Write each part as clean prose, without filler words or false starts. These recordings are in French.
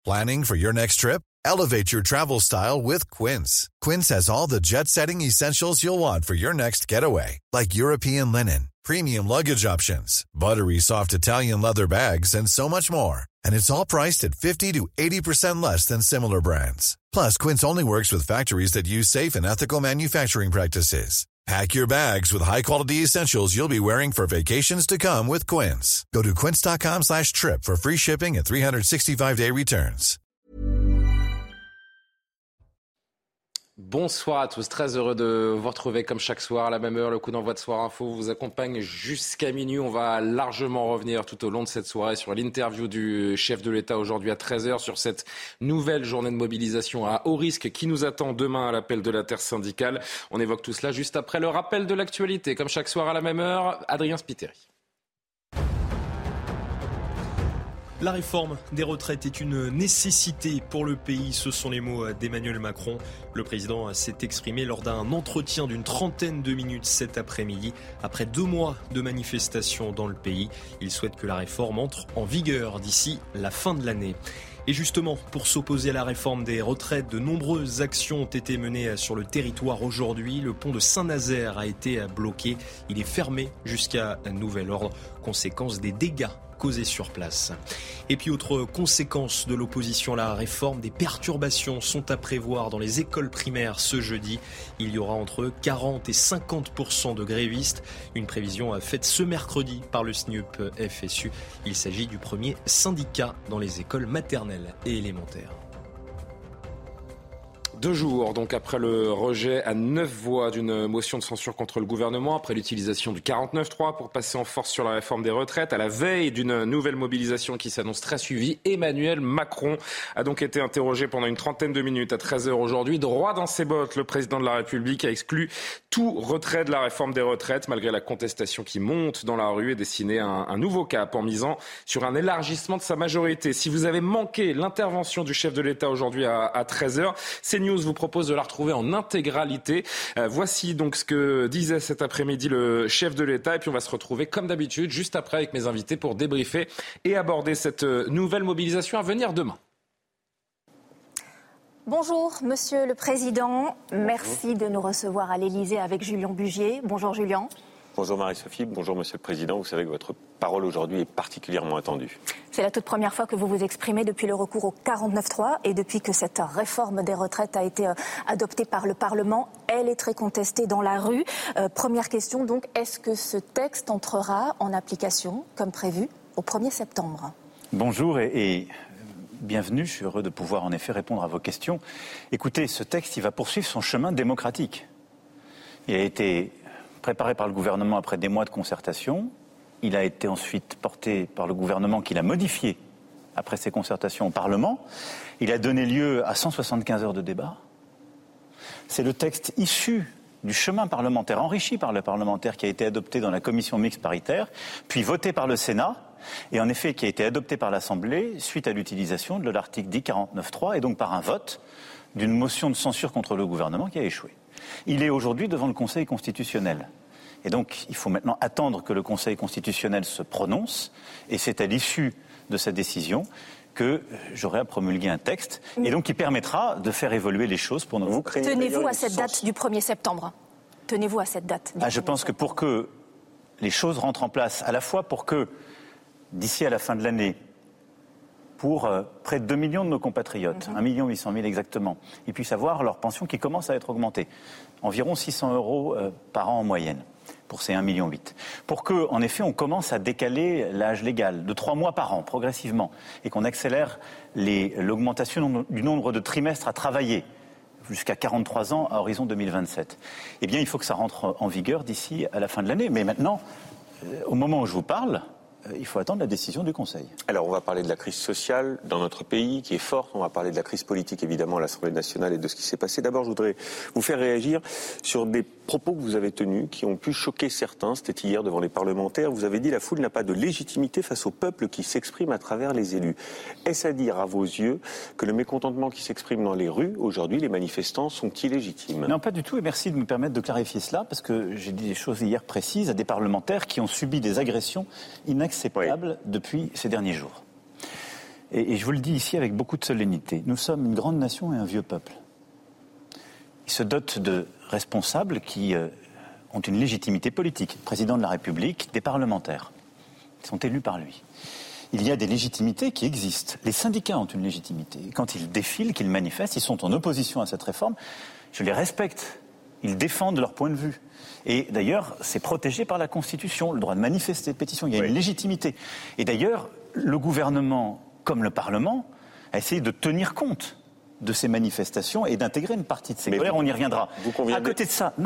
Planning for your next trip? Elevate your travel style with Quince. Quince has all the jet-setting essentials you'll want for your next getaway, like European linen, premium luggage options, buttery soft Italian leather bags, and so much more. And it's all priced at 50 to 80% less than similar brands. Plus, Quince only works with factories that use safe and ethical manufacturing practices. Pack your bags with high-quality essentials you'll be wearing for vacations to come with Quince. Go to quince.com/trip for free shipping and 365-day returns. Bonsoir à tous, très heureux de vous retrouver comme chaque soir à la même heure. Le coup d'envoi de Soir Info vous accompagne jusqu'à minuit. On va largement revenir tout au long de cette soirée sur l'interview du chef de l'État aujourd'hui à 13h sur cette nouvelle journée de mobilisation à haut risque qui nous attend demain à l'appel de l'intersyndicale. On évoque tout cela juste après le rappel de l'actualité. Comme chaque soir à la même heure, Adrien Spiteri. La réforme des retraites est une nécessité pour le pays, ce sont les mots d'Emmanuel Macron. Le président s'est exprimé lors d'un entretien d'une trentaine de minutes cet après-midi. Après 2 mois de manifestations dans le pays, il souhaite que la réforme entre en vigueur d'ici la fin de l'année. Et justement, pour s'opposer à la réforme des retraites, de nombreuses actions ont été menées sur le territoire aujourd'hui. Le pont de Saint-Nazaire a été bloqué. Il est fermé jusqu'à nouvel ordre, conséquence des dégâts causés sur place. Et puis autre conséquence de l'opposition à la réforme, des perturbations sont à prévoir dans les écoles primaires ce jeudi. Il y aura entre 40 et 50% de grévistes. Une prévision faite ce mercredi par le SNUP FSU. Il s'agit du premier syndicat dans les écoles maternelles et élémentaires. 2 jours, donc après le rejet à 9 voix d'une motion de censure contre le gouvernement, après l'utilisation du 49.3 pour passer en force sur la réforme des retraites, à la veille d'une nouvelle mobilisation qui s'annonce très suivie, Emmanuel Macron a donc été interrogé pendant une trentaine de minutes à 13h aujourd'hui. Droit dans ses bottes, le président de la République a exclu tout retrait de la réforme des retraites, malgré la contestation qui monte dans la rue et dessiné un nouveau cap en misant sur un élargissement de sa majorité. Si vous avez manqué l'intervention du chef de l'État aujourd'hui à 13h, CNews vous propose de la retrouver en intégralité. Voici donc ce que disait cet après-midi le chef de l'État. Et puis on va se retrouver comme d'habitude juste après avec mes invités pour débriefer et aborder cette nouvelle mobilisation à venir demain. Bonjour Monsieur le Président. Merci de nous recevoir à l'Élysée avec Julien Bugier. Bonjour Julien. Bonjour Marie-Sophie, bonjour Monsieur le Président. Vous savez que votre parole aujourd'hui est particulièrement attendue. C'est la toute première fois que vous vous exprimez depuis le recours au 49.3 et depuis que cette réforme des retraites a été adoptée par le Parlement. Elle est très contestée dans la rue. Première question donc, est-ce que ce texte entrera en application comme prévu au 1er septembre ? Bonjour et bienvenue. Je suis heureux de pouvoir en effet répondre à vos questions. Écoutez, ce texte, il va poursuivre son chemin démocratique. Il a été préparé par le gouvernement après des mois de concertation. Il a été ensuite porté par le gouvernement qui l'a modifié après ces concertations au Parlement. Il a donné lieu à 175 heures de débat. C'est le texte issu du chemin parlementaire, enrichi par le parlementaire, qui a été adopté dans la commission mixte paritaire, puis voté par le Sénat, et en effet qui a été adopté par l'Assemblée suite à l'utilisation de l'article 49.3 et donc par un vote d'une motion de censure contre le gouvernement qui a échoué. Il est aujourd'hui devant le Conseil constitutionnel. Et donc, il faut maintenant attendre que le Conseil constitutionnel se prononce. Et c'est à l'issue de sa décision que j'aurai à promulguer un texte. Et donc, qui permettra de faire évoluer les choses pour nous. Tenez-vous à cette date du 1er septembre. Tenez-vous à cette date. Je pense que pour que les choses rentrent en place, à la fois pour que, d'ici à la fin de l'année, pour près de 2 millions de nos compatriotes, 1 800 000 exactement, ils puissent avoir leur pension qui commence à être augmentée. Environ 600 € par an en moyenne pour ces 1,8 million. Pour que, en effet, on commence à décaler l'âge légal de 3 mois par an, progressivement, et qu'on accélère l'augmentation du nombre de trimestres à travailler jusqu'à 43 ans à horizon 2027. Eh bien, il faut que ça rentre en vigueur d'ici à la fin de l'année. Mais maintenant, au moment où je vous parle, il faut attendre la décision du Conseil. Alors, on va parler de la crise sociale dans notre pays, qui est forte. On va parler de la crise politique, évidemment, à l'Assemblée nationale et de ce qui s'est passé. D'abord, je voudrais vous faire réagir sur des propos que vous avez tenus, qui ont pu choquer certains. C'était hier devant les parlementaires. Vous avez dit « La foule n'a pas de légitimité face au peuple qui s'exprime à travers les élus ». Est-ce à dire, à vos yeux, que le mécontentement qui s'exprime dans les rues, aujourd'hui, les manifestants, sont illégitimes ? Non, pas du tout. Et merci de me permettre de clarifier cela, parce que j'ai dit des choses hier précises à des parlementaires qui ont subi des agressions inacceptables depuis ces derniers jours. Et je vous le dis ici avec beaucoup de solennité, nous sommes une grande nation et un vieux peuple. Il se dote de responsables qui ont une légitimité politique. Le président de la République, des parlementaires, qui sont élus par lui. Il y a des légitimités qui existent. Les syndicats ont une légitimité. Et quand ils défilent, qu'ils manifestent, ils sont en opposition à cette réforme. Je les respecte. Ils défendent leur point de vue. Et d'ailleurs, c'est protégé par la Constitution, le droit de manifester, de pétition. Il y a une légitimité. Et d'ailleurs, le gouvernement, comme le Parlement, a essayé de tenir compte de ces manifestations et d'intégrer une partie de ces colères. On y reviendra. À côté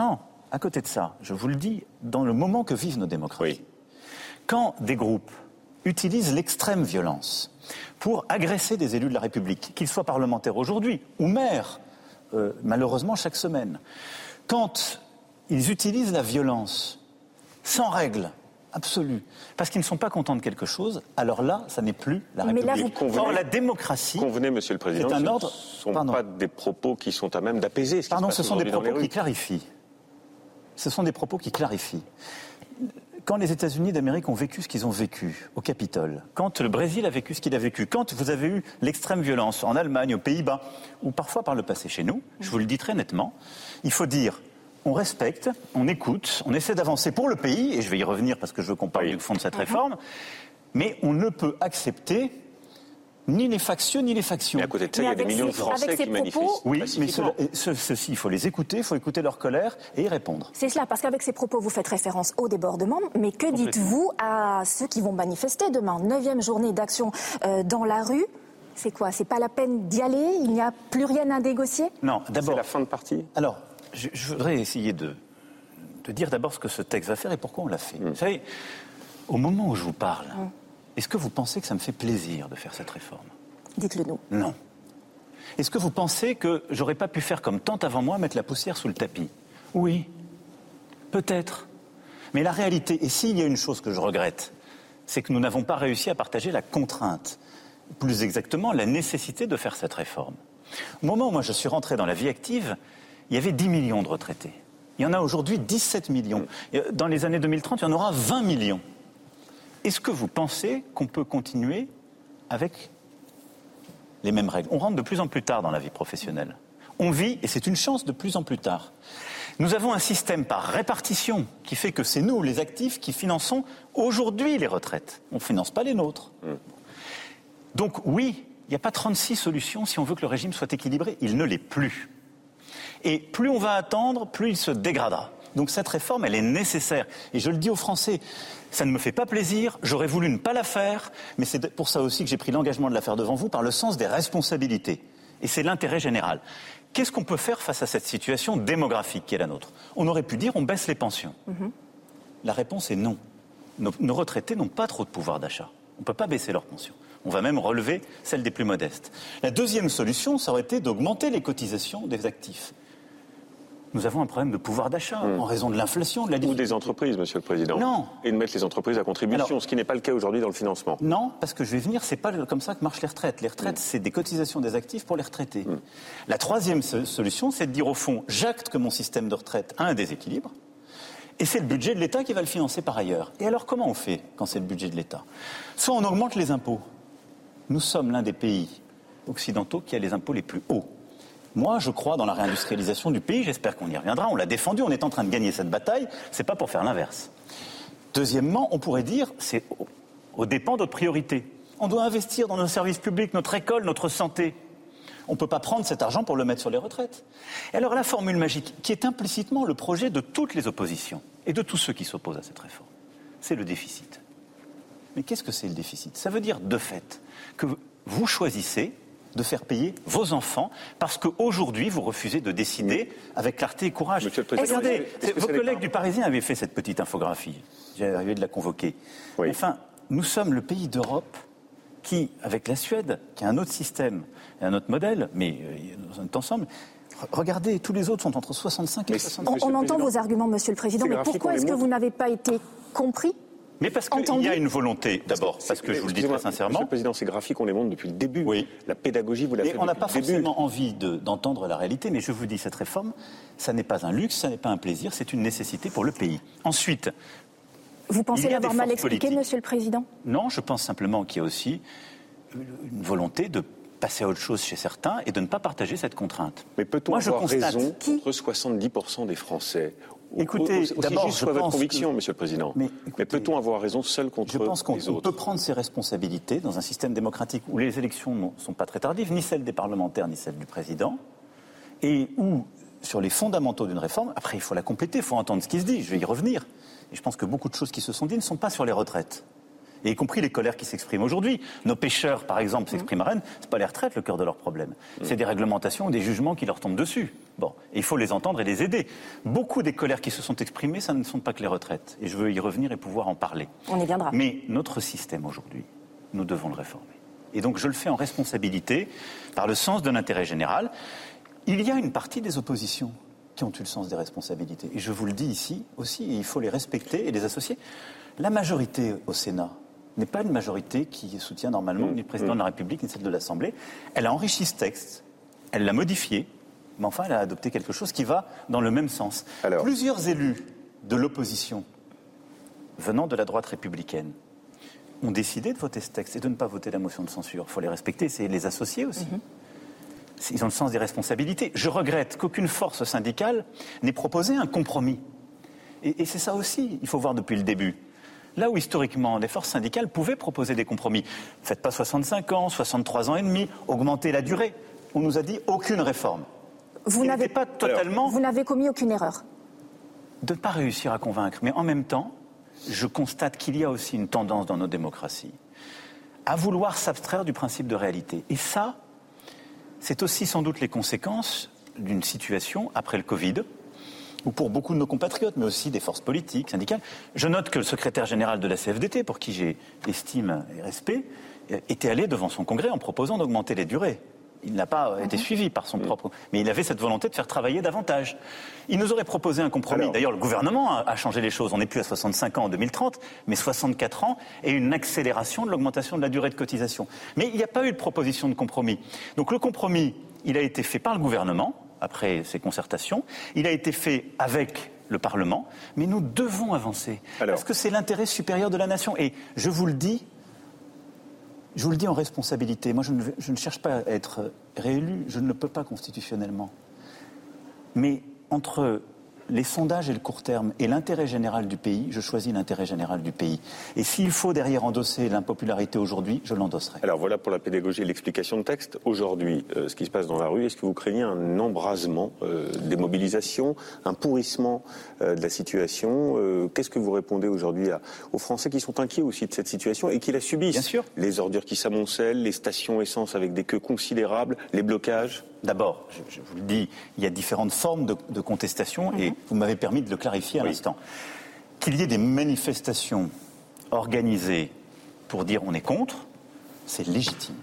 de ça, je vous le dis, dans le moment que vivent nos démocraties, quand des groupes utilisent l'extrême violence pour agresser des élus de la République, qu'ils soient parlementaires aujourd'hui ou maires, malheureusement chaque semaine, quand ils utilisent la violence sans règle absolue, parce qu'ils ne sont pas contents de quelque chose, alors là, ça n'est plus la République. Or, la démocratie... Convenez, Monsieur le Président, c'est un ordre... ce ne sont pas des propos qui sont à même d'apaiser ce qui se passe ce sont des aujourd'hui propos qui clarifient. Ce sont des propos qui clarifient. Quand les États-Unis d'Amérique ont vécu ce qu'ils ont vécu au Capitole, quand le Brésil a vécu ce qu'il a vécu, quand vous avez eu l'extrême violence en Allemagne, aux Pays-Bas, ou parfois par le passé chez nous, je vous le dis très nettement, il faut dire, on respecte, on écoute, on essaie d'avancer pour le pays, et je vais y revenir parce que je veux qu'on parle du fond de cette réforme, mais on ne peut accepter ni les factieux ni les factions. Mais à côté de ça, il y a des millions de Français qui manifestent. Oui, mais ceux-ci, il faut les écouter, il faut écouter leur colère et y répondre. C'est cela, parce qu'avec ces propos, vous faites référence au débordement, mais que dites-vous à ceux qui vont manifester demain, 9e journée d'action dans la rue? C'est quoi? C'est pas la peine d'y aller? Il n'y a plus rien à négocier? Non, d'abord... C'est la fin de partie. Alors, je voudrais essayer de dire d'abord ce que ce texte va faire et pourquoi on l'a fait. Vous savez, au moment où je vous parle... Est-ce que vous pensez que ça me fait plaisir de faire cette réforme? Dites-le nous. Non. Est-ce que vous pensez que j'aurais pas pu faire comme tant avant moi, mettre la poussière sous le tapis? Oui, peut-être. Mais la réalité, et s'il y a une chose que je regrette, c'est que nous n'avons pas réussi à partager la contrainte, plus exactement la nécessité de faire cette réforme. Au moment où moi je suis rentré dans la vie active, il y avait 10 millions de retraités. Il y en a aujourd'hui 17 millions. Dans les années 2030, il y en aura 20 millions. Est-ce que vous pensez qu'on peut continuer avec les mêmes règles? On rentre de plus en plus tard dans la vie professionnelle. On vit, et c'est une chance, de plus en plus tard. Nous avons un système par répartition qui fait que c'est nous, les actifs, qui finançons aujourd'hui les retraites. On ne finance pas les nôtres. Donc oui, il n'y a pas 36 solutions si on veut que le régime soit équilibré. Il ne l'est plus. Et plus on va attendre, plus il se dégradera. Donc cette réforme, elle est nécessaire. Et je le dis aux Français, ça ne me fait pas plaisir, j'aurais voulu ne pas la faire, mais c'est pour ça aussi que j'ai pris l'engagement de la faire devant vous par le sens des responsabilités. Et c'est l'intérêt général. Qu'est-ce qu'on peut faire face à cette situation démographique qui est la nôtre? On aurait pu dire on baisse les pensions. La réponse est non. Nos retraités n'ont pas trop de pouvoir d'achat. On ne peut pas baisser leurs pensions. On va même relever celles des plus modestes. La deuxième solution, ça aurait été d'augmenter les cotisations des actifs. Nous avons un problème de pouvoir d'achat en raison de l'inflation, de la difficulté. Ou des entreprises, Monsieur le Président. Non. Et de mettre les entreprises à contribution, ce qui n'est pas le cas aujourd'hui dans le financement. Non, parce que je vais venir, c'est pas comme ça que marchent les retraites. Les retraites, c'est des cotisations des actifs pour les retraités. La troisième solution, c'est de dire au fond, j'acte que mon système de retraite a un déséquilibre, et c'est le budget de l'État qui va le financer par ailleurs. Et alors, comment on fait quand c'est le budget de l'État? Soit on augmente les impôts. Nous sommes l'un des pays occidentaux qui a les impôts les plus hauts. Moi, je crois dans la réindustrialisation du pays, j'espère qu'on y reviendra, on l'a défendu, on est en train de gagner cette bataille, c'est pas pour faire l'inverse. Deuxièmement, on pourrait dire, c'est aux dépens d'autres priorités. On doit investir dans nos services publics, notre école, notre santé. On ne peut pas prendre cet argent pour le mettre sur les retraites. Et alors la formule magique, qui est implicitement le projet de toutes les oppositions et de tous ceux qui s'opposent à cette réforme, c'est le déficit. Mais qu'est-ce que c'est le déficit? Ça veut dire, de fait, que vous choisissez de faire payer vos enfants, parce qu'aujourd'hui, vous refusez de décider avec clarté et courage. Monsieur le Président, regardez, vos collègues du Parisien avaient fait cette petite infographie. J'ai arrivé de la convoquer. Oui. Enfin, nous sommes le pays d'Europe qui, avec la Suède, qui a un autre système et un autre modèle, mais nous sommes ensemble. Regardez, tous les autres sont entre 65 et 65. On entend vos arguments, Monsieur le Président, mais pourquoi est-ce que vous n'avez pas été compris? Mais parce qu'il y a une volonté, d'abord, parce que je vous le dis très sincèrement. Monsieur le Président, ces graphiques, on les montre depuis le début. Oui. La pédagogie, vous l'avez fait depuis le début. On n'a pas forcément envie d'entendre la réalité, mais je vous dis, cette réforme, ça n'est pas un luxe, ça n'est pas un plaisir, c'est une nécessité pour le pays. Ensuite, vous pensez l'avoir mal expliqué, Monsieur le Président? Non, je pense simplement qu'il y a aussi une volonté de passer à autre chose chez certains et de ne pas partager cette contrainte. Mais peut-on avoir raison contre 70% des Français ? Écoutez, d'abord, je pense votre conviction, Monsieur le Président. Mais peut-on avoir raison seul contre les autres ? Je pense qu'on peut prendre ses responsabilités dans un système démocratique où les élections ne sont pas très tardives, ni celles des parlementaires, ni celles du Président, et où, sur les fondamentaux d'une réforme, après il faut la compléter, il faut entendre ce qui se dit, je vais y revenir. Et je pense que beaucoup de choses qui se sont dites ne sont pas sur les retraites. Et y compris les colères qui s'expriment aujourd'hui. Nos pêcheurs, par exemple, s'expriment à Rennes, c'est pas les retraites le cœur de leur problème. C'est des réglementations ou des jugements qui leur tombent dessus. Bon, et il faut les entendre et les aider. Beaucoup des colères qui se sont exprimées, ça ne sont pas que les retraites. Et je veux y revenir et pouvoir en parler. On y viendra. Mais notre système aujourd'hui, nous devons le réformer. Et donc je le fais en responsabilité, par le sens de l'intérêt général. Il y a une partie des oppositions qui ont eu le sens des responsabilités. Et je vous le dis ici aussi, et il faut les respecter et les associer. La majorité au Sénat n'est pas une majorité qui soutient normalement ni le président de la République ni celle de l'Assemblée. Elle a enrichi ce texte, elle l'a modifié, mais enfin elle a adopté quelque chose qui va dans le même sens. Alors, plusieurs élus de l'opposition venant de la droite républicaine ont décidé de voter ce texte et de ne pas voter la motion de censure. Il faut les respecter, c'est les associer aussi. Ils ont le sens des responsabilités. Je regrette qu'aucune force syndicale n'ait proposé un compromis. Et c'est ça aussi, il faut voir depuis le début. Là où, historiquement, les forces syndicales pouvaient proposer des compromis. Faites pas 65 ans, 63 ans et demi, augmentez la durée. On nous a dit aucune réforme. Vous n'avez commis aucune erreur. De ne pas réussir à convaincre. Mais en même temps, je constate qu'il y a aussi une tendance dans nos démocraties à vouloir s'abstraire du principe de réalité. Et ça, c'est aussi sans doute les conséquences d'une situation après le Covid, ou pour beaucoup de nos compatriotes, mais aussi des forces politiques, syndicales. Je note que le secrétaire général de la CFDT, pour qui j'ai estime et respect, était allé devant son congrès en proposant d'augmenter les durées. Il n'a pas été suivi par son propre... Mais il avait cette volonté de faire travailler davantage. Il nous aurait proposé un compromis. D'ailleurs, le gouvernement a changé les choses. On n'est plus à 65 ans en 2030, mais 64 ans et une accélération de l'augmentation de la durée de cotisation. Mais il n'y a pas eu de proposition de compromis. Donc le compromis, il a été fait par le gouvernement, après ces concertations. Il a été fait avec le Parlement, mais nous devons avancer. Parce que c'est l'intérêt supérieur de la nation. Et je vous le dis en responsabilité. Moi, je ne cherche pas à être réélu. Je ne le peux pas constitutionnellement. Mais entre les sondages et le court terme et l'intérêt général du pays, je choisis l'intérêt général du pays. Et s'il faut derrière endosser l'impopularité aujourd'hui, je l'endosserai. Alors voilà pour la pédagogie et l'explication de texte. Aujourd'hui, ce qui se passe dans la rue, est-ce que vous craignez un embrasement des mobilisations, un pourrissement de la situation Qu'est-ce que vous répondez aujourd'hui aux Français qui sont inquiets aussi de cette situation et qui la subissent ? Bien sûr. Les ordures qui s'amoncellent, les stations essence avec des queues considérables, les blocages ? D'abord, je vous le dis, il y a différentes formes de contestation et vous m'avez permis de le clarifier à l'instant. Qu'il y ait des manifestations organisées pour dire on est contre, c'est légitime.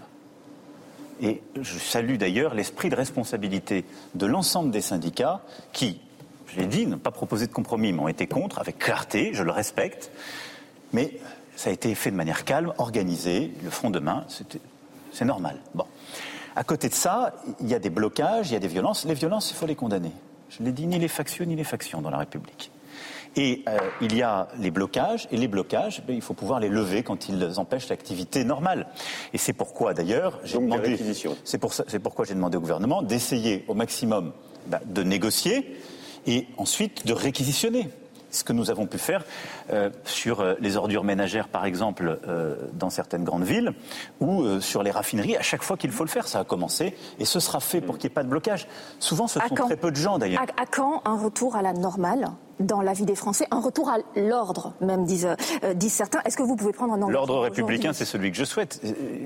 Et je salue d'ailleurs l'esprit de responsabilité de l'ensemble des syndicats qui, je l'ai dit, n'ont pas proposé de compromis, mais ont été contre, avec clarté, je le respecte. Mais ça a été fait de manière calme, organisée, le front de main, c'est normal. Bon. À côté de ça, il y a des blocages, il y a des violences. Les violences, il faut les condamner. Je l'ai dit, ni les factieux ni les factions dans la République. Et il y a les blocages, et les blocages, il faut pouvoir les lever quand ils empêchent l'activité normale. Et c'est pourquoi, d'ailleurs, c'est pourquoi j'ai demandé au gouvernement d'essayer au maximum de négocier et ensuite de réquisitionner. Ce que nous avons pu faire sur les ordures ménagères, par exemple, dans certaines grandes villes, ou sur les raffineries, à chaque fois qu'il faut le faire. Ça a commencé, et ce sera fait pour qu'il n'y ait pas de blocage. Souvent, ce sont très peu de gens, d'ailleurs. À quand un retour à la normale dans la vie des Français, un retour à l'ordre, même disent certains. Est-ce que vous pouvez prendre un engagement ? L'ordre républicain, c'est celui que je souhaite.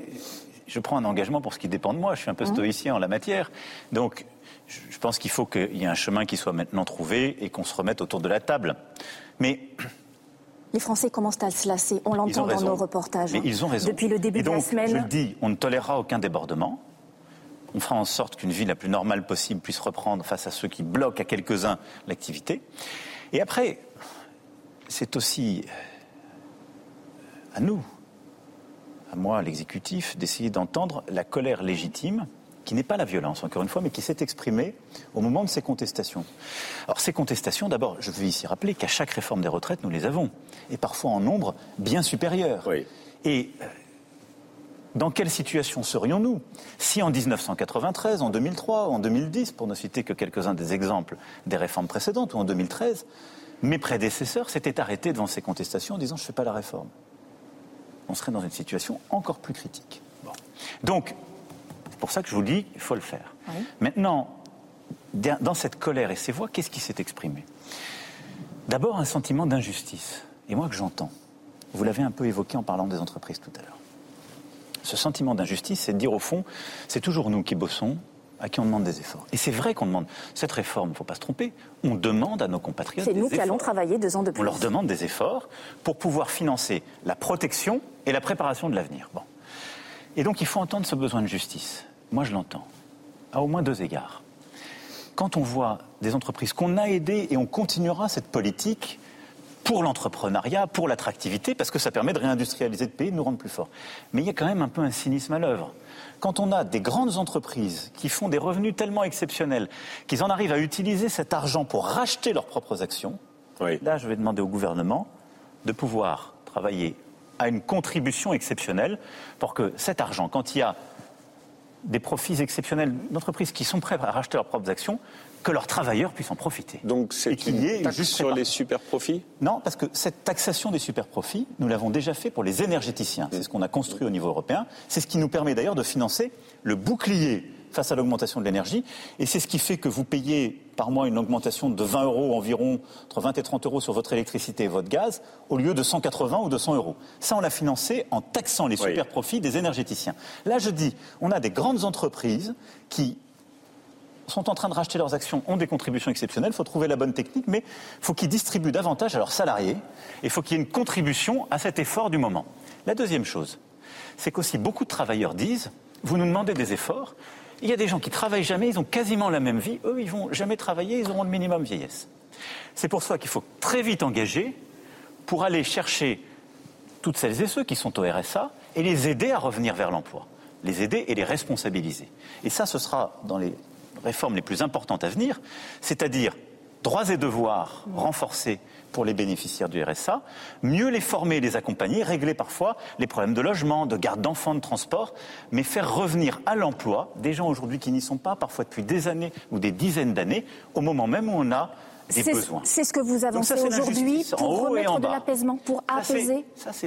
Je prends un engagement pour ce qui dépend de moi. Je suis un peu stoïcien en la matière. Donc, je pense qu'il faut qu'il y ait un chemin qui soit maintenant trouvé et qu'on se remette autour de la table. Mais les Français commencent à se lasser. On l'entend dans nos reportages. Mais ils ont raison. Depuis le début de la semaine. Je le dis, on ne tolérera aucun débordement. On fera en sorte qu'une vie la plus normale possible puisse reprendre face à ceux qui bloquent à quelques-uns l'activité. Et après, c'est aussi à nous, à moi, l'exécutif, d'essayer d'entendre la colère légitime qui n'est pas la violence, encore une fois, mais qui s'est exprimée au moment de ces contestations. Alors ces contestations, d'abord, je veux ici rappeler qu'à chaque réforme des retraites, nous les avons, et parfois en nombre bien supérieur. Oui. Et dans quelle situation serions-nous si en 1993, en 2003, en 2010, pour ne citer que quelques-uns des exemples des réformes précédentes, ou en 2013, mes prédécesseurs s'étaient arrêtés devant ces contestations en disant « je ne fais pas la réforme ». On serait dans une situation encore plus critique. Bon. Donc, c'est pour ça que je vous dis, il faut le faire. Oui. Maintenant, dans cette colère et ces voix, qu'est-ce qui s'est exprimé ? D'abord, un sentiment d'injustice. Et moi, que j'entends. Vous l'avez un peu évoqué en parlant des entreprises tout à l'heure. Ce sentiment d'injustice, c'est de dire au fond, c'est toujours nous qui bossons, à qui on demande des efforts. Et c'est vrai qu'on demande cette réforme, il ne faut pas se tromper, on demande à nos compatriotes des efforts. C'est nous qui allons travailler 2 ans de plus. On leur demande des efforts pour pouvoir financer la protection et la préparation de l'avenir. Bon. Et donc il faut entendre ce besoin de justice. Moi je l'entends, à au moins 2 égards. Quand on voit des entreprises qu'on a aidées et on continuera cette politique pour l'entrepreneuriat, pour l'attractivité, parce que ça permet de réindustrialiser le pays, de nous rendre plus forts. Mais il y a quand même un peu un cynisme à l'œuvre. Quand on a des grandes entreprises qui font des revenus tellement exceptionnels qu'ils en arrivent à utiliser cet argent pour racheter leurs propres actions, oui. Là je vais demander au gouvernement de pouvoir travailler à une contribution exceptionnelle pour que cet argent, quand il y a des profits exceptionnels d'entreprises qui sont prêtes à racheter leurs propres actions, que leurs travailleurs puissent en profiter. Donc c'est une taxe sur les super-profits ? Non, parce que cette taxation des super-profits, nous l'avons déjà fait pour les énergéticiens. C'est ce qu'on a construit au niveau européen. C'est ce qui nous permet d'ailleurs de financer le bouclier face à l'augmentation de l'énergie. Et c'est ce qui fait que vous payez par mois une augmentation de 20 € environ, entre 20 et 30 € sur votre électricité et votre gaz, au lieu de 180 ou 200 €. Ça, on l'a financé en taxant les super-profits des énergéticiens. Là, je dis, on a des grandes entreprises qui sont en train de racheter leurs actions, ont des contributions exceptionnelles, il faut trouver la bonne technique, mais il faut qu'ils distribuent davantage à leurs salariés, et il faut qu'il y ait une contribution à cet effort du moment. La deuxième chose, c'est qu'aussi beaucoup de travailleurs disent, vous nous demandez des efforts, il y a des gens qui ne travaillent jamais, ils ont quasiment la même vie, eux ils ne vont jamais travailler, ils auront le minimum vieillesse. C'est pour ça qu'il faut très vite engager pour aller chercher toutes celles et ceux qui sont au RSA et les aider à revenir vers l'emploi, les aider et les responsabiliser. Et ça, ce sera dans les réformes les plus importantes à venir, c'est-à-dire droits et devoirs renforcés pour les bénéficiaires du RSA, mieux les former et les accompagner, régler parfois les problèmes de logement, de garde d'enfants, de transport, mais faire revenir à l'emploi des gens aujourd'hui qui n'y sont pas, parfois depuis des années ou des dizaines d'années, au moment même où on a des besoins. C'est ce que vous avancez aujourd'hui pour remettre de l'apaisement, pour apaiser.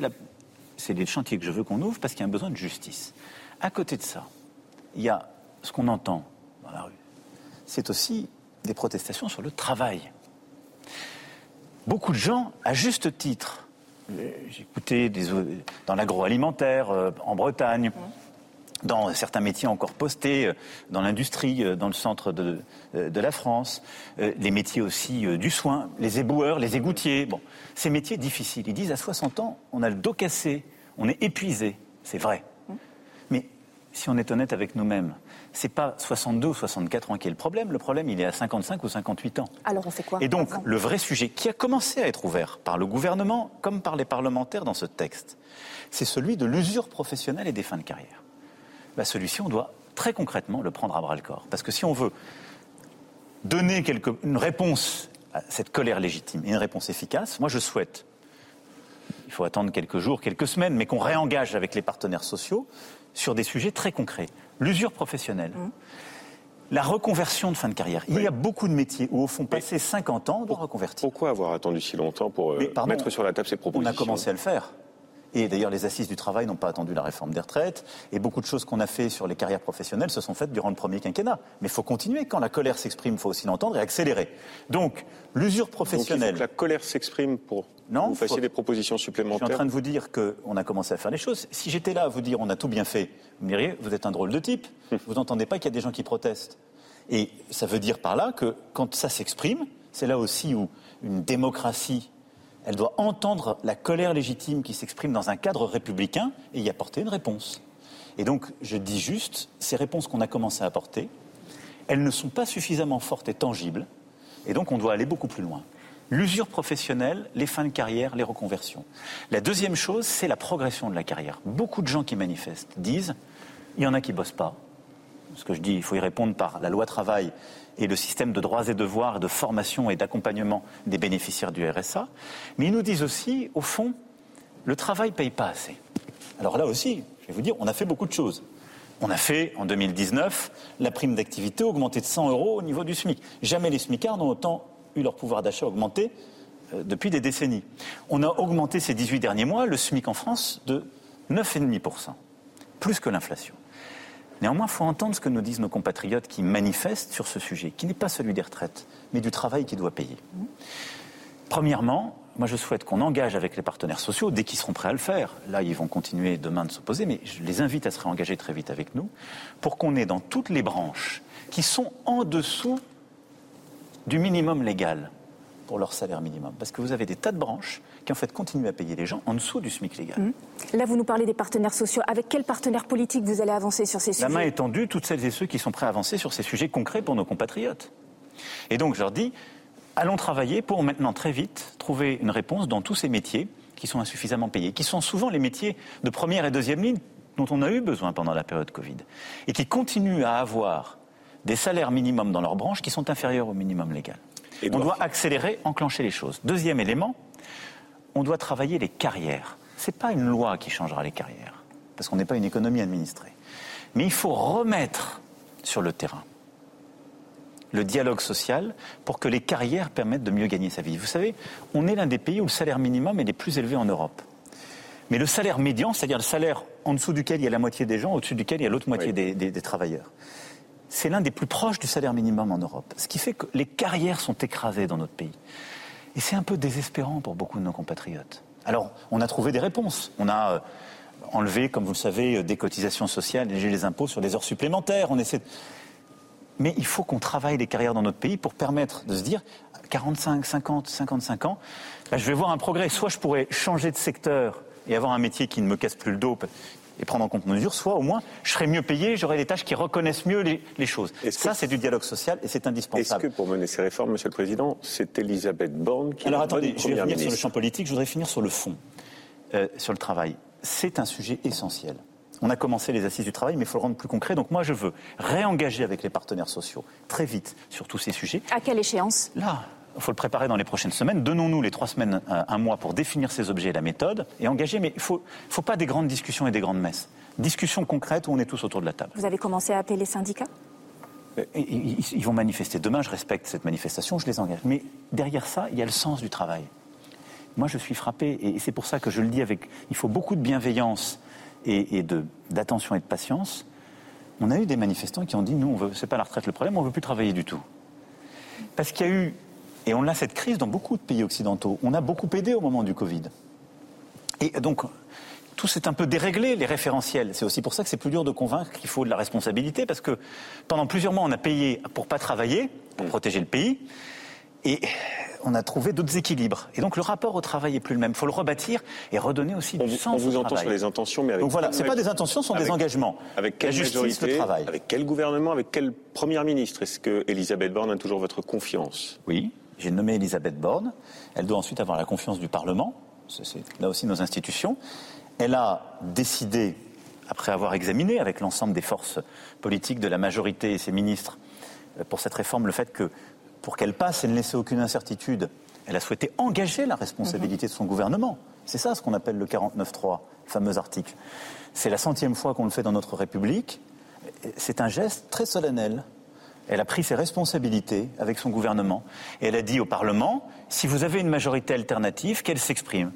C'est les chantiers que je veux qu'on ouvre parce qu'il y a un besoin de justice. À côté de ça, il y a ce qu'on entend dans la rue. C'est aussi des protestations sur le travail. Beaucoup de gens, à juste titre, j'ai écouté dans l'agroalimentaire, en Bretagne, dans certains métiers encore postés, dans l'industrie, dans le centre de la France, les métiers aussi du soin, les éboueurs, les égoutiers, bon, ces métiers difficiles. Ils disent à 60 ans, on a le dos cassé, on est épuisé, c'est vrai. Mais si on est honnête avec nous-mêmes, c'est pas 62 ou 64 ans qui est le problème il est à 55 ou 58 ans. Alors on fait quoi ? Et donc le vrai sujet qui a commencé à être ouvert par le gouvernement comme par les parlementaires dans ce texte, c'est celui de l'usure professionnelle et des fins de carrière. Celui-ci, on doit très concrètement le prendre à bras-le-corps. Parce que si on veut donner une réponse à cette colère légitime et une réponse efficace, moi je souhaite, il faut attendre quelques jours, quelques semaines, mais qu'on réengage avec les partenaires sociaux sur des sujets très concrets. L'usure professionnelle, la reconversion de fin de carrière. Il y a beaucoup de métiers où, au fond, passé 50 ans, on doit reconvertir. Pourquoi avoir attendu si longtemps pour mettre sur la table ces propositions ? On a commencé à le faire. Et d'ailleurs, les assises du travail n'ont pas attendu la réforme des retraites. Et beaucoup de choses qu'on a fait sur les carrières professionnelles se sont faites durant le premier quinquennat. Mais il faut continuer. Quand la colère s'exprime, il faut aussi l'entendre et accélérer. Donc, l'usure professionnelle... Donc il faut que la colère s'exprime pour que vous fassiez des propositions supplémentaires. Je suis en train de vous dire qu'on a commencé à faire les choses. Si j'étais là à vous dire on a tout bien fait, vous me diriez, vous êtes un drôle de type. Vous n'entendez pas qu'il y a des gens qui protestent. Et ça veut dire par là que quand ça s'exprime, c'est là aussi où une démocratie... Elle doit entendre la colère légitime qui s'exprime dans un cadre républicain et y apporter une réponse. Et donc, je dis juste, ces réponses qu'on a commencé à apporter, elles ne sont pas suffisamment fortes et tangibles, et donc on doit aller beaucoup plus loin. L'usure professionnelle, les fins de carrière, les reconversions. La deuxième chose, c'est la progression de la carrière. Beaucoup de gens qui manifestent disent, il y en a qui ne bossent pas. Ce que je dis, il faut y répondre par la loi travail et le système de droits et devoirs, de formation et d'accompagnement des bénéficiaires du RSA. Mais ils nous disent aussi, au fond, le travail ne paye pas assez. Alors là aussi, je vais vous dire, on a fait beaucoup de choses. On a fait, en 2019, la prime d'activité augmenter de 100 € au niveau du SMIC. Jamais les smicards n'ont autant eu leur pouvoir d'achat augmenté depuis des décennies. On a augmenté ces 18 derniers mois le SMIC en France de 9,5%, plus que l'inflation. Néanmoins, il faut entendre ce que nous disent nos compatriotes qui manifestent sur ce sujet, qui n'est pas celui des retraites, mais du travail qu'ils doivent payer. Premièrement, moi je souhaite qu'on engage avec les partenaires sociaux, dès qu'ils seront prêts à le faire. Là, ils vont continuer demain de s'opposer, mais je les invite à se réengager très vite avec nous, pour qu'on ait dans toutes les branches qui sont en dessous du minimum légal pour leur salaire minimum. Parce que vous avez des tas de branches qui en fait continuent à payer les gens en dessous du SMIC légal. Là, vous nous parlez des partenaires sociaux. Avec quels partenaires politiques vous allez avancer sur ces sujets ? La main est tendue, toutes celles et ceux qui sont prêts à avancer sur ces sujets concrets pour nos compatriotes. Et donc, je leur dis, allons travailler pour maintenant très vite trouver une réponse dans tous ces métiers qui sont insuffisamment payés, qui sont souvent les métiers de première et deuxième ligne dont on a eu besoin pendant la période Covid, et qui continuent à avoir des salaires minimums dans leur branche qui sont inférieurs au minimum légal. On doit accélérer, enclencher les choses. Deuxième élément, on doit travailler les carrières. Ce n'est pas une loi qui changera les carrières, parce qu'on n'est pas une économie administrée. Mais il faut remettre sur le terrain le dialogue social pour que les carrières permettent de mieux gagner sa vie. Vous savez, on est l'un des pays où le salaire minimum est les plus élevés en Europe. Mais le salaire médian, c'est-à-dire le salaire en dessous duquel il y a la moitié des gens, au-dessus duquel il y a l'autre moitié des travailleurs, c'est l'un des plus proches du salaire minimum en Europe. Ce qui fait que les carrières sont écrasées dans notre pays. Et c'est un peu désespérant pour beaucoup de nos compatriotes. Alors, on a trouvé des réponses. On a enlevé, comme vous le savez, des cotisations sociales, léger les impôts sur les heures supplémentaires. Mais il faut qu'on travaille les carrières dans notre pays pour permettre de se dire, 45, 50, 55 ans, là, je vais voir un progrès. Soit je pourrais changer de secteur et avoir un métier qui ne me casse plus le dos et prendre en compte nos mesures, soit au moins je serai mieux payé, j'aurai des tâches qui reconnaissent mieux les choses. Ça, c'est du dialogue social et c'est indispensable. Est-ce que pour mener ces réformes, Monsieur le Président, c'est Elisabeth Borne qui est Alors la attendez, bonne je vais première revenir ministre? sur le champ politique, je voudrais finir sur le fond, sur le travail. C'est un sujet essentiel. On a commencé les assises du travail, mais il faut le rendre plus concret. Donc moi, je veux réengager avec les partenaires sociaux très vite sur tous ces sujets. À quelle échéance ? Là, il faut le préparer dans les prochaines semaines. Donnons-nous les 3 semaines, un mois pour définir ces objets et la méthode et engager. Mais il faut pas des grandes discussions et des grandes messes. Discussions concrètes où on est tous autour de la table. Vous avez commencé à appeler les syndicats ? Ils vont manifester. Demain, je respecte cette manifestation, je les engage. Mais derrière ça, il y a le sens du travail. Moi, je suis frappé, et c'est pour ça que je le dis il faut beaucoup de bienveillance et d'attention et de patience. On a eu des manifestants qui ont dit, nous, c'est pas la retraite le problème, on veut plus travailler du tout. Parce qu'il y a eu, et on a cette crise dans beaucoup de pays occidentaux, on a beaucoup aidé au moment du Covid. Et donc, tout s'est un peu déréglé, les référentiels. C'est aussi pour ça que c'est plus dur de convaincre qu'il faut de la responsabilité, parce que pendant plusieurs mois, on a payé pour pas travailler, pour protéger le pays, et on a trouvé d'autres équilibres. Et donc le rapport au travail est plus le même. Il faut le rebâtir et redonner aussi du sens au travail. On vous entend sur les intentions, mais avec... Donc voilà, ce n'est pas des intentions, ce sont des engagements. Avec quelle majorité, le travail. avec quel gouvernement, avec quelle première ministre? Est-ce que Elisabeth Borne a toujours votre confiance? Oui, j'ai nommé Elisabeth Borne. Elle doit ensuite avoir la confiance du Parlement. C'est là aussi nos institutions. Elle a décidé, après avoir examiné avec l'ensemble des forces politiques de la majorité et ses ministres pour cette réforme, le fait que pour qu'elle passe et ne laisser aucune incertitude, elle a souhaité engager la responsabilité de son gouvernement. C'est ça ce qu'on appelle le 49.3, le fameux article. C'est la 100e fois qu'on le fait dans notre République. C'est un geste très solennel. Elle a pris ses responsabilités avec son gouvernement et elle a dit au Parlement, si vous avez une majorité alternative, qu'elle s'exprime.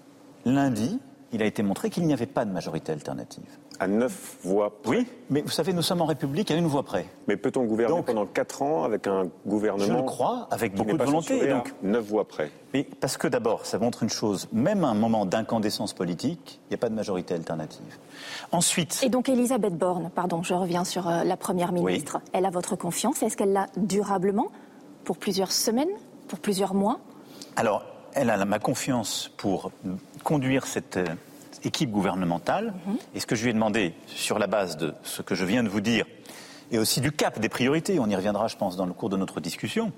Lundi, il a été montré qu'il n'y avait pas de majorité alternative. À 9 voix près. Oui, mais vous savez, nous sommes en République à 1 voix près. Mais peut-on gouverner pendant 4 ans avec un gouvernement... Je le crois, avec beaucoup de volonté. Et donc 9 voix près. Mais parce que d'abord, ça montre une chose, même à un moment d'incandescence politique, il n'y a pas de majorité alternative. Ensuite... Et donc Elisabeth Borne, pardon, je reviens sur la Première ministre. Oui. Elle a votre confiance. Est-ce qu'elle l'a durablement pour plusieurs semaines, pour plusieurs mois? Alors, elle a ma confiance pour conduire cette équipe gouvernementale. Et ce que je lui ai demandé, sur la base de ce que je viens de vous dire, et aussi du cap des priorités, on y reviendra, je pense, dans le cours de notre discussion,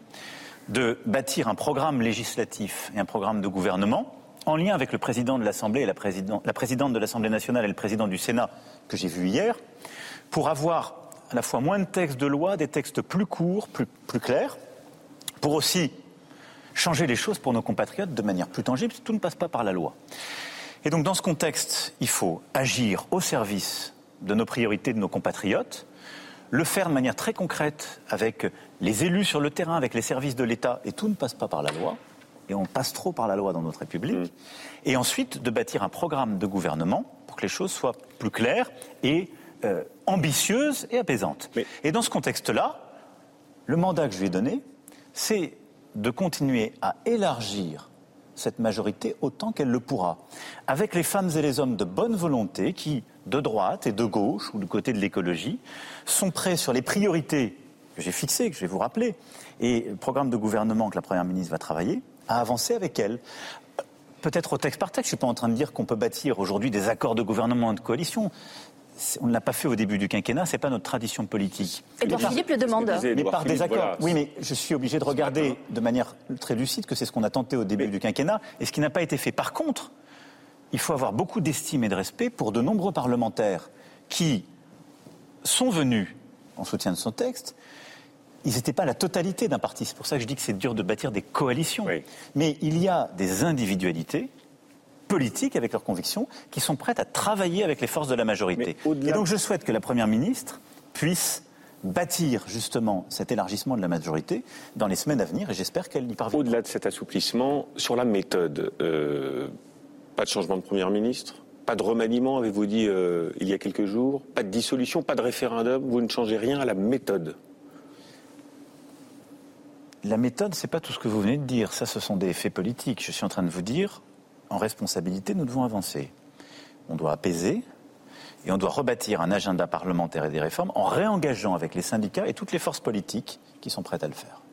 de bâtir un programme législatif et un programme de gouvernement en lien avec le président de l'Assemblée et la présidente de l'Assemblée nationale et le président du Sénat, que j'ai vu hier, pour avoir à la fois moins de textes de loi, des textes plus courts, plus clairs, pour aussi changer les choses pour nos compatriotes de manière plus tangible, tout ne passe pas par la loi. Et donc dans ce contexte, il faut agir au service de nos priorités, de nos compatriotes, le faire de manière très concrète avec les élus sur le terrain, avec les services de l'État, et tout ne passe pas par la loi, et on passe trop par la loi dans notre République, et ensuite de bâtir un programme de gouvernement pour que les choses soient plus claires et ambitieuses et apaisantes. Et dans ce contexte-là, le mandat que je lui ai donné, c'est de continuer à élargir cette majorité autant qu'elle le pourra, avec les femmes et les hommes de bonne volonté qui, de droite et de gauche, ou du côté de l'écologie, sont prêts sur les priorités que j'ai fixées, que je vais vous rappeler, et le programme de gouvernement que la Première ministre va travailler, à avancer avec elle. Peut-être au texte par texte, je ne suis pas en train de dire qu'on peut bâtir aujourd'hui des accords de gouvernement et de coalition. On ne l'a pas fait au début du quinquennat, ce n'est pas notre tradition politique. Édouard Philippe le demande. Mais par des accords. Voilà. Oui, mais je suis obligé de regarder de manière très lucide que c'est ce qu'on a tenté au début du quinquennat et ce qui n'a pas été fait. Par contre, il faut avoir beaucoup d'estime et de respect pour de nombreux parlementaires qui sont venus en soutien de son texte. Ils n'étaient pas la totalité d'un parti. C'est pour ça que je dis que c'est dur de bâtir des coalitions. Oui. Mais il y a des individualités politiques avec leurs convictions qui sont prêtes à travailler avec les forces de la majorité. Et donc je souhaite que la Première ministre puisse bâtir justement cet élargissement de la majorité dans les semaines à venir et j'espère qu'elle y parviendra. Au-delà de cet assouplissement, sur la méthode, pas de changement de Première ministre, pas de remaniement, avez-vous dit il y a quelques jours, pas de dissolution, pas de référendum, vous ne changez rien à la méthode. La méthode, c'est pas tout ce que vous venez de dire. Ça, ce sont des faits politiques. Je suis en train de vous dire, en responsabilité, nous devons avancer. On doit apaiser et on doit rebâtir un agenda parlementaire et des réformes en réengageant avec les syndicats et toutes les forces politiques qui sont prêtes à le faire.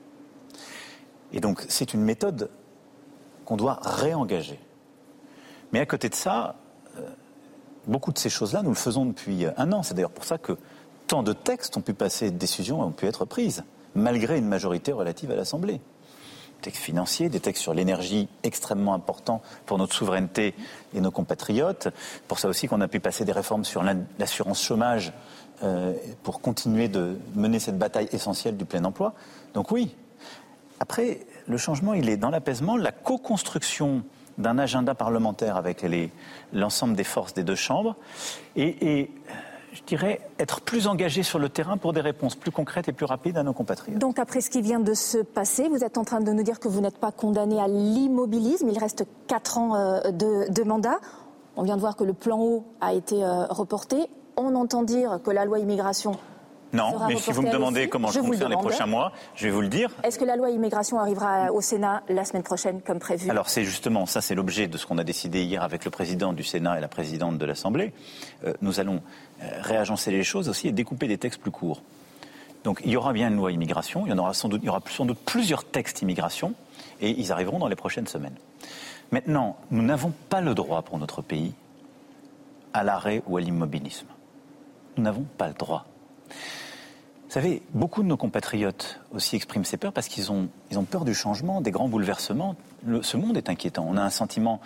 Et donc, c'est une méthode qu'on doit réengager. Mais à côté de ça, beaucoup de ces choses-là, nous le faisons depuis un an. C'est d'ailleurs pour ça que tant de textes ont pu passer, de décisions ont pu être prises, malgré une majorité relative à l'Assemblée. Des textes financiers, des textes sur l'énergie extrêmement importants pour notre souveraineté et nos compatriotes. Pour ça aussi qu'on a pu passer des réformes sur l'assurance chômage pour continuer de mener cette bataille essentielle du plein emploi. Donc oui. Après, le changement, il est dans l'apaisement, la co-construction d'un agenda parlementaire avec l'ensemble des forces des deux chambres et je dirais, être plus engagé sur le terrain pour des réponses plus concrètes et plus rapides à nos compatriotes. Donc après ce qui vient de se passer, vous êtes en train de nous dire que vous n'êtes pas condamné à l'immobilisme. Il reste 4 ans de mandat. On vient de voir que le plan O a été reporté. On entend dire que la loi immigration non, mais si vous me demandez comment je compte faire les prochains mois, je vais vous le dire. Est-ce que la loi immigration arrivera au Sénat la semaine prochaine comme prévu ? Alors c'est justement, ça c'est l'objet de ce qu'on a décidé hier avec le président du Sénat et la présidente de l'Assemblée. Nous allons réagencer les choses aussi et découper des textes plus courts. Donc il y aura bien une loi immigration, il y aura sans doute plusieurs textes immigration et ils arriveront dans les prochaines semaines. Maintenant, nous n'avons pas le droit pour notre pays à l'arrêt ou à l'immobilisme. Nous n'avons pas le droit. Vous savez, beaucoup de nos compatriotes aussi expriment ces peurs parce qu'ils ont peur du changement, des grands bouleversements. Ce monde est inquiétant. On a un sentiment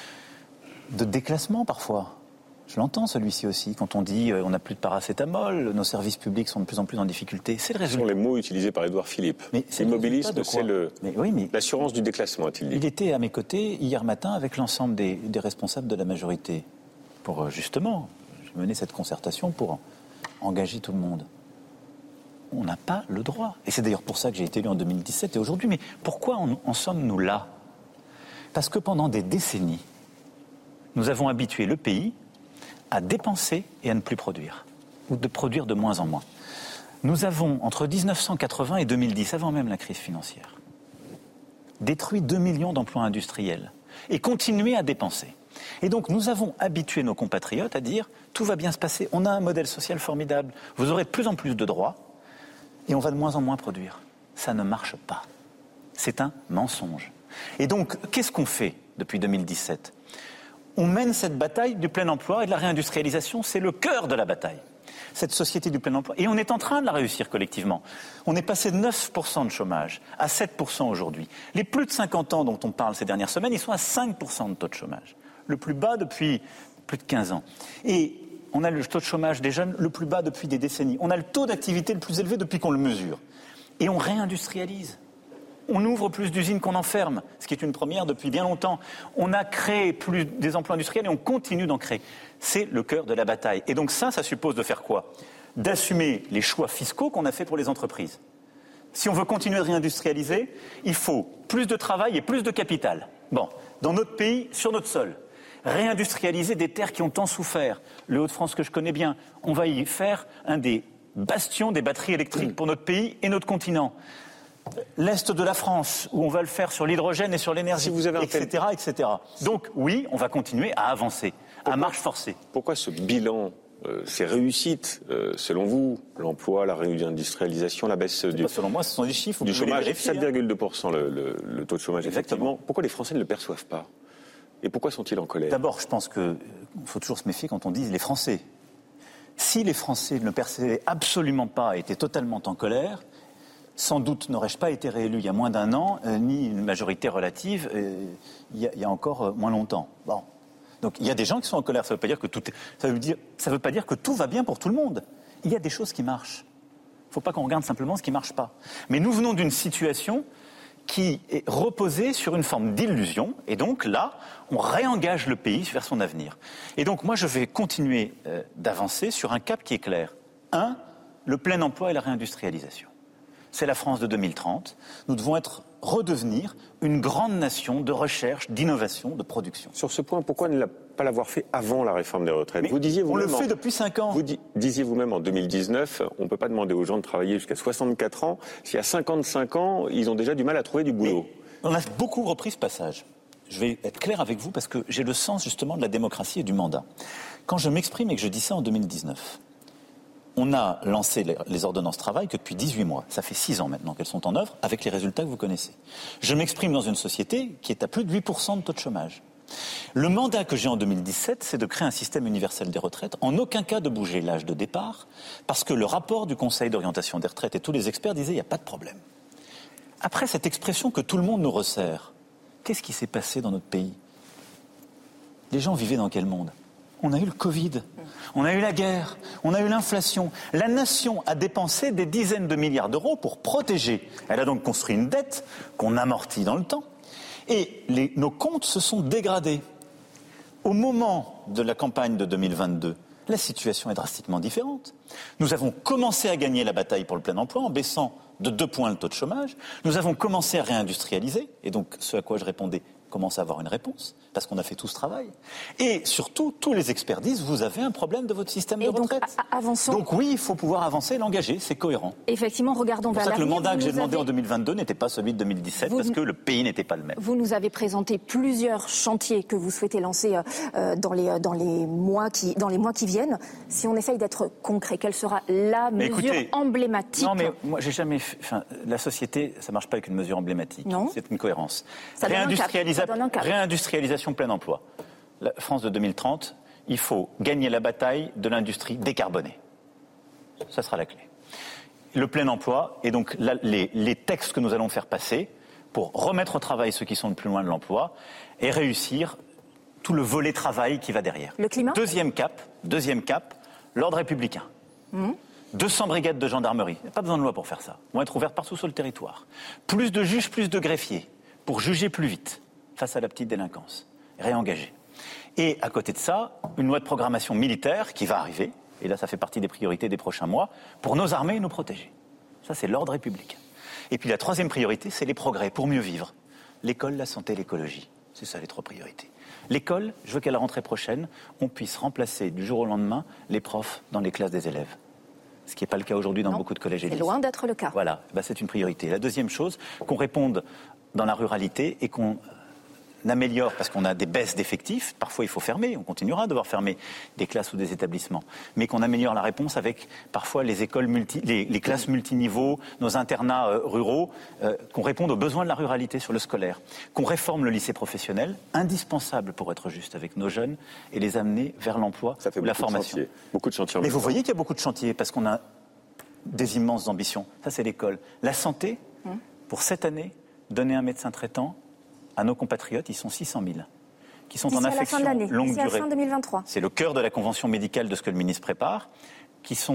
de déclassement parfois. Je l'entends celui-ci aussi, quand on dit on n'a plus de paracétamol, nos services publics sont de plus en plus en difficulté. C'est le résultat. Ce sont les mots utilisés par Édouard Philippe. L'immobilisme, c'est l'assurance du déclassement, a-t-il dit. Il était à mes côtés hier matin avec l'ensemble des responsables de la majorité pour justement mener cette concertation pour engager tout le monde. On n'a pas le droit. Et c'est d'ailleurs pour ça que j'ai été élu en 2017 et aujourd'hui. Mais pourquoi en sommes-nous là ? Parce que pendant des décennies, nous avons habitué le pays à dépenser et à ne plus produire, ou de produire de moins en moins. Nous avons, entre 1980 et 2010, avant même la crise financière, détruit 2 millions d'emplois industriels et continué à dépenser. Et donc nous avons habitué nos compatriotes à dire « tout va bien se passer, on a un modèle social formidable, vous aurez de plus en plus de droits et on va de moins en moins produire ». Ça ne marche pas. C'est un mensonge. Et donc, qu'est-ce qu'on fait depuis 2017 ? On mène cette bataille du plein emploi et de la réindustrialisation, c'est le cœur de la bataille. Cette société du plein emploi. Et on est en train de la réussir collectivement. On est passé de 9% de chômage à 7% aujourd'hui. Les plus de 50 ans dont on parle ces dernières semaines, ils sont à 5% de taux de chômage. Le plus bas depuis plus de 15 ans. Et on a le taux de chômage des jeunes le plus bas depuis des décennies. On a le taux d'activité le plus élevé depuis qu'on le mesure. Et on réindustrialise. On ouvre plus d'usines qu'on en ferme, ce qui est une première depuis bien longtemps. On a créé plus des emplois industriels et on continue d'en créer. C'est le cœur de la bataille. Et donc ça suppose de faire quoi ? D'assumer les choix fiscaux qu'on a faits pour les entreprises. Si on veut continuer de réindustrialiser, il faut plus de travail et plus de capital. Bon, dans notre pays, sur notre sol, réindustrialiser des terres qui ont tant souffert. Le Hauts-de-France que je connais bien, on va y faire un des bastions des batteries électriques pour notre pays et notre continent. L'Est de la France, où on va le faire sur l'hydrogène et sur l'énergie, etc., etc. Donc oui, on va continuer à avancer, à marche forcée. Pourquoi ce bilan, ces réussites, selon vous, l'emploi, la réindustrialisation, la baisse du... Selon moi, ce sont des chiffres. Du chômage, 7,2% le taux de chômage, effectivement. Pourquoi les Français ne le perçoivent pas ? Et pourquoi sont-ils en colère ? D'abord, je pense qu'il faut toujours se méfier quand on dit les Français. Si les Français ne le percevaient absolument pas et étaient totalement en colère, sans doute n'aurais-je pas été réélu il y a moins d'un an, ni une majorité relative il y a encore moins longtemps. Bon. Donc il y a des gens qui sont en colère, ça veut pas dire que tout va bien pour tout le monde. Il y a des choses qui marchent. Il ne faut pas qu'on regarde simplement ce qui ne marche pas. Mais nous venons d'une situation qui est reposée sur une forme d'illusion, et donc là, on réengage le pays vers son avenir. Et donc moi, je vais continuer d'avancer sur un cap qui est clair. 1, le plein emploi et la réindustrialisation. C'est la France de 2030. Nous devons redevenir une grande nation de recherche, d'innovation, de production. Sur ce point, pourquoi ne pas l'avoir fait avant la réforme des retraites ? Vous disiez on le fait depuis 5 ans. Vous disiez vous-même en 2019, on ne peut pas demander aux gens de travailler jusqu'à 64 ans. S'il y a 55 ans, ils ont déjà du mal à trouver du boulot. Mais on a beaucoup repris ce passage. Je vais être clair avec vous parce que j'ai le sens justement de la démocratie et du mandat. Quand je m'exprime et que je dis ça en 2019... On a lancé les ordonnances travail que depuis 18 mois. Ça fait 6 ans maintenant qu'elles sont en œuvre, avec les résultats que vous connaissez. Je m'exprime dans une société qui est à plus de 8% de taux de chômage. Le mandat que j'ai en 2017, c'est de créer un système universel des retraites, en aucun cas de bouger l'âge de départ, parce que le rapport du Conseil d'orientation des retraites et tous les experts disaient il n'y a pas de problème. Après cette expression que tout le monde nous resserre, qu'est-ce qui s'est passé dans notre pays ? Les gens vivaient dans quel monde ? On a eu le Covid, on a eu la guerre, on a eu l'inflation. La nation a dépensé des dizaines de milliards d'euros pour protéger. Elle a donc construit une dette qu'on amortit dans le temps. Et nos comptes se sont dégradés. Au moment de la campagne de 2022, la situation est drastiquement différente. Nous avons commencé à gagner la bataille pour le plein emploi en baissant de 2 points le taux de chômage. Nous avons commencé à réindustrialiser. Et donc, ce à quoi je répondais commence à avoir une réponse, parce qu'on a fait tout ce travail. Et surtout, tous les experts disent, vous avez un problème de votre système de retraite. Donc oui, il faut pouvoir avancer et l'engager, c'est cohérent. Effectivement, regardons vers l'avenir. C'est pour ça que le mandat que j'ai demandé en 2022 n'était pas celui de 2017, parce que le pays n'était pas le même. Vous nous avez présenté plusieurs chantiers que vous souhaitez lancer dans les mois qui viennent. Si on essaye d'être concret, quelle sera la mesure emblématique ? Non, mais moi, j'ai jamais... la société, ça ne marche pas avec une mesure emblématique. Non. C'est une cohérence. Réindustrialisation, plein emploi. La France de 2030, il faut gagner la bataille de l'industrie décarbonée. Ça sera la clé. Le plein emploi, et donc les textes que nous allons faire passer pour remettre au travail ceux qui sont le plus loin de l'emploi et réussir tout le volet travail qui va derrière. Le climat ? Deuxième cap, l'ordre républicain. 200 brigades de gendarmerie, il n'y a pas besoin de loi pour faire ça, vont être ouvertes partout sur le territoire. Plus de juges, plus de greffiers, pour juger plus vite face à la petite délinquance, réengager. Et à côté de ça, une loi de programmation militaire qui va arriver, et là ça fait partie des priorités des prochains mois, pour nos armées et nous protéger. Ça c'est l'ordre républicain. Et puis la troisième priorité, c'est les progrès pour mieux vivre. L'école, la santé, l'écologie. C'est ça les 3 priorités. L'école, je veux qu'à la rentrée prochaine, on puisse remplacer du jour au lendemain les profs dans les classes des élèves. Ce qui n'est pas le cas aujourd'hui dans beaucoup de collèges et lycées. C'est loin d'être le cas. Voilà, c'est une priorité. La deuxième chose, qu'on réponde dans la ruralité et qu'on améliore, parce qu'on a des baisses d'effectifs, parfois il faut fermer, on continuera à devoir fermer des classes ou des établissements, mais qu'on améliore la réponse avec parfois les écoles les classes multiniveaux, nos internats ruraux, qu'on réponde aux besoins de la ruralité sur le scolaire, qu'on réforme le lycée professionnel, indispensable pour être juste avec nos jeunes et les amener vers l'emploi ou la formation. Beaucoup de chantiers. Mais vous voyez qu'il y a beaucoup de chantiers, parce qu'on a des immenses ambitions. Ça, c'est l'école. La santé, pour cette année, donner un médecin traitant à nos compatriotes, ils sont 600 000, qui sont en affection longue durée. Fin 2023. C'est le cœur de la convention médicale de ce que le ministre prépare, qui sont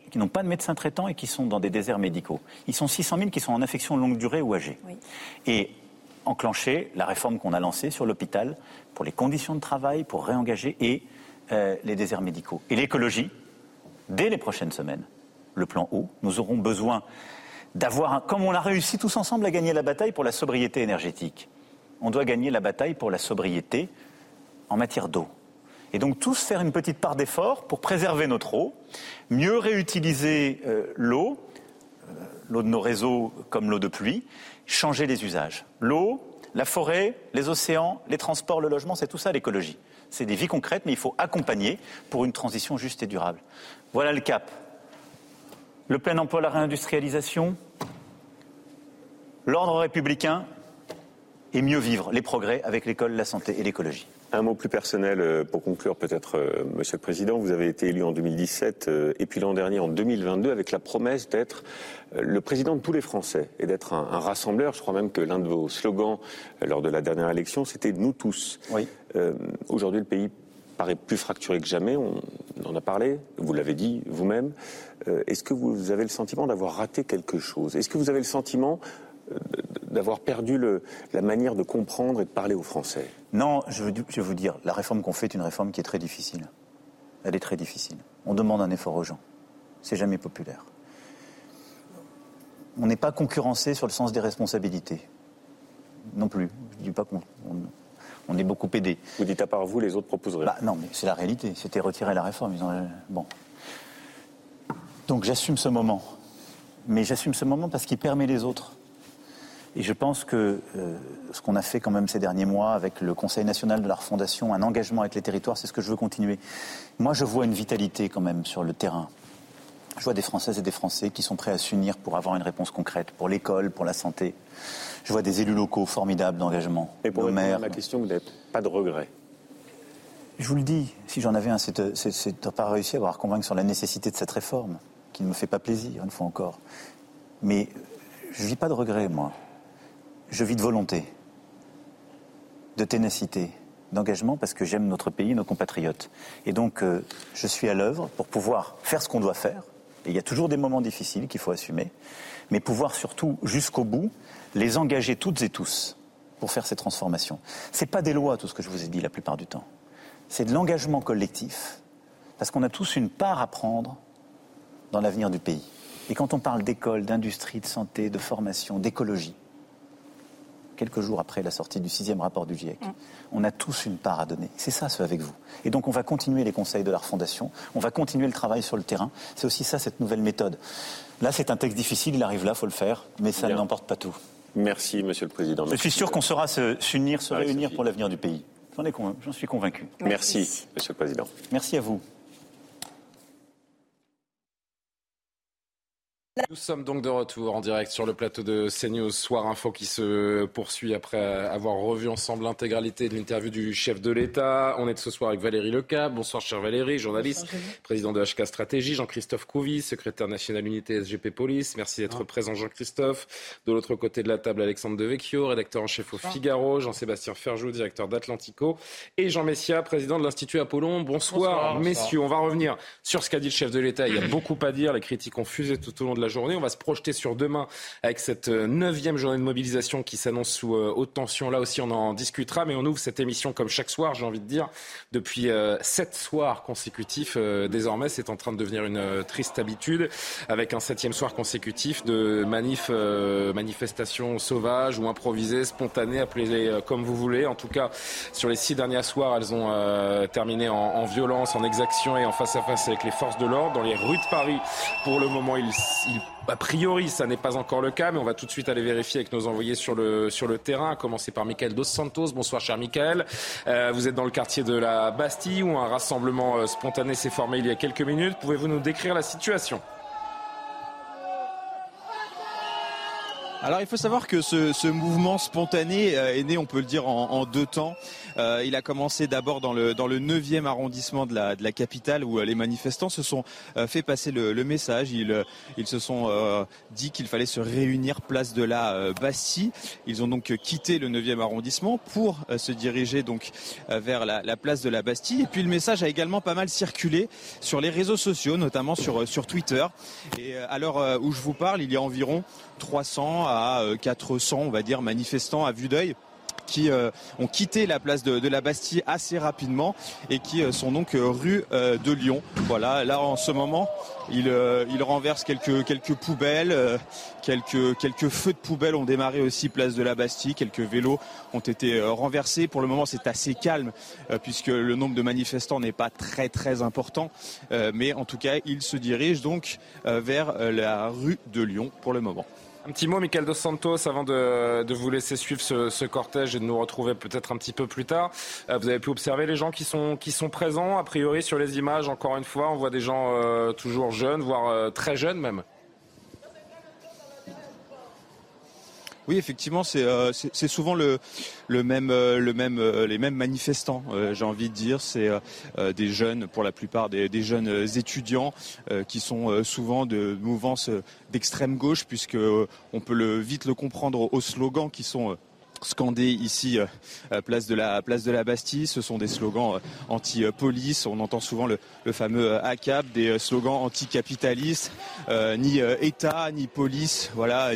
qui n'ont pas de médecin traitant et qui sont dans des déserts médicaux. Ils sont 600 000 qui sont en affection longue durée ou âgés. Oui. Et enclencher la réforme qu'on a lancée sur l'hôpital pour les conditions de travail, pour réengager et les déserts médicaux. Et l'écologie, dès les prochaines semaines, le plan eau, nous aurons besoin d'avoir, comme on a réussi tous ensemble à gagner la bataille pour la sobriété énergétique, on doit gagner la bataille pour la sobriété en matière d'eau. Et donc tous faire une petite part d'effort pour préserver notre eau, mieux réutiliser l'eau de nos réseaux comme l'eau de pluie, changer les usages. L'eau, la forêt, les océans, les transports, le logement, c'est tout ça l'écologie. C'est des vies concrètes, mais il faut accompagner pour une transition juste et durable. Voilà le cap. Le plein emploi, la réindustrialisation, l'ordre républicain et mieux vivre les progrès avec l'école, la santé et l'écologie. Un mot plus personnel pour conclure peut-être, Monsieur le Président. Vous avez été élu en 2017 et puis l'an dernier en 2022 avec la promesse d'être le président de tous les Français et d'être un rassembleur. Je crois même que l'un de vos slogans lors de la dernière élection, c'était « Nous tous ». Oui. Aujourd'hui, le pays paraît plus fracturé que jamais. On en a parlé, vous l'avez dit vous-même. Est-ce que vous avez le sentiment d'avoir raté quelque chose ? Est-ce que vous avez le sentiment d'avoir perdu la manière de comprendre et de parler aux Français ? Non, je vais vous dire, la réforme qu'on fait est une réforme qui est très difficile. Elle est très difficile. On demande un effort aux gens. C'est jamais populaire. On n'est pas concurrencé sur le sens des responsabilités. Non plus. Je ne dis pas qu'on est beaucoup aidé. Vous dites à part vous, les autres proposeraient. Non, mais c'est la réalité. C'était retirer la réforme. Bon. Donc j'assume ce moment. Mais j'assume ce moment parce qu'il permet les autres. Et je pense que ce qu'on a fait quand même ces derniers mois avec le Conseil national de la refondation, un engagement avec les territoires, c'est ce que je veux continuer. Moi, je vois une vitalité quand même sur le terrain. Je vois des Françaises et des Français qui sont prêts à s'unir pour avoir une réponse concrète, pour l'école, pour la santé. Je vois des élus locaux formidables d'engagement. Et pour répondre à ma question, vous n'avez pas de regret ? Je vous le dis, si j'en avais un, c'est de pas réussi à convaincre sur la nécessité de cette réforme, qui ne me fait pas plaisir, une fois encore. Mais je ne vis pas de regret, moi. Je vis de volonté, de ténacité, d'engagement, parce que j'aime notre pays, nos compatriotes. Et donc, je suis à l'œuvre pour pouvoir faire ce qu'on doit faire. Et il y a toujours des moments difficiles qu'il faut assumer, mais pouvoir surtout, jusqu'au bout, les engager toutes et tous pour faire ces transformations. Ce n'est pas des lois, tout ce que je vous ai dit la plupart du temps. C'est de l'engagement collectif, parce qu'on a tous une part à prendre dans l'avenir du pays. Et quand on parle d'école, d'industrie, de santé, de formation, d'écologie, quelques jours après la sortie du 6e rapport du GIEC, on a tous une part à donner. C'est ça, ce avec vous. Et donc on va continuer les conseils de la refondation, on va continuer le travail sur le terrain. C'est aussi ça, cette nouvelle méthode. Là, c'est un texte difficile, il arrive là, il faut le faire, mais ça n'emporte pas tout. Merci, Monsieur le Président. Je suis sûr qu'on saura s'unir, se réunir pour l'avenir du pays. J'en suis convaincu. Merci, Monsieur le Président. Merci à vous. Nous sommes donc de retour en direct sur le plateau de CNews Soir Info qui se poursuit après avoir revu ensemble l'intégralité de l'interview du chef de l'État. On est ce soir avec Valérie Lecap. Bonsoir chère Valérie, journaliste, président de HK Stratégie. Jean-Christophe Couvi, secrétaire national unité SGP Police. Merci d'être présent Jean-Christophe. De l'autre côté de la table, Alexandre Devecchio, rédacteur en chef au Figaro. Jean-Sébastien Ferjou, directeur d'Atlantico. Et Jean Messia, président de l'Institut Apollon. Bonsoir messieurs. On va revenir sur ce qu'a dit le chef de l'État. Il y a beaucoup à dire. Les critiques ont fusé tout au long de la journée. On va se projeter sur demain avec cette 9e journée de mobilisation qui s'annonce sous haute tension. Là aussi, on en discutera, mais on ouvre cette émission comme chaque soir, j'ai envie de dire, depuis 7 soirs consécutifs. Désormais, c'est en train de devenir une triste habitude avec un 7e soir consécutif de manifestations sauvages ou improvisées, spontanées, appelez-les comme vous voulez. En tout cas, sur les 6 derniers soirs, elles ont terminé en violence, en exaction et en face-à-face avec les forces de l'ordre. Dans les rues de Paris, pour le moment, a priori, ça n'est pas encore le cas, mais on va tout de suite aller vérifier avec nos envoyés sur le terrain, à commencer par Michael Dos Santos. Bonsoir, cher Michael. Vous êtes dans le quartier de la Bastille où un rassemblement spontané s'est formé il y a quelques minutes. Pouvez-vous nous décrire la situation ? Alors il faut savoir que ce mouvement spontané est né, on peut le dire, en deux temps. Il a commencé d'abord dans le 9e arrondissement de la capitale où les manifestants se sont fait passer le message. Ils se sont dit qu'il fallait se réunir place de la Bastille. Ils ont donc quitté le 9e arrondissement pour se diriger donc vers la place de la Bastille. Et puis le message a également pas mal circulé sur les réseaux sociaux, notamment sur Twitter. Et à l'heure où je vous parle, il y a environ 300 à 400, on va dire, manifestants à vue d'œil qui ont quitté la place de la Bastille assez rapidement et qui sont donc rue de Lyon. Voilà, là en ce moment, ils renversent quelques poubelles, quelques feux de poubelle ont démarré aussi place de la Bastille, quelques vélos ont été renversés. Pour le moment, c'est assez calme puisque le nombre de manifestants n'est pas très très important, mais en tout cas, ils se dirigent donc vers la rue de Lyon pour le moment. Un petit mot, Michael Dos Santos, avant de vous laisser suivre ce cortège et de nous retrouver peut-être un petit peu plus tard. Vous avez pu observer les gens qui sont présents, a priori, sur les images. Encore une fois, on voit des gens toujours jeunes, voire très jeunes même. Oui, effectivement, c'est souvent les mêmes manifestants. J'ai envie de dire, c'est des jeunes, pour la plupart des jeunes étudiants qui sont souvent de mouvance d'extrême gauche, puisque on peut vite le comprendre aux slogans qui sont scandés ici, place de la Bastille. Ce sont des slogans anti-police. On entend souvent le fameux ACAP, des slogans anticapitalistes, ni État, ni police, voilà,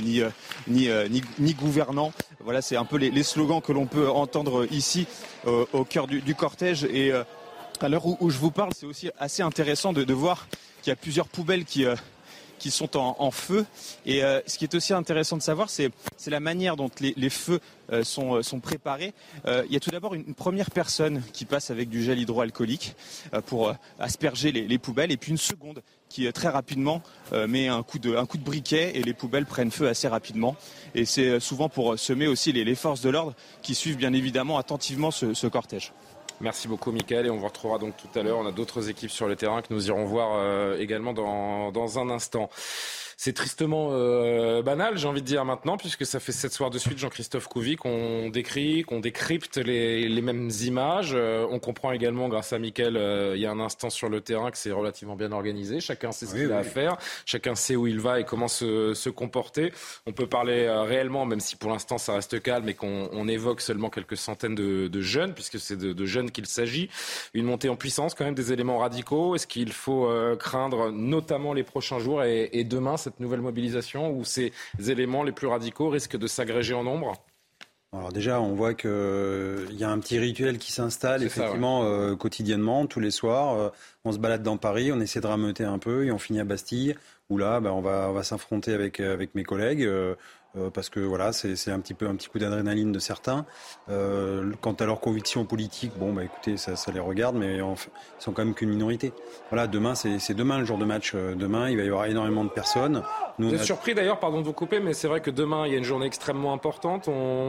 ni gouvernant. Voilà, c'est un peu les slogans que l'on peut entendre ici au cœur du cortège. Et à l'heure où je vous parle, c'est aussi assez intéressant de voir qu'il y a plusieurs poubelles qui sont en feu. Et ce qui est aussi intéressant de savoir, c'est la manière dont les feux sont préparés. Il y a tout d'abord une première personne qui passe avec du gel hydroalcoolique pour asperger les poubelles, et puis une seconde qui très rapidement met un coup de briquet et les poubelles prennent feu assez rapidement. Et c'est souvent pour semer aussi les forces de l'ordre qui suivent bien évidemment attentivement ce cortège. Merci beaucoup, Michael, et on vous retrouvera donc tout à l'heure. On a d'autres équipes sur le terrain que nous irons voir également dans un instant. C'est tristement banal, j'ai envie de dire maintenant, puisque ça fait 7 soirs de suite, Jean-Christophe Couvi, qu'on décrypte les mêmes images. On comprend également, grâce à Mickaël, il y a un instant sur le terrain, que c'est relativement bien organisé. Chacun sait ce qu'il a à faire, chacun sait où il va et comment se comporter. On peut parler réellement, même si pour l'instant ça reste calme et qu'on évoque seulement quelques centaines de jeunes, puisque c'est de jeunes qu'il s'agit. Une montée en puissance, quand même, des éléments radicaux. Est-ce qu'il faut craindre notamment les prochains jours et demain, cette nouvelle mobilisation où ces éléments les plus radicaux risquent de s'agréger en nombre? Alors déjà, on voit qu'il y a un petit rituel qui s'installe effectivement quotidiennement, tous les soirs. On se balade dans Paris, on essaie de rameuter un peu et on finit à Bastille, où là, on va s'affronter avec mes collègues. Parce que voilà, c'est un petit coup d'adrénaline de certains. Quant à leurs convictions politiques, écoutez, ça les regarde, mais ils sont quand même qu'une minorité. Voilà, demain, c'est demain le jour de match. Demain, il va y avoir énormément de personnes. Vous êtes surpris d'ailleurs, pardon de vous couper, mais c'est vrai que demain, il y a une journée extrêmement importante.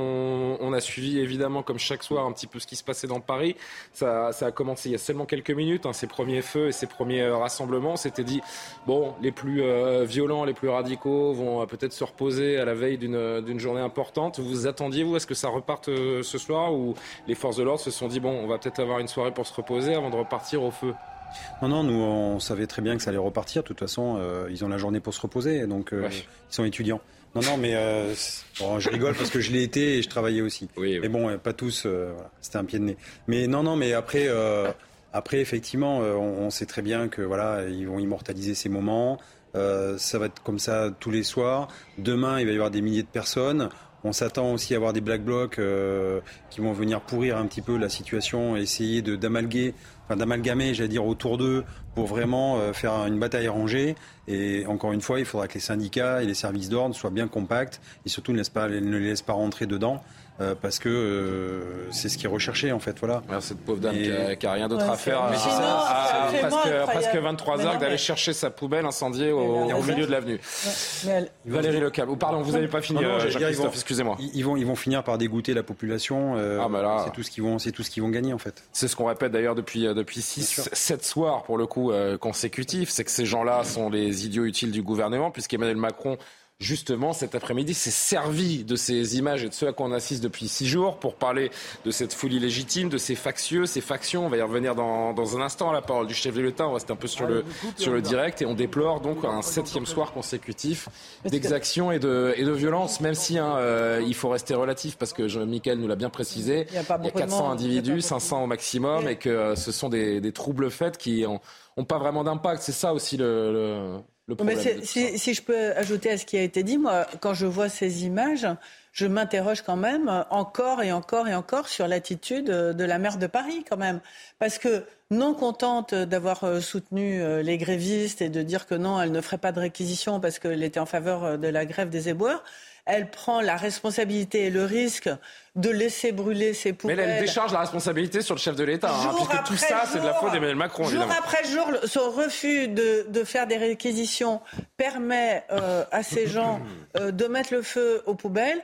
On a suivi évidemment, comme chaque soir, un petit peu ce qui se passait dans Paris. Ça a commencé il y a seulement quelques minutes, ces premiers feux et ces premiers rassemblements. On s'était dit, les plus violents, les plus radicaux vont peut-être se reposer à la veille d'une journée importante. Vous attendiez, vous, à ce que ça reparte ce soir, ou les forces de l'ordre se sont dit, on va peut-être avoir une soirée pour se reposer avant de repartir au feu? Non, nous on savait très bien que ça allait repartir. De toute façon, ils ont la journée pour se reposer, donc ils sont étudiants. Non, mais je rigole parce que je l'ai été et je travaillais aussi. Oui. Mais pas tous, c'était un pied de nez. Mais non, mais après effectivement, on sait très bien que ils vont immortaliser ces moments. Ça va être comme ça tous les soirs. Demain, il va y avoir des milliers de personnes. On s'attend aussi à avoir des black blocs qui vont venir pourrir un petit peu la situation, essayer d'amalgamer, j'allais dire, autour d'eux pour vraiment faire une bataille rangée. Et encore une fois, il faudra que les syndicats et les services d'ordre soient bien compacts et surtout ne les laissent pas rentrer dedans. Parce que c'est ce qui est recherché en fait, voilà. Alors, cette pauvre dame qui a rien d'autre à faire, presque 23h, d'aller chercher sa poubelle incendiée au milieu de l'avenue. Valérie Le Cab, pardon, vous n'avez pas fini, Jean-Christophe, excusez-moi. Ils vont finir par dégoûter la population. C'est tout ce qu'ils vont gagner en fait. C'est ce qu'on répète d'ailleurs depuis 6-7 soirs pour le coup consécutifs, c'est que ces gens-là sont les idiots utiles du gouvernement, puisqu'Emmanuel Macron justement, cet après-midi, s'est servi de ces images et de ce à quoi on assiste depuis 6 jours pour parler de cette folie légitime, de ces factieux, ces factions. On va y revenir dans un instant à la parole du chef de l'État. On reste un peu sur le direct et on déplore donc un 7e soir consécutif d'exactions et de violence, même si il faut rester relatif parce que Mickaël nous l'a bien précisé. Il y a 400 individus, 500 au maximum et que ce sont des troubles faits qui n'ont pas vraiment d'impact. C'est ça aussi le problème. Si je peux ajouter à ce qui a été dit, moi, quand je vois ces images, je m'interroge quand même encore et encore et encore sur l'attitude de la maire de Paris quand même. Parce que non contente d'avoir soutenu les grévistes et de dire que non, elle ne ferait pas de réquisition parce qu'elle était en faveur de la grève des éboueurs, elle prend la responsabilité et le risque de laisser brûler ses poubelles. Mais elle décharge la responsabilité sur le chef de l'État, puisque tout ça, c'est de la faute d'Emmanuel Macron, évidemment. Jour après jour, son refus de faire des réquisitions permet à ces gens de mettre le feu aux poubelles.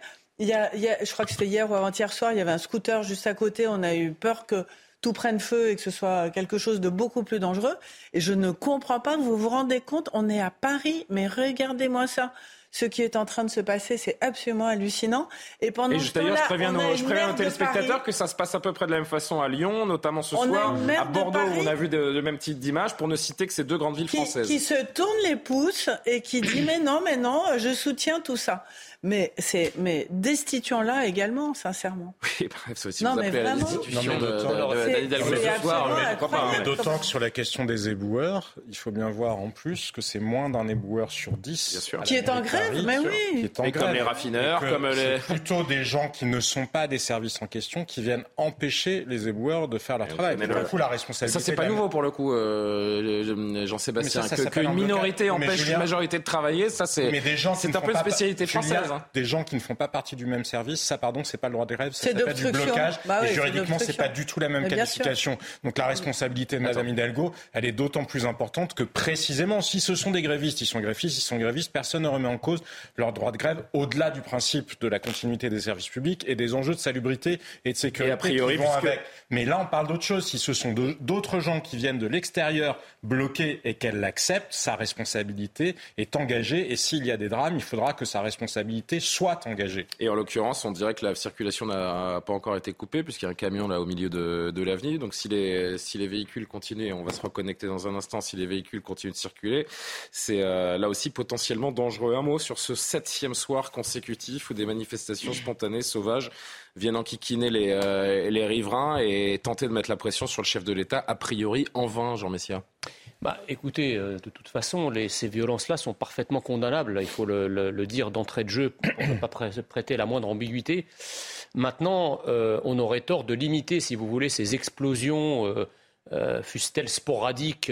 Je crois que c'était hier ou avant-hier soir, il y avait un scooter juste à côté. On a eu peur que tout prenne feu et que ce soit quelque chose de beaucoup plus dangereux. Et je ne comprends pas, vous vous rendez compte, on est à Paris, mais regardez-moi ça. Ce qui est en train de se passer, c'est absolument hallucinant. Et pendant ce temps-là, je préviens nos téléspectateurs que ça se passe à peu près de la même façon à Lyon, notamment ce soir, à Bordeaux, où on a vu de même type d'images, pour ne citer que ces 2 grandes villes françaises. Qui se tourne les pouces et qui dit mais non, je soutiens tout ça. Mais destituons-la également, sincèrement. Oui, bref, c'est aussi vous appelez à la destitution d'Anne Hidalgo ce soir. Mais d'autant que sur la question des éboueurs, il faut bien voir en plus que c'est moins d'un éboueur sur 10 qui est en grève, mais oui. Qui est en grève. Comme les raffineurs, c'est plutôt des gens qui ne sont pas des services en question qui viennent empêcher les éboueurs de faire leur travail. Mais du coup, la responsabilité. Ça, c'est pas nouveau pour le coup, Jean-Sébastien. Qu'une minorité empêche une majorité de travailler, ça, c'est un peu une spécialité française. Des gens qui ne font pas partie du même service, ça, c'est pas le droit de grève, ça s'appelle du blocage. Et juridiquement, c'est pas du tout la même qualification. Donc la responsabilité de Mme Hidalgo, elle est d'autant plus importante que précisément, si ce sont des grévistes, ils sont grévistes, personne ne remet en cause leur droit de grève, au-delà du principe de la continuité des services publics et des enjeux de salubrité et de sécurité a priori, qui vont avec. Mais là, on parle d'autre chose. Si ce sont d'autres gens qui viennent de l'extérieur bloquer et qu'elle l'accepte, sa responsabilité est engagée. Et s'il y a des drames, il faudra que sa responsabilité soit engagée. Et en l'occurrence, on dirait que la circulation n'a pas encore été coupée puisqu'il y a un camion là au milieu de l'avenue. Donc si les véhicules continuent, on va se reconnecter dans un instant, si les véhicules continuent de circuler, c'est là aussi potentiellement dangereux. Un mot sur ce 7e soir consécutif où des manifestations spontanées, sauvages, viennent enquiquiner les riverains et tenter de mettre la pression sur le chef de l'État, a priori en vain, Jean Messia. Écoutez, de toute façon, ces violences-là sont parfaitement condamnables. Il faut le dire d'entrée de jeu pour ne pas prêter la moindre ambiguïté. Maintenant, on aurait tort de limiter, si vous voulez, ces explosions, fussent-elles sporadiques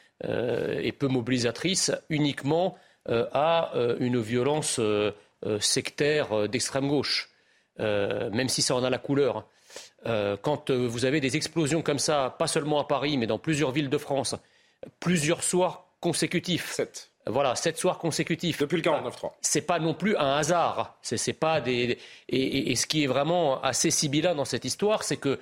et peu mobilisatrices, uniquement à une violence sectaire d'extrême gauche, même si ça en a la couleur. Quand vous avez des explosions comme ça, pas seulement à Paris, mais dans plusieurs villes de France, plusieurs soirs consécutifs. 7. Voilà, 7 soirs consécutifs. Depuis le 49-3. C'est pas non plus un hasard. C'est pas des. Et ce qui est vraiment assez sibyllin dans cette histoire, c'est que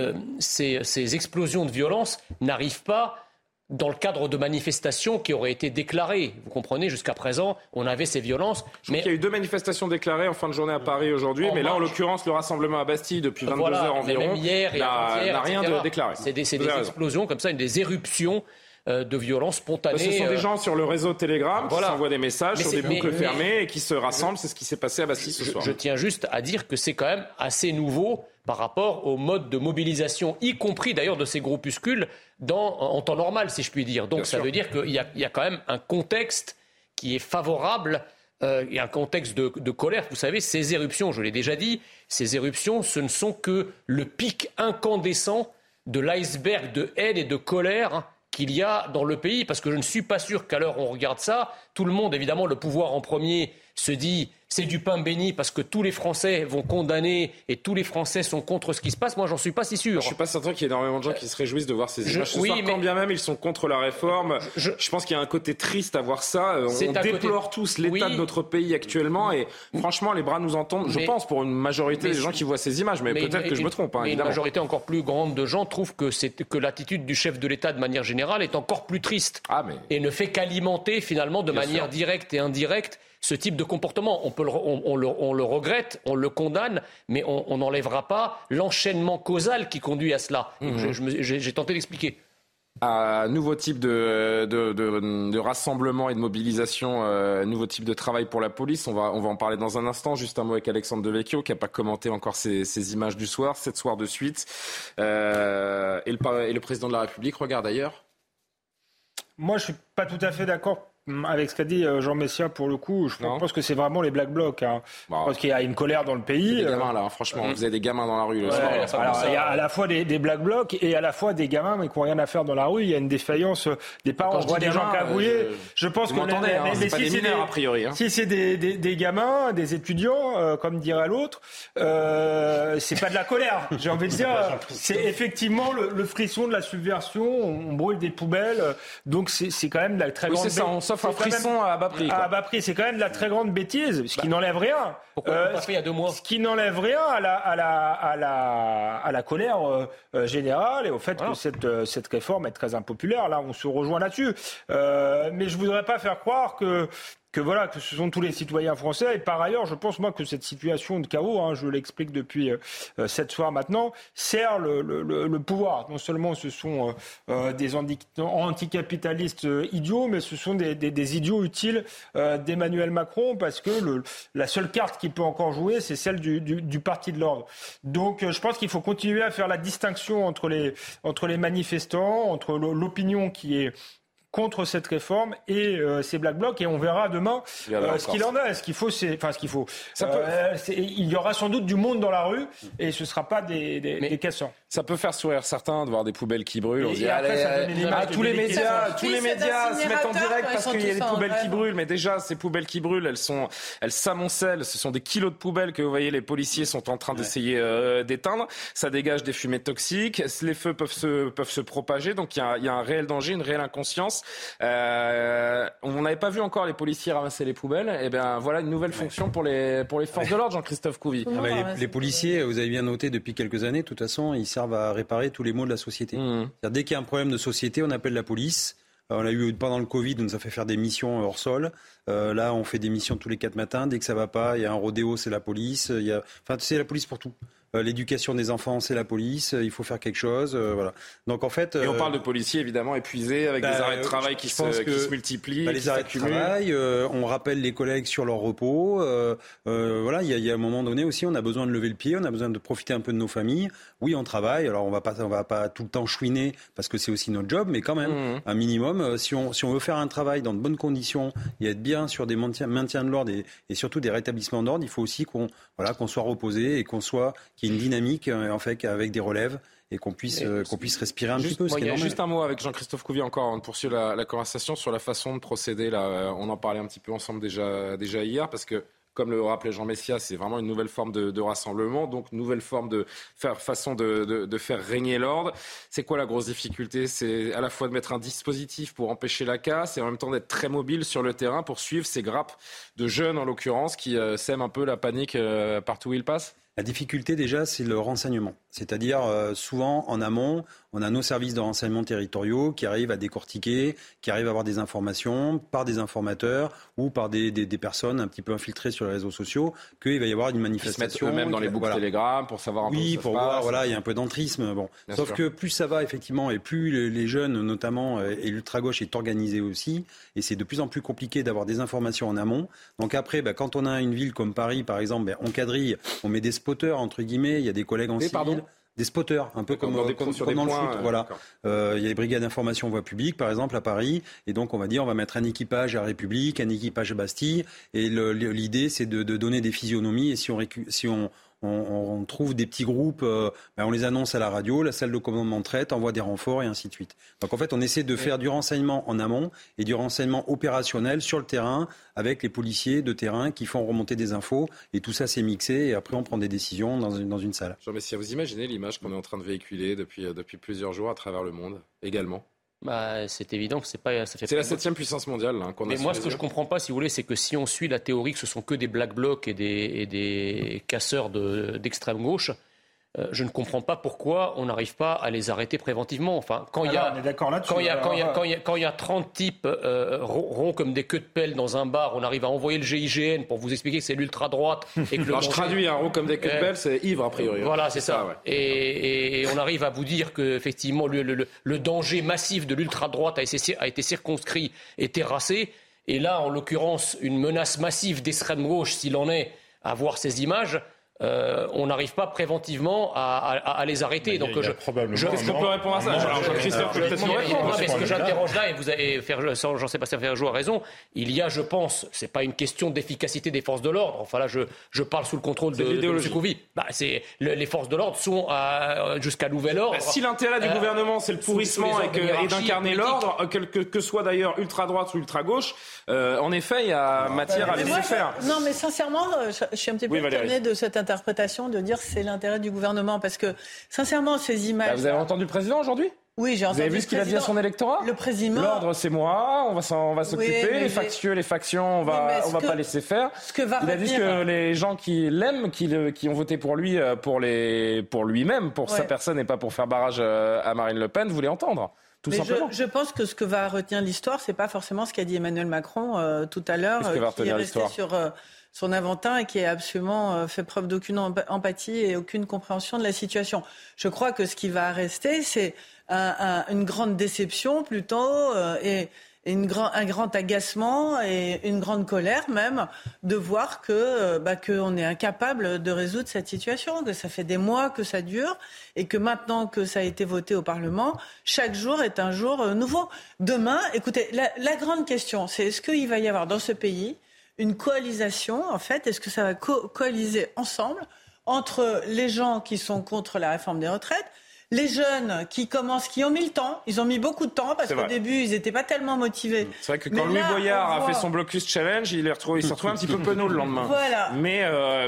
ces explosions de violence n'arrivent pas dans le cadre de manifestations qui auraient été déclarées. Vous comprenez, jusqu'à présent, on avait ces violences. Il y a eu 2 manifestations déclarées en fin de journée à Paris aujourd'hui, mais là, en l'occurrence, le rassemblement à Bastille, depuis 22 heures environ, n'a rien de déclaré. C'est des explosions comme ça, des éruptions de violence spontanée. Ce sont des gens sur le réseau Telegram qui s'envoient des messages sur des boucles fermées et qui se rassemblent. C'est ce qui s'est passé à Bastille ce soir. Je tiens juste à dire que c'est quand même assez nouveau par rapport au mode de mobilisation, y compris d'ailleurs de ces groupuscules, en temps normal, si je puis dire. Donc ça veut dire qu'il y a quand même un contexte qui est favorable, il y a un contexte de colère. Vous savez, ces éruptions, je l'ai déjà dit, ces éruptions, ce ne sont que le pic incandescent de l'iceberg de haine et de colère qu'il y a dans le pays, parce que je ne suis pas sûr qu'à l'heure où on regarde ça, tout le monde, évidemment, le pouvoir en premier, se dit c'est du pain béni parce que tous les Français vont condamner et tous les Français sont contre ce qui se passe. Moi, j'en suis pas si sûr. Je suis pas certain qu'il y ait énormément de gens qui se réjouissent de voir ces images ce soir, quand bien même ils sont contre la réforme. Je pense qu'il y a un côté triste à voir ça. On déplore tous l'état de notre pays actuellement et franchement, les bras nous en tombent, je pense, pour une majorité des gens qui voient ces images. Mais peut-être que je me trompe. Mais une majorité encore plus grande de gens trouvent que l'attitude du chef de l'État, de manière générale, est encore plus triste et ne fait qu'alimenter finalement de manière directe et indirecte ce type de comportement. On le regrette, on le condamne, mais on n'enlèvera pas l'enchaînement causal qui conduit à cela. J'ai tenté d'expliquer. Un nouveau type de rassemblement et de mobilisation, nouveau type de travail pour la police. On va en parler dans un instant. Juste un mot avec Alexandre Devecchio qui n'a pas commenté encore ces images du soir, 7 soirs de suite. Et le président de la République regarde ailleurs. Moi, je suis pas tout à fait d'accord avec ce qu'a dit Jean Messia, pour le coup. Je pense que c'est vraiment les Black Blocs. Hein. Bah, parce qu'il y a une colère dans le pays. Il y a des gamins là, franchement. Vous avez des gamins dans la rue le soir. Alors, il y a à la fois des Black Blocs et à la fois des gamins mais qui n'ont rien à faire dans la rue. Il y a une défaillance des parents. On voit des gens cabouillés. Je pense que c'est pas des mineurs, a priori. Si c'est des gamins, des étudiants, comme dirait l'autre, c'est pas de la colère. J'ai envie de dire, c'est effectivement le frisson de la subversion. On brûle des poubelles. Donc c'est quand même de la très grande... c'est ça, on s'offre un frisson à bas prix. À bas prix, c'est quand même de la très grande bêtise, ce qui n'enlève rien. Pourquoi on l'a pas fait il y a 2 mois ? Ce qui n'enlève rien à la colère générale et au fait que cette réforme est très impopulaire. Là, on se rejoint là-dessus. Mais je voudrais pas faire croire que ce sont tous les citoyens français. Et par ailleurs, je pense, moi, que cette situation de chaos, je l'explique depuis 7 soirs maintenant, sert le pouvoir. Non seulement ce sont des anticapitalistes idiots, mais ce sont des idiots utiles d'Emmanuel Macron, parce que la seule carte qu'il peut encore jouer, c'est celle du parti de l'ordre. Donc, je pense qu'il faut continuer à faire la distinction entre les manifestants, entre l'opinion qui est contre cette réforme et ces Black Blocs, et on verra demain ce qu'il en est. Il y aura sans doute du monde dans la rue et ce ne sera pas des casseurs. Ça peut faire sourire certains de voir des poubelles qui brûlent. On dit, tous les médias se mettent en direct parce qu'il y a des poubelles qui brûlent. Mais déjà, ces poubelles qui brûlent, elles s'amoncellent. Ce sont des kilos de poubelles que vous voyez, les policiers sont en train d'essayer d'éteindre. Ça dégage des fumées toxiques. Les feux peuvent se propager. Donc il y a un réel danger, une réelle inconscience. On n'avait pas vu encore les policiers ramasser les poubelles. Et bien voilà une nouvelle fonction pour les forces de l'ordre, Jean-Christophe Couvi. Les policiers, vous avez bien noté depuis quelques années, de toute façon, ils servent à réparer tous les maux de la société. Dès qu'il y a un problème de société, on appelle la police. On l'a eu pendant le Covid, on nous a fait faire des missions hors sol. Là, on fait des missions tous les 4 matins. Dès que ça va pas, il y a un rodéo, c'est la police. C'est la police pour tout. L'éducation des enfants, c'est la police. Il faut faire quelque chose. Voilà. Donc en fait, et on parle de policiers évidemment épuisés avec des arrêts de travail qui se multiplient. Les arrêts de travail, on rappelle les collègues sur leur repos. Voilà, il y a un moment donné aussi, on a besoin de lever le pied, on a besoin de profiter un peu de nos familles. Oui, on travaille. Alors on va pas tout le temps chouiner parce que c'est aussi notre job, mais quand même un minimum. Si on veut faire un travail dans de bonnes conditions et être bien sur des maintiens de l'ordre et surtout des rétablissements d'ordre, il faut aussi qu'on soit reposé et qu'il y ait une dynamique en fait avec des relèves et qu'on puisse respirer un petit peu. Juste un mot avec Jean-Christophe Couvi encore, on poursuit la conversation sur la façon de procéder. Là, on en parlait un petit peu ensemble déjà hier, parce que comme le rappelait Jean Messia, c'est vraiment une nouvelle forme de rassemblement, donc nouvelle forme de façon de faire régner l'ordre. C'est quoi la grosse difficulté ? C'est à la fois de mettre un dispositif pour empêcher la casse et en même temps d'être très mobile sur le terrain pour suivre ces grappes de jeunes, en l'occurrence, qui sèment un peu la panique partout où ils passent. La difficulté déjà, c'est le renseignement. C'est-à-dire, souvent, en amont, on a nos services de renseignement territoriaux qui arrivent à décortiquer, qui arrivent à avoir des informations par des informateurs ou par des personnes un petit peu infiltrées sur les réseaux sociaux, qu'il va y avoir une manifestation. Ils se mettent eux-mêmes dans les boucles Telegram pour savoir un peu où ça se passe. Oui, pour voir, il y a un peu d'entrisme. Bon. Sauf que plus ça va, effectivement, et plus les jeunes, notamment, et l'ultra-gauche est organisé aussi, et c'est de plus en plus compliqué d'avoir des informations en amont. Donc après, quand on a une ville comme Paris, par exemple, on quadrille, on met des spotters, entre guillemets, il y a des collègues en civil. Des spotters, un peu comme dans le foot. Voilà. Il y a les brigades d'information voie publique, par exemple, à Paris. Et donc, on va dire, on va mettre un équipage à République, un équipage à Bastille. Et l'idée, c'est de donner des physionomies. Et si on trouve des petits groupes, on les annonce à la radio, la salle de commandement traite, envoie des renforts et ainsi de suite. Donc en fait, on essaie de faire du renseignement en amont et du renseignement opérationnel sur le terrain avec les policiers de terrain qui font remonter des infos, et tout ça c'est mixé et après on prend des décisions dans une salle. Jean Messia, vous imaginez l'image qu'on est en train de véhiculer depuis plusieurs jours à travers le monde également? C'est évident que c'est pas. C'est la 7e puissance mondiale qu'on a. Mais moi, ce que je comprends pas, si vous voulez, c'est que si on suit la théorie que ce sont que des Black Blocs et des casseurs d'extrême gauche, je ne comprends pas pourquoi on n'arrive pas à les arrêter préventivement. Enfin, quand il y a 30 types ronds comme des queues de pelle dans un bar, on arrive à envoyer le GIGN pour vous expliquer que c'est l'ultra-droite. Et que je traduis, un rond comme des queues de pelle, c'est ivre a priori. Voilà, c'est ça. Ouais. Et on arrive à vous dire que effectivement le danger massif de l'ultra-droite a été circonscrit et terrassé. Et là, en l'occurrence, une menace massive d'extrême gauche, s'il en est, à voir ces images. On n'arrive pas préventivement à les arrêter. Donc, est-ce qu'on peut répondre à ça? Christophe, peut-être nous répondre. Mais ce que j'interroge là, et vous avez Jean-Sébastien Ferjou a raison, il y a, je pense, c'est pas une question d'efficacité des forces de l'ordre. Enfin là, je parle sous le contrôle de M. Couvi. Les forces de l'ordre sont jusqu'à nouvel ordre. Si l'intérêt du gouvernement, c'est le pourrissement et d'incarner l'ordre, que soit d'ailleurs ultra-droite ou ultra-gauche, en effet, il y a matière à laisser faire. Non, mais sincèrement, je suis un petit peu étonné de cette interprétation de dire que c'est l'intérêt du gouvernement parce que sincèrement ces images. Vous avez entendu le président aujourd'hui? Oui, j'ai entendu. Vous avez vu ce qu'il a dit à son électorat? Le président. L'ordre, c'est moi. On va s'occuper. Oui, les factieux, les factions, on va pas laisser faire. Il a dit que les gens qui l'aiment, qui ont voté pour lui, pour lui-même, pour sa personne et pas pour faire barrage à Marine Le Pen, voulaient entendre. Tout simplement. Je pense que ce que va retenir l'histoire, c'est pas forcément ce qu'a dit Emmanuel Macron tout à l'heure, qui est resté sur son Aventin et qui a absolument fait preuve d'aucune empathie et aucune compréhension de la situation. Je crois que ce qui va rester, c'est une grande déception plutôt et un grand agacement et une grande colère même de voir qu'on est incapable de résoudre cette situation, que ça fait des mois que ça dure et que maintenant que ça a été voté au Parlement, chaque jour est un jour nouveau. Demain, écoutez, la grande question, c'est est-ce qu'il va y avoir dans ce pays une coalisation, en fait, est-ce que ça va coaliser ensemble entre les gens qui sont contre la réforme des retraites, les jeunes qui ont mis le temps, ils ont mis beaucoup de temps parce qu'au début ils n'étaient pas tellement motivés. C'est vrai que quand Louis Boyard a fait son blocus challenge, il s'est retrouvé un petit peu penaud le lendemain. Voilà. Mais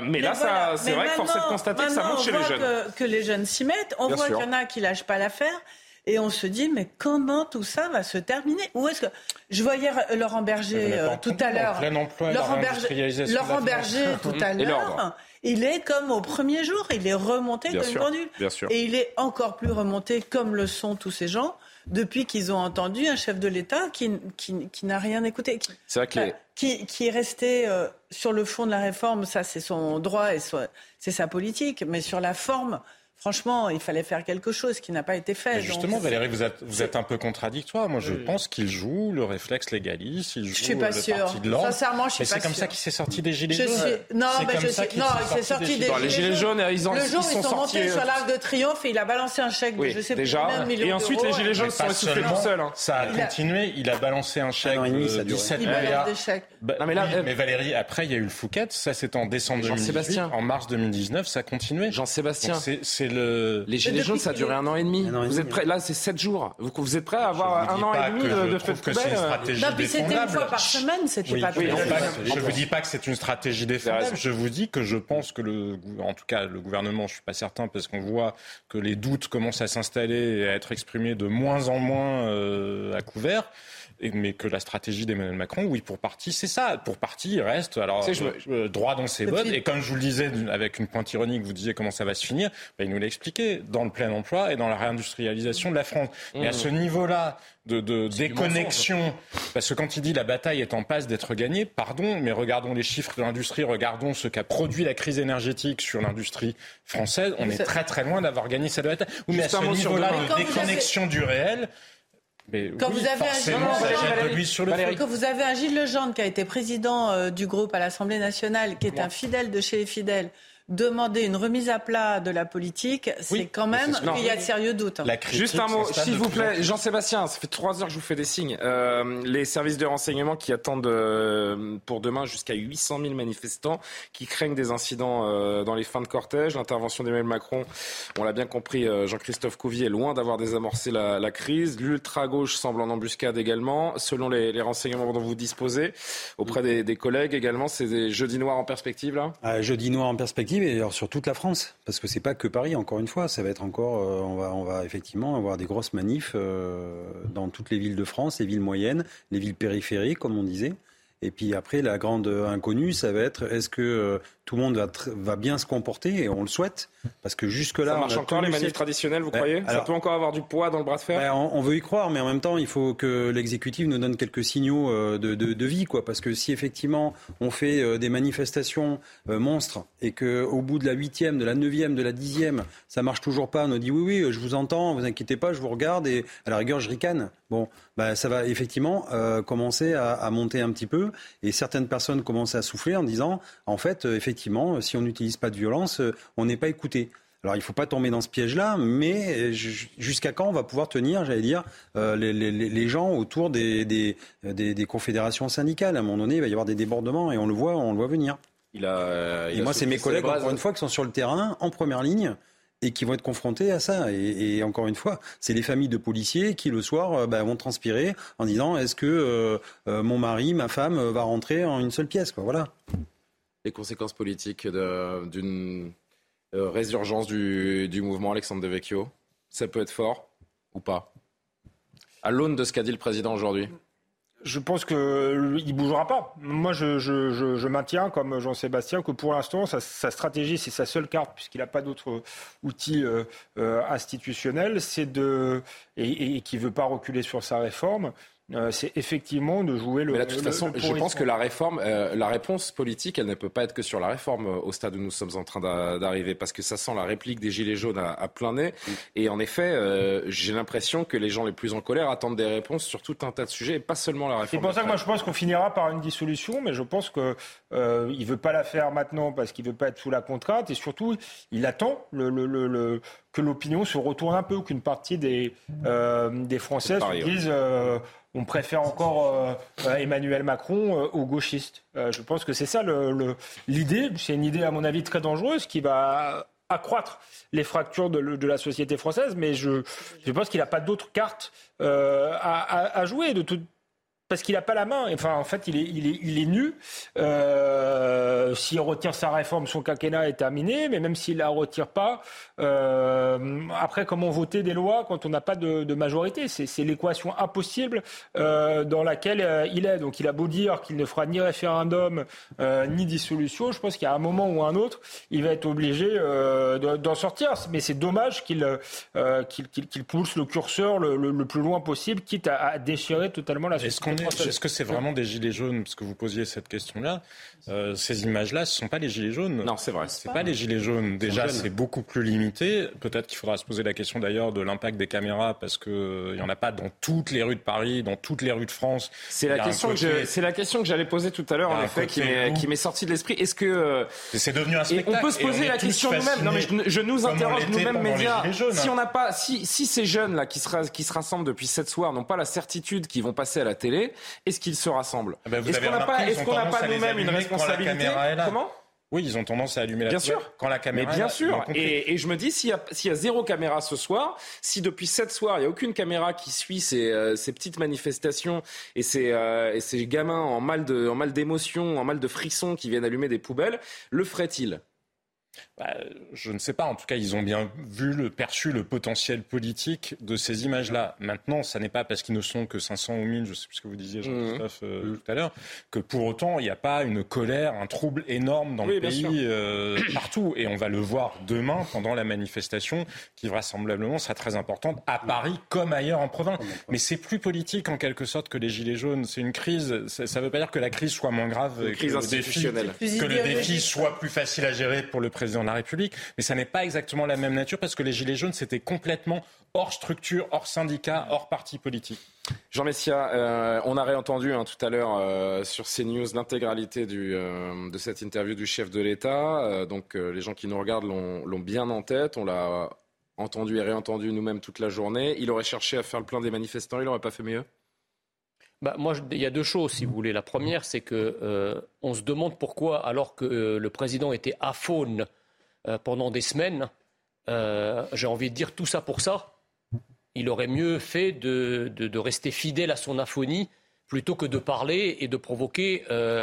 c'est vrai que force est de constater que ça monte chez les jeunes. On voit que les jeunes s'y mettent, on voit qu'il y en a qui lâchent pas l'affaire. Et on se dit, mais comment tout ça va se terminer? Où est-ce que je voyais Laurent Berger tout à l'heure. Laurent Berger tout à l'heure. Il est comme au premier jour, il est remonté comme une pendule. Et il est encore plus remonté, comme le sont tous ces gens, depuis qu'ils ont entendu un chef de l'État qui n'a rien écouté. C'est vrai qui est resté sur le fond de la réforme, ça c'est son droit et c'est sa politique, mais sur la forme. Franchement, il fallait faire quelque chose qui n'a pas été fait. Mais justement, donc, Valérie, vous êtes un peu contradictoire. Moi, je pense qu'il joue le réflexe légaliste, il joue le parti de l'ordre. Sincèrement, je suis pas sûre. C'est comme ça qu'il s'est sorti des Gilets jaunes. Il s'est sorti des Gilets jaunes. Le jour où ils sont montés sur l'Arc de Triomphe et il a balancé un chèque de je sais plus combien de millions d'euros. Et ensuite, les Gilets jaunes sont essoufflés tout seuls. Ça a continué. Il a balancé un chèque de 17 milliards. Mais Valérie, après, il y a eu le Fouquet. Ça, c'était en décembre 2018. En mars 2019, ça continuait. Jean-Sébastien. Les Gilets jaunes, ça a duré 1 an et demi. Vous êtes prêts? Là, c'est 7 jours. Vous êtes prêts à avoir 1 an et demi de fête poubelle? Non, puis c'était une fois par semaine, c'était pas possible. Je ne vous dis pas que c'est une stratégie défendable. Je vous dis que je pense que en tout cas, le gouvernement, je ne suis pas certain, parce qu'on voit que les doutes commencent à s'installer et à être exprimés de moins en moins à couvert. Mais que la stratégie d'Emmanuel Macron, oui, pour partie, c'est ça. Pour partie, il reste droit dans ses bottes. Et comme je vous le disais, avec une pointe ironique, vous disiez comment ça va se finir, il nous l'a expliqué, dans le plein emploi et dans la réindustrialisation de la France. Et à ce niveau-là de déconnexion, parce que quand il dit la bataille est en passe d'être gagnée, pardon, mais regardons les chiffres de l'industrie, regardons ce qu'a produit la crise énergétique sur l'industrie française, on est très très loin d'avoir gagné cette bataille. Mais à ce niveau-là de déconnexion du réel... Quand vous avez un Gilles Legendre qui a été président du groupe à l'Assemblée nationale, qui est un fidèle de chez les fidèles, demander une remise à plat de la politique, c'est quand même qu'il y a de sérieux doutes. Juste un mot, s'il vous plaît, Jean-Sébastien, ça fait 3 heures que je vous fais des signes. Les services de renseignement qui attendent pour demain jusqu'à 800 000 manifestants qui craignent des incidents dans les fins de cortège. L'intervention d'Emmanuel Macron, on l'a bien compris, Jean-Christophe Couvi est loin d'avoir désamorcé la crise. L'ultra-gauche semble en embuscade également. Selon les renseignements dont vous disposez, auprès des collègues également, c'est des jeudis noirs en perspective là? Jeudi noir en perspective. Et alors sur toute la France, parce que c'est pas que Paris, encore une fois, ça va être encore, on va effectivement avoir des grosses manifs dans toutes les villes de France, les villes moyennes, les villes périphériques, comme on disait. Et puis après, la grande inconnue, ça va être est-ce que tout le monde va bien se comporter, et on le souhaite, parce que jusque-là... Ça marche encore, les manifs traditionnels, vous croyez ? Ça peut encore avoir du poids dans le bras de fer ? On veut y croire, mais en même temps, il faut que l'exécutif nous donne quelques signaux de vie, quoi. Parce que si effectivement on fait des manifestations monstres, et qu'au bout de la 8e, de la 9e, de la 10e, ça marche toujours pas, on nous dit oui, je vous entends, vous inquiétez pas, je vous regarde, et à la rigueur, je ricane. Bon, ça va effectivement commencer à monter un petit peu, et certaines personnes commencent à souffler en disant, en fait, effectivement, si on n'utilise pas de violence, on n'est pas écouté. Alors il ne faut pas tomber dans ce piège-là, mais jusqu'à quand on va pouvoir tenir, j'allais dire, les gens autour des confédérations syndicales ? À un moment donné, il va y avoir des débordements, et on le voit venir. Et moi, c'est mes collègues, encore une fois, qui sont sur le terrain, en première ligne, et qui vont être confrontés à ça. Et encore une fois, c'est les familles de policiers qui, le soir, vont transpirer en disant « Est-ce que mon mari, ma femme, va rentrer en une seule pièce ?» Voilà. Les conséquences politiques d'une résurgence du mouvement Alexandre Devecchio, ça peut être fort ou pas ? À l'aune de ce qu'a dit le président aujourd'hui. Je pense qu'il ne bougera pas. Moi, je maintiens, comme Jean-Sébastien, que pour l'instant, sa stratégie, c'est sa seule carte, puisqu'il n'a pas d'autres outils institutionnels, et qui ne veut pas reculer sur sa réforme. C'est effectivement de jouer le... Mais là, de toute façon, je pense que la réponse politique, elle ne peut pas être que sur la réforme au stade où nous sommes en train d'arriver, parce que ça sent la réplique des Gilets jaunes à plein nez. Et en effet, j'ai l'impression que les gens les plus en colère attendent des réponses sur tout un tas de sujets, et pas seulement la réforme. C'est pour ça que moi, je pense qu'on finira par une dissolution, mais je pense qu'il ne veut pas la faire maintenant parce qu'il ne veut pas être sous la contrainte, et surtout, il attend que l'opinion se retourne un peu, qu'une partie des Français se disent... on préfère encore Emmanuel Macron aux gauchistes. Je pense que c'est ça l'idée. C'est une idée, à mon avis, très dangereuse qui va accroître les fractures de la société française. Mais je pense qu'il n'a pas d'autres cartes à jouer. Parce qu'il n'a pas la main. Enfin, en fait, il est nu. S'il retire sa réforme, son quinquennat est terminé. Mais même s'il la retire pas, après, comment voter des lois quand on n'a pas de majorité ? C'est l'équation impossible dans laquelle il est. Donc, il a beau dire qu'il ne fera ni référendum ni dissolution. Je pense qu'il y a un moment ou un autre, il va être obligé d'en sortir. Mais c'est dommage qu'il pousse le curseur le plus loin possible, quitte à déchirer totalement la société. Est-ce que c'est vraiment des gilets jaunes ? Parce que vous posiez cette question-là. Ces images-là, ce ne sont pas les gilets jaunes. Non, c'est vrai. C'est pas les gilets jaunes. Déjà, c'est beaucoup plus limité. Peut-être qu'il faudra se poser la question d'ailleurs de l'impact des caméras, parce qu'il n'y en a pas dans toutes les rues de Paris, dans toutes les rues de France. C'est la question que j'allais poser tout à l'heure, en effet, qui m'est sortie de l'esprit. Est-ce que... C'est devenu un spectacle. On peut se poser la question nous-mêmes. Non, mais je nous interroge nous-mêmes, médias. Si on n'a pas, si ces jeunes-là qui se rassemblent depuis 7 soirs n'ont pas la certitude qu'ils vont passer à la télé, est-ce qu'ils se rassemblent ? Est-ce qu'on n'a pas nous-mêmes une responsabilité ? Comment ? Oui, ils ont tendance à allumer la télé quand la caméra est là. Mais bien sûr. Et je me dis, s'il y a 0 caméra ce soir, si depuis 7 soirs, il n'y a aucune caméra qui suit ces petites manifestations et ces gamins en mal d'émotion, en mal de frisson qui viennent allumer des poubelles, le ferait-il ? Je ne sais pas. En tout cas, ils ont bien perçu le potentiel politique de ces images-là. Maintenant, ça n'est pas parce qu'ils ne sont que 500 ou 1000, je sais plus ce que vous disiez, Jean-Christophe, tout à l'heure, que pour autant, il n'y a pas une colère, un trouble énorme dans le pays partout. Et on va le voir demain pendant la manifestation qui vraisemblablement sera très importante à Paris comme ailleurs en province. Mais c'est plus politique en quelque sorte que les Gilets jaunes. C'est une crise. Ça ne veut pas dire que la crise soit moins grave, que le défi soit plus facile à gérer pour le président de la République, mais ça n'est pas exactement la même nature parce que les Gilets jaunes, c'était complètement hors structure, hors syndicat, hors parti politique. Jean Messia, on a réentendu tout à l'heure sur CNews l'intégralité de cette interview du chef de l'État. Donc les gens qui nous regardent l'ont bien en tête. On l'a entendu et réentendu nous-mêmes toute la journée. Il aurait cherché à faire le plein des manifestants, il n'aurait pas fait mieux ? Moi, il y a 2 choses, si vous voulez. La première, c'est que on se demande pourquoi, alors que le président était aphone pendant des semaines, j'ai envie de dire tout ça pour ça. Il aurait mieux fait de rester fidèle à son aphonie plutôt que de parler et de provoquer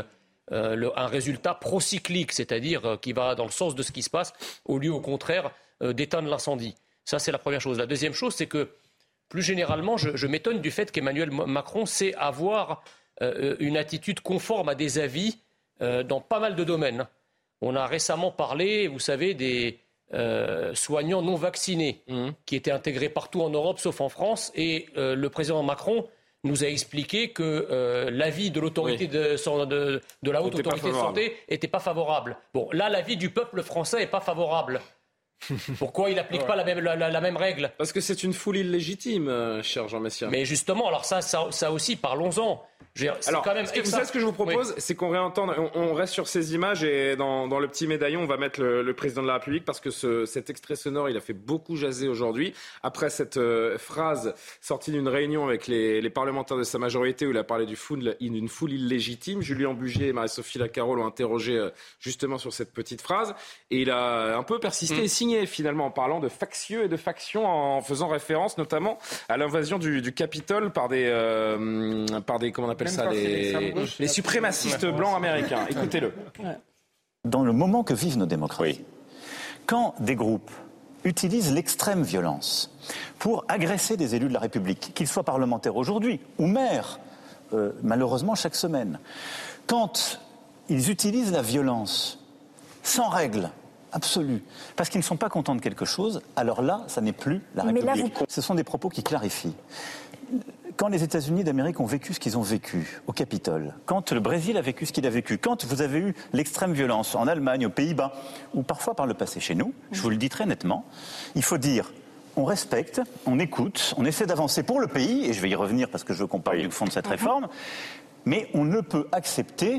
un résultat procyclique, c'est-à-dire qui va dans le sens de ce qui se passe, au lieu au contraire d'éteindre l'incendie. Ça, c'est la première chose. La deuxième chose, c'est que plus généralement, je m'étonne du fait qu'Emmanuel Macron sait avoir une attitude conforme à des avis dans pas mal de domaines. On a récemment parlé, vous savez, des soignants non vaccinés qui étaient intégrés partout en Europe sauf en France. Et le président Macron nous a expliqué que l'avis de l'autorité de la haute autorité de santé n'était pas favorable. Bon, là, l'avis du peuple français n'est pas favorable. Pourquoi il n'applique pas la même règle ? Parce que c'est une foule illégitime, cher Jean Messia. Mais justement, alors ça aussi, parlons-en. Alors, quand même vous savez ce que je vous propose, c'est qu'on réentende, on reste sur ces images et dans le petit médaillon, on va mettre le président de la République parce que cet extrait sonore, il a fait beaucoup jaser aujourd'hui. Après cette phrase sortie d'une réunion avec les parlementaires de sa majorité où il a parlé d'une foule illégitime, Julien Bugier et Marie-Sophie Lacaro l'ont interrogé justement sur cette petite phrase et il a un peu persisté et signé finalement en parlant de factieux et de factions en faisant référence notamment à l'invasion du Capitole par des comment on appelle ça, les suprémacistes blancs américains. Écoutez-le. Dans le moment que vivent nos démocraties, quand des groupes utilisent l'extrême violence pour agresser des élus de la République, qu'ils soient parlementaires aujourd'hui ou maires, malheureusement chaque semaine, quand ils utilisent la violence sans règle absolue, parce qu'ils ne sont pas contents de quelque chose, alors là, ça n'est plus la République. Ce sont des propos qui clarifient. Quand les États-Unis d'Amérique ont vécu ce qu'ils ont vécu au Capitole, quand le Brésil a vécu ce qu'il a vécu, quand vous avez eu l'extrême violence en Allemagne, aux Pays-Bas, ou parfois par le passé chez nous, je vous le dis très nettement, il faut dire on respecte, on écoute, on essaie d'avancer pour le pays, et je vais y revenir parce que je veux qu'on parle du fond de cette réforme, mais on ne peut accepter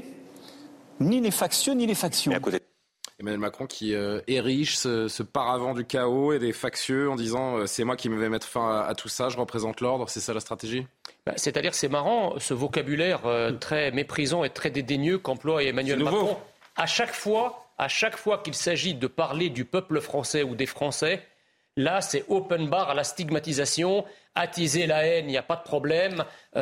ni les factieux ni les factions. Emmanuel Macron qui érige ce paravent du chaos et des factieux en disant c'est moi qui me vais mettre fin à tout ça, je représente l'ordre, c'est ça la stratégie ? C'est-à-dire c'est marrant ce vocabulaire très méprisant et très dédaigneux qu'emploie Emmanuel Macron. À chaque fois qu'il s'agit de parler du peuple français ou des Français, là c'est open bar à la stigmatisation. Attiser la haine, il n'y a pas de problème.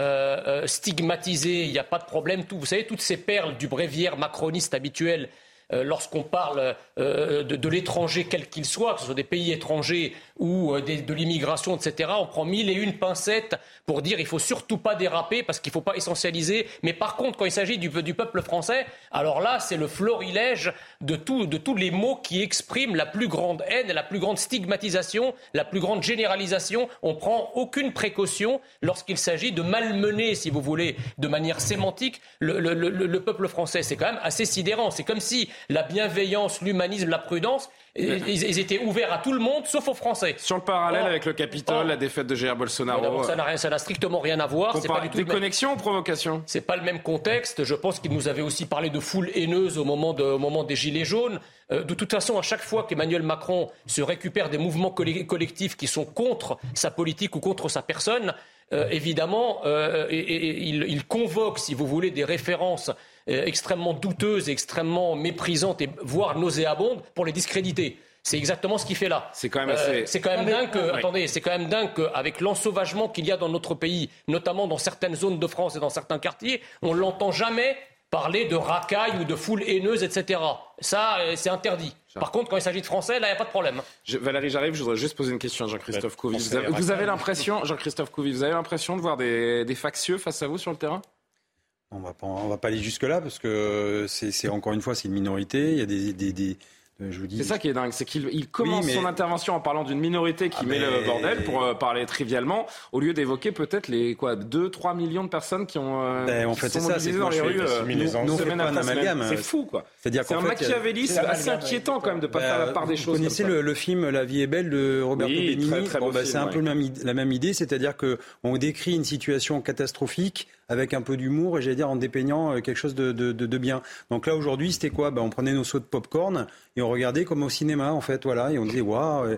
Stigmatiser, il n'y a pas de problème. Vous savez, toutes ces perles du bréviaire macroniste habituel, lorsqu'on parle de l'étranger quel qu'il soit, que ce soit des pays étrangers ou de l'immigration, etc., on prend 1001 pincettes pour dire il ne faut surtout pas déraper parce qu'il ne faut pas essentialiser. Mais par contre, quand il s'agit du peuple français, alors là, c'est le florilège de tous les mots qui expriment la plus grande haine, la plus grande stigmatisation, la plus grande généralisation. On ne prend aucune précaution lorsqu'il s'agit de malmener, si vous voulez, de manière sémantique, le peuple français. C'est quand même assez sidérant. C'est comme si la bienveillance, l'humanisme, la prudence, ils étaient ouverts à tout le monde, sauf aux Français. Sur le parallèle avec le Capitole, la défaite de Jair Bolsonaro... Ça n'a strictement rien à voir. C'est pas du tout déconnexion ou provocation ? C'est pas le même contexte. Je pense qu'il nous avait aussi parlé de foule haineuse au moment des Gilets jaunes. De toute façon, à chaque fois qu'Emmanuel Macron se récupère des mouvements collectifs qui sont contre sa politique ou contre sa personne, évidemment, il convoque, si vous voulez, des références extrêmement douteuses, extrêmement méprisantes et voire nauséabondes pour les discréditer. C'est exactement ce qu'il fait là. C'est quand même assez... c'est quand même dingue qu'avec l'ensauvagement qu'il y a dans notre pays, notamment dans certaines zones de France et dans certains quartiers, on ne l'entend jamais parler de racailles ou de foule haineuse, etc. Ça, c'est interdit. Par contre, quand il s'agit de Français, là, il n'y a pas de problème. Valérie, je voudrais juste poser une question à Jean-Christophe Couvi. Vous avez l'impression, Jean-Christophe Couvi, vous avez l'impression de voir des factieux face à vous sur le terrain ? On va pas aller jusque-là parce que c'est encore une fois, c'est une minorité. Il y a des je vous dis... C'est ça qui est dingue, c'est qu'il commence son intervention en parlant d'une minorité qui met le bordel, pour parler trivialement, au lieu d'évoquer peut-être les 2-3 millions de personnes qui ont en fait, c'est ça, c'est dans les rues. C'est fou, quoi. C'est un machiavélisme assez inquiétant quand même de pas faire la part des choses. Vous connaissez le film La vie est belle de Roberto Benigni ? C'est un peu la même idée, c'est-à-dire qu'on décrit une situation catastrophique avec un peu d'humour et j'allais dire en dépeignant quelque chose de bien. Donc là aujourd'hui c'était quoi ? On prenait nos seaux de popcorn et on regardait comme au cinéma en fait, voilà, et on disait waouh.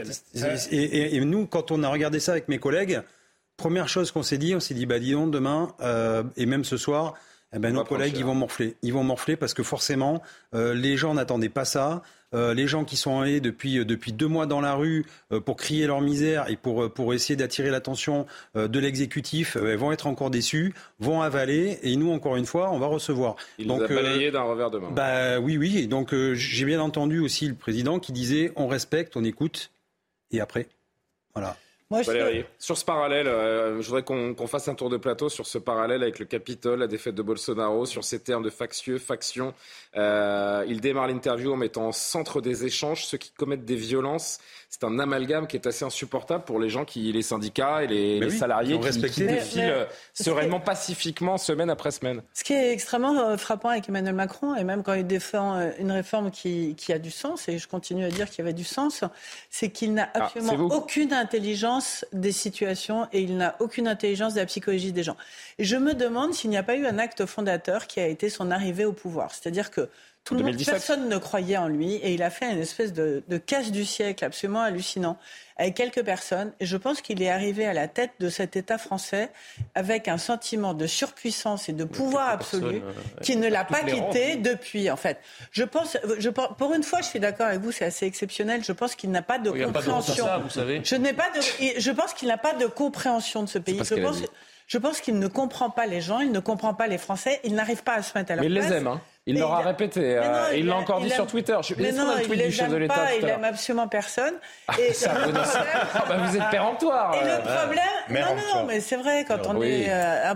Et nous quand on a regardé ça avec mes collègues, première chose qu'on s'est dit, dis donc demain et même ce soir, nos collègues ils vont morfler parce que forcément les gens n'attendaient pas ça. Les gens qui sont allés depuis 2 mois dans la rue pour crier leur misère et pour essayer d'attirer l'attention de l'exécutif vont être encore déçus, vont avaler et nous encore une fois on va recevoir. Il nous a balayé d'un revers de main. Oui. Donc j'ai bien entendu aussi le président qui disait on respecte, on écoute et après voilà. Valérie, sur ce parallèle, je voudrais qu'on fasse un tour de plateau sur ce parallèle avec le Capitole, la défaite de Bolsonaro, sur ces termes de factieux, faction. Il démarre l'interview en mettant en centre des échanges ceux qui commettent des violences. C'est un amalgame qui est assez insupportable pour les gens les syndicats et les salariés qui défilent sereinement, pacifiquement, semaine après semaine. Ce qui est extrêmement frappant avec Emmanuel Macron, et même quand il défend une réforme qui a du sens, et je continue à dire qu'il y avait du sens, c'est qu'il n'a absolument aucune intelligence des situations et il n'a aucune intelligence de la psychologie des gens. Et je me demande s'il n'y a pas eu un acte fondateur qui a été son arrivée au pouvoir. C'est-à-dire que personne ne croyait en lui et il a fait une espèce de casse du siècle absolument hallucinant avec quelques personnes. Et je pense qu'il est arrivé à la tête de cet État français avec un sentiment de surpuissance et de pouvoir absolu qui ne l'a pas quitté depuis, en fait. Je pense, pour une fois, je suis d'accord avec vous, c'est assez exceptionnel. Je pense qu'il n'a pas de compréhension. Vous savez. Je pense qu'il n'a pas de compréhension de ce pays. Je pense qu'il ne comprend pas les gens, il ne comprend pas les Français, il n'arrive pas à se mettre à leur place. Mais il les aime, hein. Il leur a répété, il l'a encore dit sur Twitter. Mais non, il les aime pas, il aime absolument personne. Et vous êtes péremptoire. Et le problème, non, mais c'est vrai, quand on est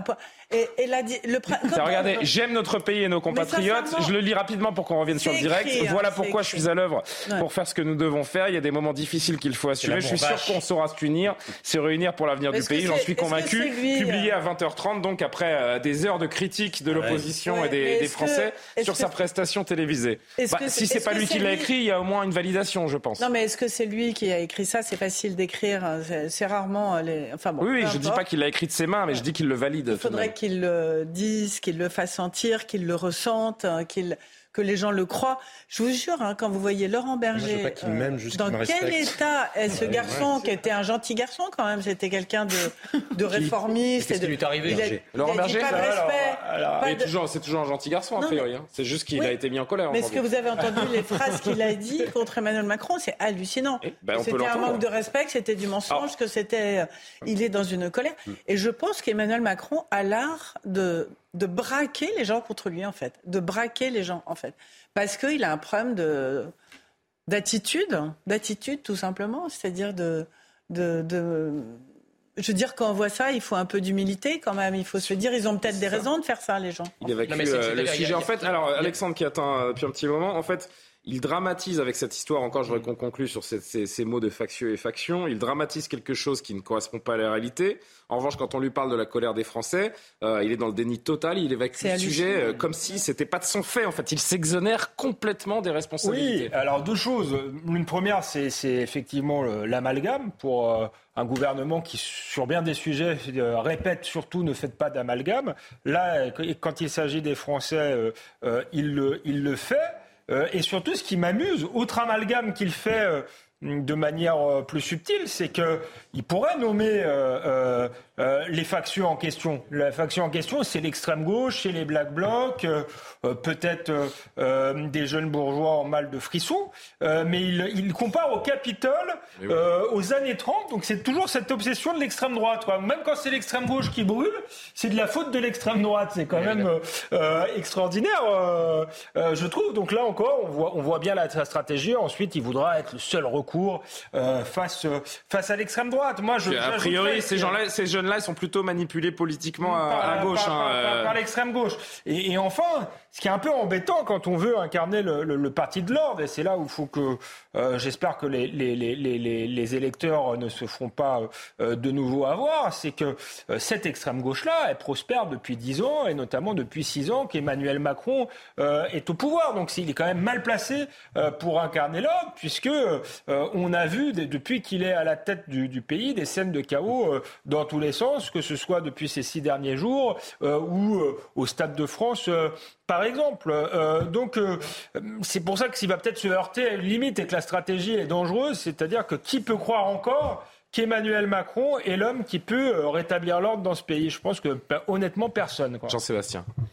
regardez, j'aime notre pays et nos compatriotes. Je le lis rapidement pour qu'on revienne sur le direct. Voilà pourquoi je suis à l'œuvre pour faire ce que nous devons faire. Il y a des moments difficiles qu'il faut assumer. Je suis sûr qu'on saura se réunir pour l'avenir du pays. J'en suis convaincu. Publié à 20h30, donc après des heures de critiques de l'opposition et des Français sur sa prestation télévisée. Si c'est pas lui qui l'a écrit, il y a au moins une validation, je pense. Non, mais est-ce que c'est lui qui a écrit ça ? C'est facile d'écrire. C'est rarement les. Enfin bon. Oui, je dis pas qu'il l'a écrit de ses mains, mais je dis qu'il le valide. Il faudrait qu'il le dise, qu'il le fasse sentir, qu'il le ressente, que les gens le croient. Je vous jure, quand vous voyez Laurent Berger, dans quel état est ce garçon qui était un gentil garçon quand même, c'était quelqu'un de réformiste. Qu'est-ce qui lui est arrivé, Laurent Berger? Pas de respect. C'est toujours un gentil garçon, a priori. C'est juste qu'il a été mis en colère. Mais est-ce que vous avez entendu les phrases qu'il a dit contre Emmanuel Macron? C'est hallucinant. C'était un manque de respect, que c'était du mensonge, que c'était... Il est dans une colère. Et je pense qu'Emmanuel Macron a l'art de braquer les gens contre lui, en fait. De braquer les gens, en fait. Parce qu'il a un problème d'attitude, tout simplement. C'est-à-dire je veux dire, quand on voit ça, il faut un peu d'humilité quand même. Il faut se dire, ils ont peut-être des raisons de faire ça, les gens. Il évacue le sujet. En fait, alors Alexandre qui attend depuis un petit moment, en fait... Il dramatise avec cette histoire, encore je voudrais qu'on conclue sur ces mots de factieux et faction, il dramatise quelque chose qui ne correspond pas à la réalité. En revanche, quand on lui parle de la colère des Français, il est dans le déni total, il évacue le sujet comme si c'était pas de son fait. En fait, il s'exonère complètement des responsabilités. Oui, alors deux choses. Une première, c'est effectivement l'amalgame pour un gouvernement qui, sur bien des sujets, répète surtout ne faites pas d'amalgame. Là, quand il s'agit des Français, il le fait. Et surtout, ce qui m'amuse, autre amalgame qu'il fait de manière plus subtile, c'est qu'il pourrait nommer les factions en question. La faction en question, c'est l'extrême gauche, c'est les Black Blocs, peut-être des jeunes bourgeois en mal de frissons, mais il compare au Capitole aux années 30, donc c'est toujours cette obsession de l'extrême droite. Quoi. Même quand c'est l'extrême gauche qui brûle, c'est de la faute de l'extrême droite. C'est quand même extraordinaire, je trouve. Donc là encore, on voit bien sa stratégie. Ensuite, il voudra être le seul recours face à l'extrême droite. Moi, a priori, ces jeunes-là, ils sont plutôt manipulés politiquement à gauche. Par l'extrême gauche. Et enfin, ce qui est un peu embêtant quand on veut incarner le parti de l'ordre, et c'est là où il faut que j'espère que les électeurs ne se feront pas de nouveau avoir, c'est que cette extrême gauche-là, elle prospère depuis 10 ans, et notamment depuis 6 ans qu'Emmanuel Macron est au pouvoir. Donc il est quand même mal placé pour incarner l'ordre, puisque on a vu depuis qu'il est à la tête du pays des scènes de chaos dans tous les sens, que ce soit depuis ces 6 derniers jours ou au Stade de France par exemple. Donc c'est pour ça que s'il va peut-être se heurter à une limite et que la stratégie est dangereuse, c'est-à-dire que qui peut croire encore qu'Emmanuel Macron est l'homme qui peut rétablir l'ordre dans ce pays? Je pense que honnêtement personne. Jean-Sébastien.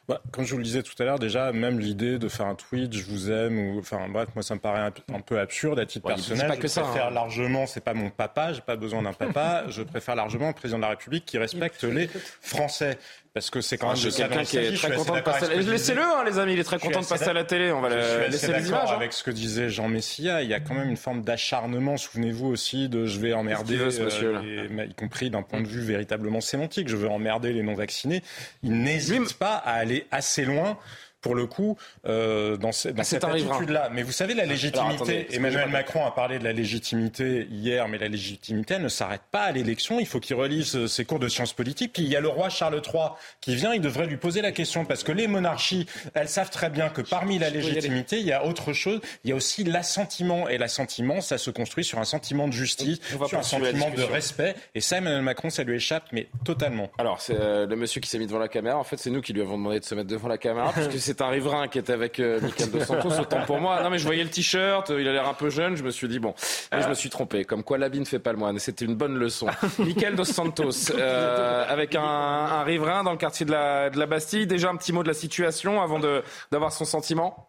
Comme je vous le disais tout à l'heure, déjà, même l'idée de faire un tweet, je vous aime, moi ça me paraît un peu absurde à titre personnel. Je préfère largement, c'est pas mon papa, j'ai pas besoin d'un papa, je préfère largement le président de la République qui respecte les Français. Parce que c'est quand même quelqu'un qui est très content de passer. Laissez-le, les amis, il est très content de passer à la télé. On va laisser les images. Avec ce que disait Jean Messia, il y a quand même une forme d'acharnement. Souvenez-vous aussi de je vais emmerder, y compris d'un point de vue véritablement sémantique. Je veux emmerder les non-vaccinés. Il n'hésite pas à aller assez loin. Pour le coup, dans cette attitude-là. Mais vous savez, la légitimité, Emmanuel Macron a parlé de la légitimité hier, mais la légitimité, elle ne s'arrête pas à l'élection. Il faut qu'il relise ses cours de sciences politiques. Puis il y a le roi Charles III qui vient, il devrait lui poser la question, parce que les monarchies, elles savent très bien que parmi la légitimité, il y a autre chose. Il y a aussi l'assentiment. Et l'assentiment, ça se construit sur un sentiment de justice, sur un sentiment de respect. Et ça, Emmanuel Macron, ça lui échappe, mais totalement. Alors, c'est le monsieur qui s'est mis devant la caméra. En fait, c'est nous qui lui avons demandé de se mettre devant la caméra, parce que c'est un riverain qui était avec Michael Dos Santos, autant pour moi. Non mais je voyais le t-shirt, il a l'air un peu jeune, je me suis dit bon, mais je me suis trompé. Comme quoi l'habit ne fait pas le moine, c'était une bonne leçon. Michael Dos Santos, avec un riverain dans le quartier de la Bastille. Déjà un petit mot de la situation avant d'avoir son sentiment.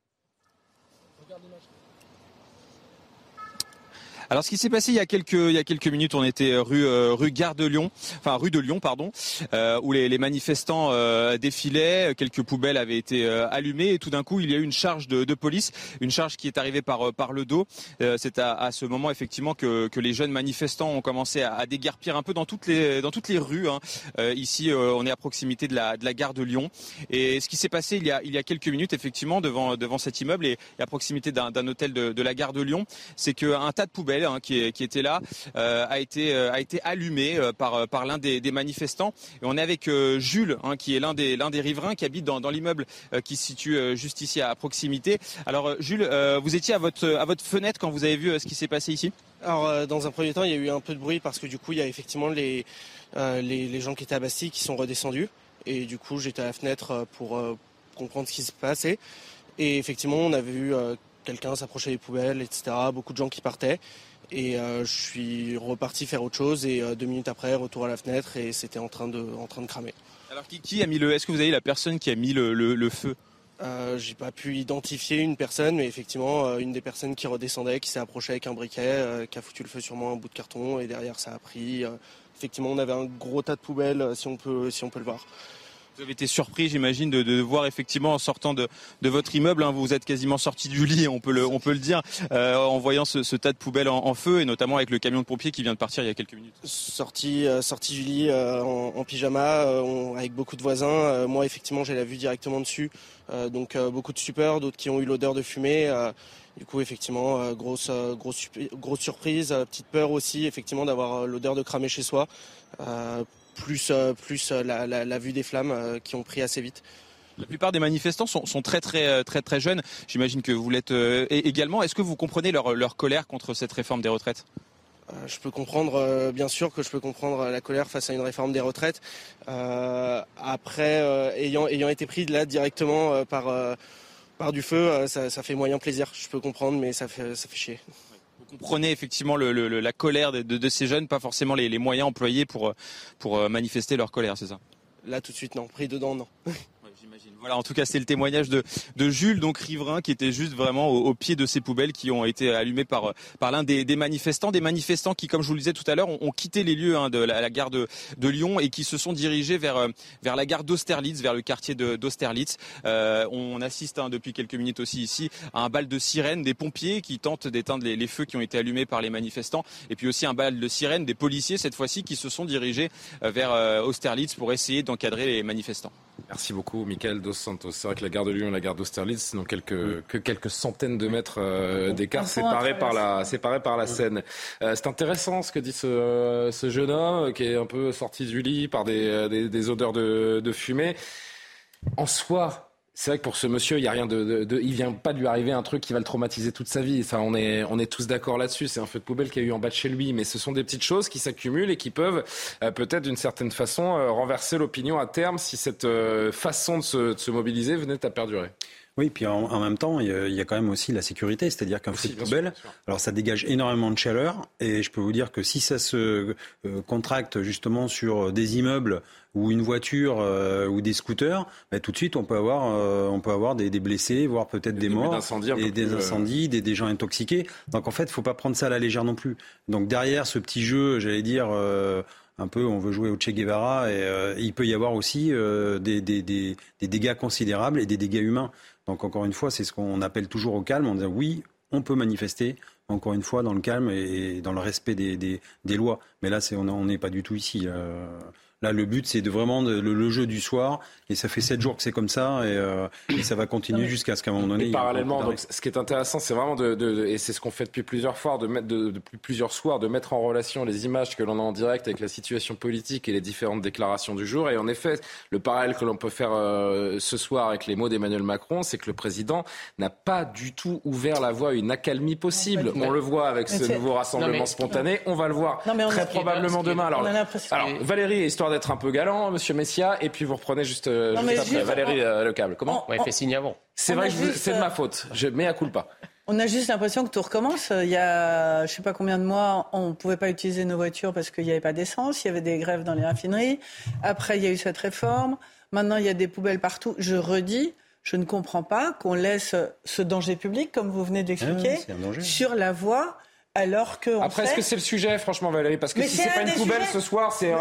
Alors, ce qui s'est passé il y a quelques minutes, on était rue Gare de Lyon, rue de Lyon, où les manifestants défilaient, quelques poubelles avaient été allumées et tout d'un coup, il y a eu une charge de police, une charge qui est arrivée par le dos. C'est à ce moment effectivement que les jeunes manifestants ont commencé à déguerpir un peu dans toutes les rues. Ici, on est à proximité de la Gare de Lyon. Et ce qui s'est passé il y a quelques minutes, effectivement, devant cet immeuble et à proximité d'un hôtel de la Gare de Lyon, c'est qu'un tas de poubelles qui était là a été allumé par l'un des manifestants. Et on est avec Jules, qui est l'un des riverains qui habite dans l'immeuble qui se situe juste ici à proximité. Alors Jules, vous étiez à votre fenêtre quand vous avez vu ce qui s'est passé ici ? Alors dans un premier temps, il y a eu un peu de bruit parce que du coup, il y a effectivement les gens qui étaient à Bastille qui sont redescendus. Et du coup, j'étais à la fenêtre pour comprendre ce qui se passait. Et effectivement, on avait vu quelqu'un s'approcher des poubelles, etc. Beaucoup de gens qui partaient. Et je suis reparti faire autre chose et 2 minutes après, retour à la fenêtre et c'était en train de cramer. Alors qui a mis est-ce que vous avez la personne qui a mis le feu ? J'ai pas pu identifier une personne, mais effectivement une des personnes qui redescendait, qui s'est approchée avec un briquet, qui a foutu le feu sur moi, un bout de carton et derrière ça a pris. Effectivement, on avait un gros tas de poubelles, si on peut le voir. Vous avez été surpris, j'imagine, de voir effectivement en sortant de votre immeuble, vous êtes quasiment sorti du lit, on peut le dire, en voyant ce tas de poubelles en feu et notamment avec le camion de pompiers qui vient de partir il y a quelques minutes. Sorti du lit en pyjama, avec beaucoup de voisins. Moi, effectivement, j'ai la vue directement dessus, donc beaucoup de stupeur, d'autres qui ont eu l'odeur de fumée. Du coup, effectivement, grosse surprise, petite peur aussi, effectivement, d'avoir l'odeur de cramer chez soi. Plus la vue des flammes qui ont pris assez vite. La plupart des manifestants sont très jeunes. J'imagine que vous l'êtes également. Est-ce que vous comprenez leur colère contre cette réforme des retraites ? Je peux comprendre, bien sûr que je peux comprendre la colère face à une réforme des retraites. Après, ayant été pris là directement par du feu, ça fait moyen plaisir. Je peux comprendre, mais ça fait chier. Vous comprenez effectivement la colère de ces jeunes, pas forcément les moyens employés pour manifester leur colère, c'est ça ? Là tout de suite non, pris dedans non. J'imagine. Voilà, en tout cas, c'est le témoignage de Jules, donc riverain, qui était juste vraiment au pied de ces poubelles qui ont été allumées par l'un des manifestants. Des manifestants qui, comme je vous le disais tout à l'heure, ont quitté les lieux de la gare de Lyon et qui se sont dirigés vers la gare d'Austerlitz, vers le quartier d'Austerlitz. On assiste depuis quelques minutes aussi ici à un bal de sirène des pompiers qui tentent d'éteindre les feux qui ont été allumés par les manifestants. Et puis aussi un bal de sirène des policiers, cette fois-ci, qui se sont dirigés vers Austerlitz pour essayer d'encadrer les manifestants. Merci beaucoup, Michael Dos Santos. C'est vrai que la gare de Lyon et la gare d'Austerlitz, c'est dans quelques centaines de mètres d'écart, séparés par la Seine. C'est intéressant ce que dit ce jeune homme qui est un peu sorti du lit par des odeurs de fumée. En soi, c'est vrai que pour ce monsieur, il y a rien il vient pas de lui arriver un truc qui va le traumatiser toute sa vie. Enfin, on est tous d'accord là-dessus. C'est un feu de poubelle qu'il y a eu en bas de chez lui, mais ce sont des petites choses qui s'accumulent et qui peuvent peut-être d'une certaine façon renverser l'opinion à terme si cette façon de se mobiliser venait à perdurer. Oui, puis en même temps, il y a quand même aussi la sécurité, c'est-à-dire qu'un feu de poubelle, alors ça dégage énormément de chaleur, et je peux vous dire que si ça se contracte justement sur des immeubles ou une voiture ou des scooters, tout de suite on peut avoir des blessés, voire peut-être des morts, des incendies, des gens intoxiqués. Donc en fait, il ne faut pas prendre ça à la légère non plus. Donc derrière ce petit jeu, j'allais dire... un peu, on veut jouer au Che Guevara, et il peut y avoir aussi des dégâts considérables et des dégâts humains. Donc encore une fois, c'est ce qu'on appelle toujours au calme, en disant oui, on peut manifester, encore une fois, dans le calme et dans le respect des lois. Mais là, on n'est pas du tout ici. Là, le but, c'est vraiment le jeu du soir. Et ça fait 7 jours que c'est comme ça. Et ça va continuer jusqu'à ce qu'à un moment donné... Et parallèlement, donc, ce qui est intéressant, c'est vraiment et c'est ce qu'on fait depuis plusieurs fois, depuis plusieurs soirs, de mettre en relation les images que l'on a en direct avec la situation politique et les différentes déclarations du jour. Et en effet, le parallèle que l'on peut faire ce soir avec les mots d'Emmanuel Macron, c'est que le président n'a pas du tout ouvert la voie à une accalmie possible. On le voit avec ce nouveau rassemblement spontané. On va le voir très probablement demain. Alors Valérie, histoire d'être un peu galant, Monsieur Messia, et puis vous reprenez juste après. Valérie Le Câble. Comment il fait signe avant. C'est vrai que c'est de ma faute. Je mets à culpa. On a juste l'impression que tout recommence. Il y a je ne sais pas combien de mois, on ne pouvait pas utiliser nos voitures parce qu'il n'y avait pas d'essence. Il y avait des grèves dans les raffineries. Après, il y a eu cette réforme. Maintenant, il y a des poubelles partout. Je redis, je ne comprends pas qu'on laisse ce danger public, comme vous venez d'expliquer, sur la voie. Alors que après, est-ce que c'est le sujet, franchement, Valérie? Parce que si c'est pas une poubelle ce soir, c'est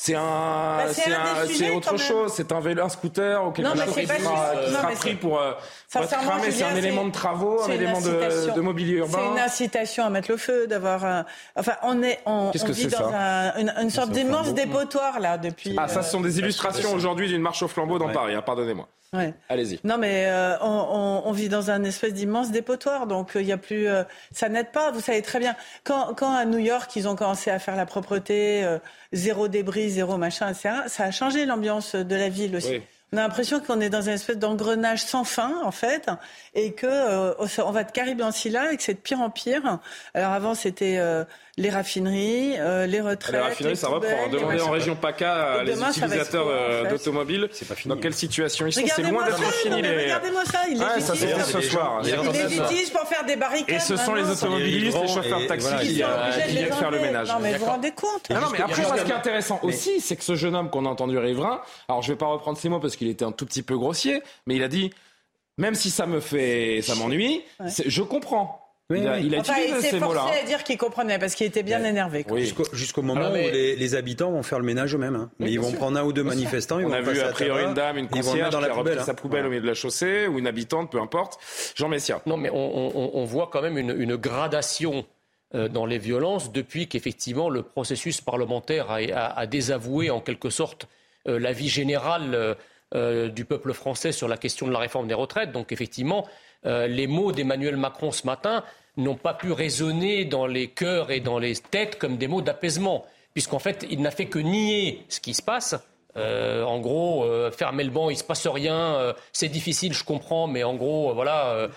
autre chose. C'est un scooter ou quelque chose qui sera pris pour être cramé. C'est un élément de travaux, un élément de mobilier urbain. C'est une incitation à mettre le feu, d'avoir. Enfin, on vit dans une sorte d'immense dépotoir là depuis. Ah, ça, ce sont des illustrations aujourd'hui d'une marche au flambeau dans Paris. Pardonnez-moi. Ouais. Allez-y. Non, mais on vit dans un espèce d'immense dépotoir, donc il y a plus. Ça n'aide pas. Vous savez très bien. Quand à New York ils ont commencé à faire la propreté, zéro débris, zéro machin, etc. Ça a changé l'ambiance de la ville aussi. Oui. On a l'impression qu'on est dans une espèce d'engrenage sans fin, en fait, et que on va de Caribe-en-Silla et que c'est de pire en pire. Alors avant, c'était les raffineries, les retraites. Les raffineries, ça reprend. Demandez en région PACA à les utilisateurs d'automobiles dans quelle situation ils sont. C'est loin d'être fini. Regardez-moi ça, ils les utilisent ce soir. Ils les utilisent pour faire des barricades. Et ce sont les automobilistes, les chauffeurs de taxi qui viennent faire le ménage. Non, mais vous vous rendez compte? Non, mais après, ce qui est intéressant aussi, c'est que ce jeune homme qu'on a entendu riverain, alors je ne vais pas reprendre ses mots parce qu'il était un tout petit peu grossier, mais il a dit, même si ça m'ennuie, je comprends. Il a utilisé ces mots-là. Il s'est forcé à dire qu'il comprenait parce qu'il était bien énervé. Oui. Jusqu'au moment où les habitants vont faire le ménage eux-mêmes. Mais ils vont prendre un ou deux manifestants. On a vu a priori une dame, une concierge qui a repris sa poubelle au milieu de la chaussée, ou une habitante, peu importe. Jean Messia. Non, mais on voit quand même une gradation dans les violences depuis qu'effectivement le processus parlementaire a désavoué en quelque sorte l'avis général du peuple français sur la question de la réforme des retraites. Donc effectivement, les mots d'Emmanuel Macron ce matin n'ont pas pu résonner dans les cœurs et dans les têtes comme des mots d'apaisement, puisqu'en fait, il n'a fait que nier ce qui se passe. En gros, fermer le banc, il ne se passe rien, c'est difficile, je comprends, mais en gros, voilà,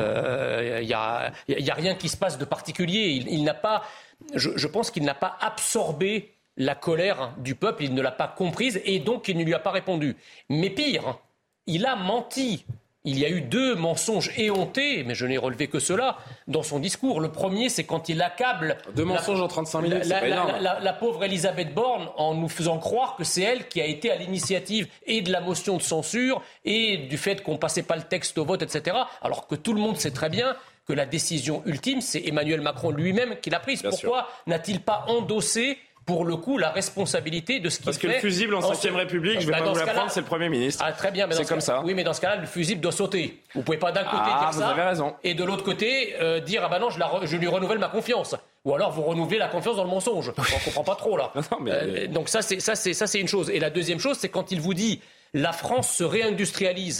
il y a rien qui se passe de particulier. Il n'a pas, je pense qu'il n'a pas absorbé la colère du peuple, il ne l'a pas comprise et donc il ne lui a pas répondu. Mais pire, il a menti. Il y a eu 2 mensonges éhontés, mais je n'ai relevé que cela, dans son discours. Le premier, c'est quand il accable 2 mensonges en 35 minutes, c'est pas énorme. La pauvre Elisabeth Borne, en nous faisant croire que c'est elle qui a été à l'initiative et de la motion de censure et du fait qu'on ne passait pas le texte au vote, etc. Alors que tout le monde sait très bien que la décision ultime, c'est Emmanuel Macron lui-même qui l'a prise. Pourquoi n'a-t-il pas endossé pour le coup, la responsabilité de ce qu'il fait. Parce que le fusible en 5e République, je ne vais pas vous l'apprendre, c'est le Premier ministre. Ah, très bien, mais c'est comme ça. Oui, mais dans ce cas-là, le fusible doit sauter. Vous ne pouvez pas d'un côté dire vous ça, avez raison. Et de l'autre côté, dire « Ah ben non, je lui renouvelle ma confiance ». Ou alors vous renouvelez la confiance dans le mensonge. On ne comprend pas trop, là. Non, mais... donc ça, c'est une chose. Et la deuxième chose, c'est quand il vous dit « La France se réindustrialise ».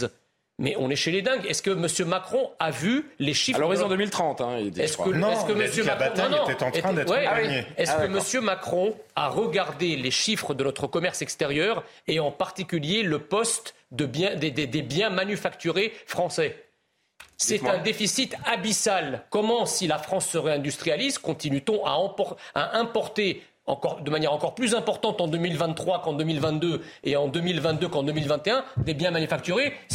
Mais on est chez les dingues. Est-ce que M. Macron a vu les chiffres... À l'horizon 2030, il dit, Est-ce que M. Macron était en train d'être gagné. Est-ce que M. Macron a regardé les chiffres de notre commerce extérieur et en particulier le poste des biens manufacturés français? C'est un déficit abyssal. Comment, si la France se réindustrialise, continue-t-on à importer de manière encore plus importante en 2023 qu'en 2022 et en 2022 qu'en 2021 des biens manufacturés si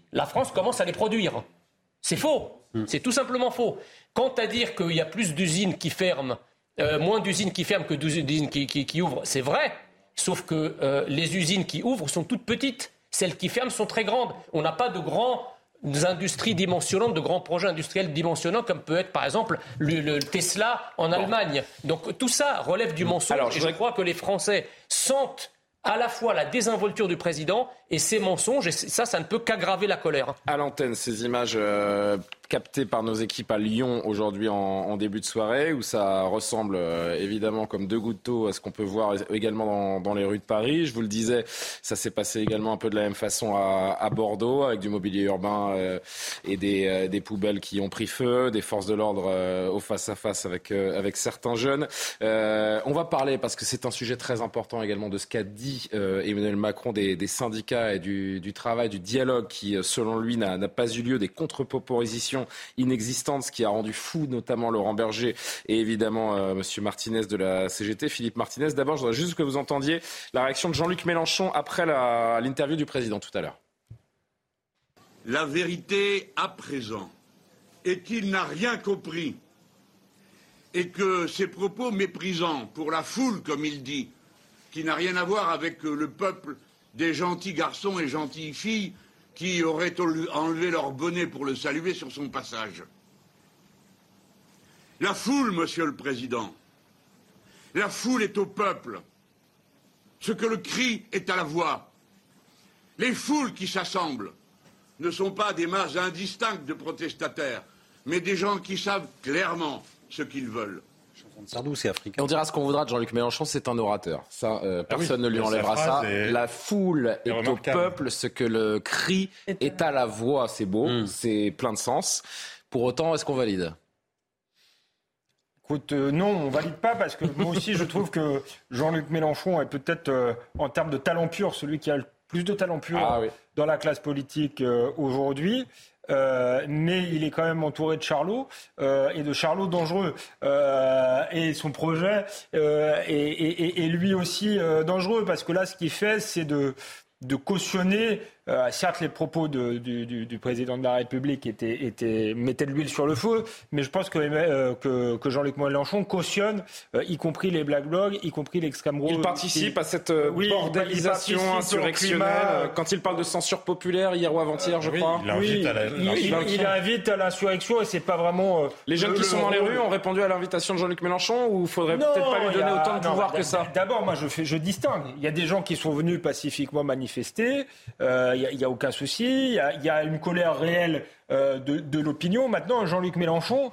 la France commence à les produire. C'est faux. C'est tout simplement faux. Quant à dire qu'il y a plus d'usines qui ferment, moins d'usines qui ferment que d'usines qui ouvrent, c'est vrai. Sauf que les usines qui ouvrent sont toutes petites. Celles qui ferment sont très grandes. On n'a pas de grandes industries dimensionnantes, de grands projets industriels dimensionnants, comme peut être par exemple le Tesla en Allemagne. Donc tout ça relève du mensonge. Alors, je crois que les Français sentent à la fois la désinvolture du président et ses mensonges, et ça ne peut qu'aggraver la colère. À l'antenne, ces images captées par nos équipes à Lyon aujourd'hui en début de soirée, où ça ressemble évidemment comme deux gouttes d'eau à ce qu'on peut voir également dans les rues de Paris. Je vous le disais, ça s'est passé également un peu de la même façon à Bordeaux, avec du mobilier urbain et des poubelles qui ont pris feu, des forces de l'ordre au face-à-face avec certains jeunes. On va parler, parce que c'est un sujet très important également, de ce qu'a dit Emmanuel Macron des syndicats et du travail, du dialogue qui, selon lui, n'a pas eu lieu, des contre-propositions inexistantes, ce qui a rendu fou notamment Laurent Berger et évidemment Monsieur Martinez de la CGT. Philippe Martinez, d'abord, je voudrais juste que vous entendiez la réaction de Jean-Luc Mélenchon après l'interview du président tout à l'heure. La vérité à présent est qu'il n'a rien compris et que ses propos méprisants pour la foule, comme il dit, qui n'a rien à voir avec le peuple des gentils garçons et gentilles filles qui auraient enlevé leur bonnet pour le saluer sur son passage. La foule, Monsieur le Président, la foule est au peuple, ce que le cri est à la voix. Les foules qui s'assemblent ne sont pas des masses indistinctes de protestataires, mais des gens qui savent clairement ce qu'ils veulent. Sardou, c'est africain. On dira ce qu'on voudra de Jean-Luc Mélenchon, c'est un orateur. Ça, personne ne lui enlèvera ça. La foule est au peuple, ce que le cri est à la voix. C'est beau, c'est plein de sens. Pour autant, est-ce qu'on valide ? Écoute, non, on ne valide pas, parce que moi aussi, je trouve que Jean-Luc Mélenchon est peut-être, en termes de talent pur, celui qui a le plus de talent pur dans la classe politique aujourd'hui. Mais il est quand même entouré de charlots et de charlots dangereux, et son projet est lui aussi dangereux, parce que là, ce qu'il fait, c'est de cautionner. Certes, les propos du président de la République mettaient de l'huile sur le feu, mais je pense que Jean-Luc Mélenchon cautionne, y compris les Black Blocs, y compris l'extrême droite. Il participe à cette bordélisation insurrectionnelle. Quand il parle de censure populaire, hier ou avant-hier, je crois. Il invite à l'insurrection, et c'est pas vraiment... les jeunes qui sont dans les rues ont répondu à l'invitation de Jean-Luc Mélenchon, ou faudrait peut-être pas lui donner autant de pouvoir que ça? D'abord, moi, je distingue. Il y a des gens qui sont venus pacifiquement manifester. Il n'y a aucun souci, il y a une colère réelle de l'opinion. Maintenant, Jean-Luc Mélenchon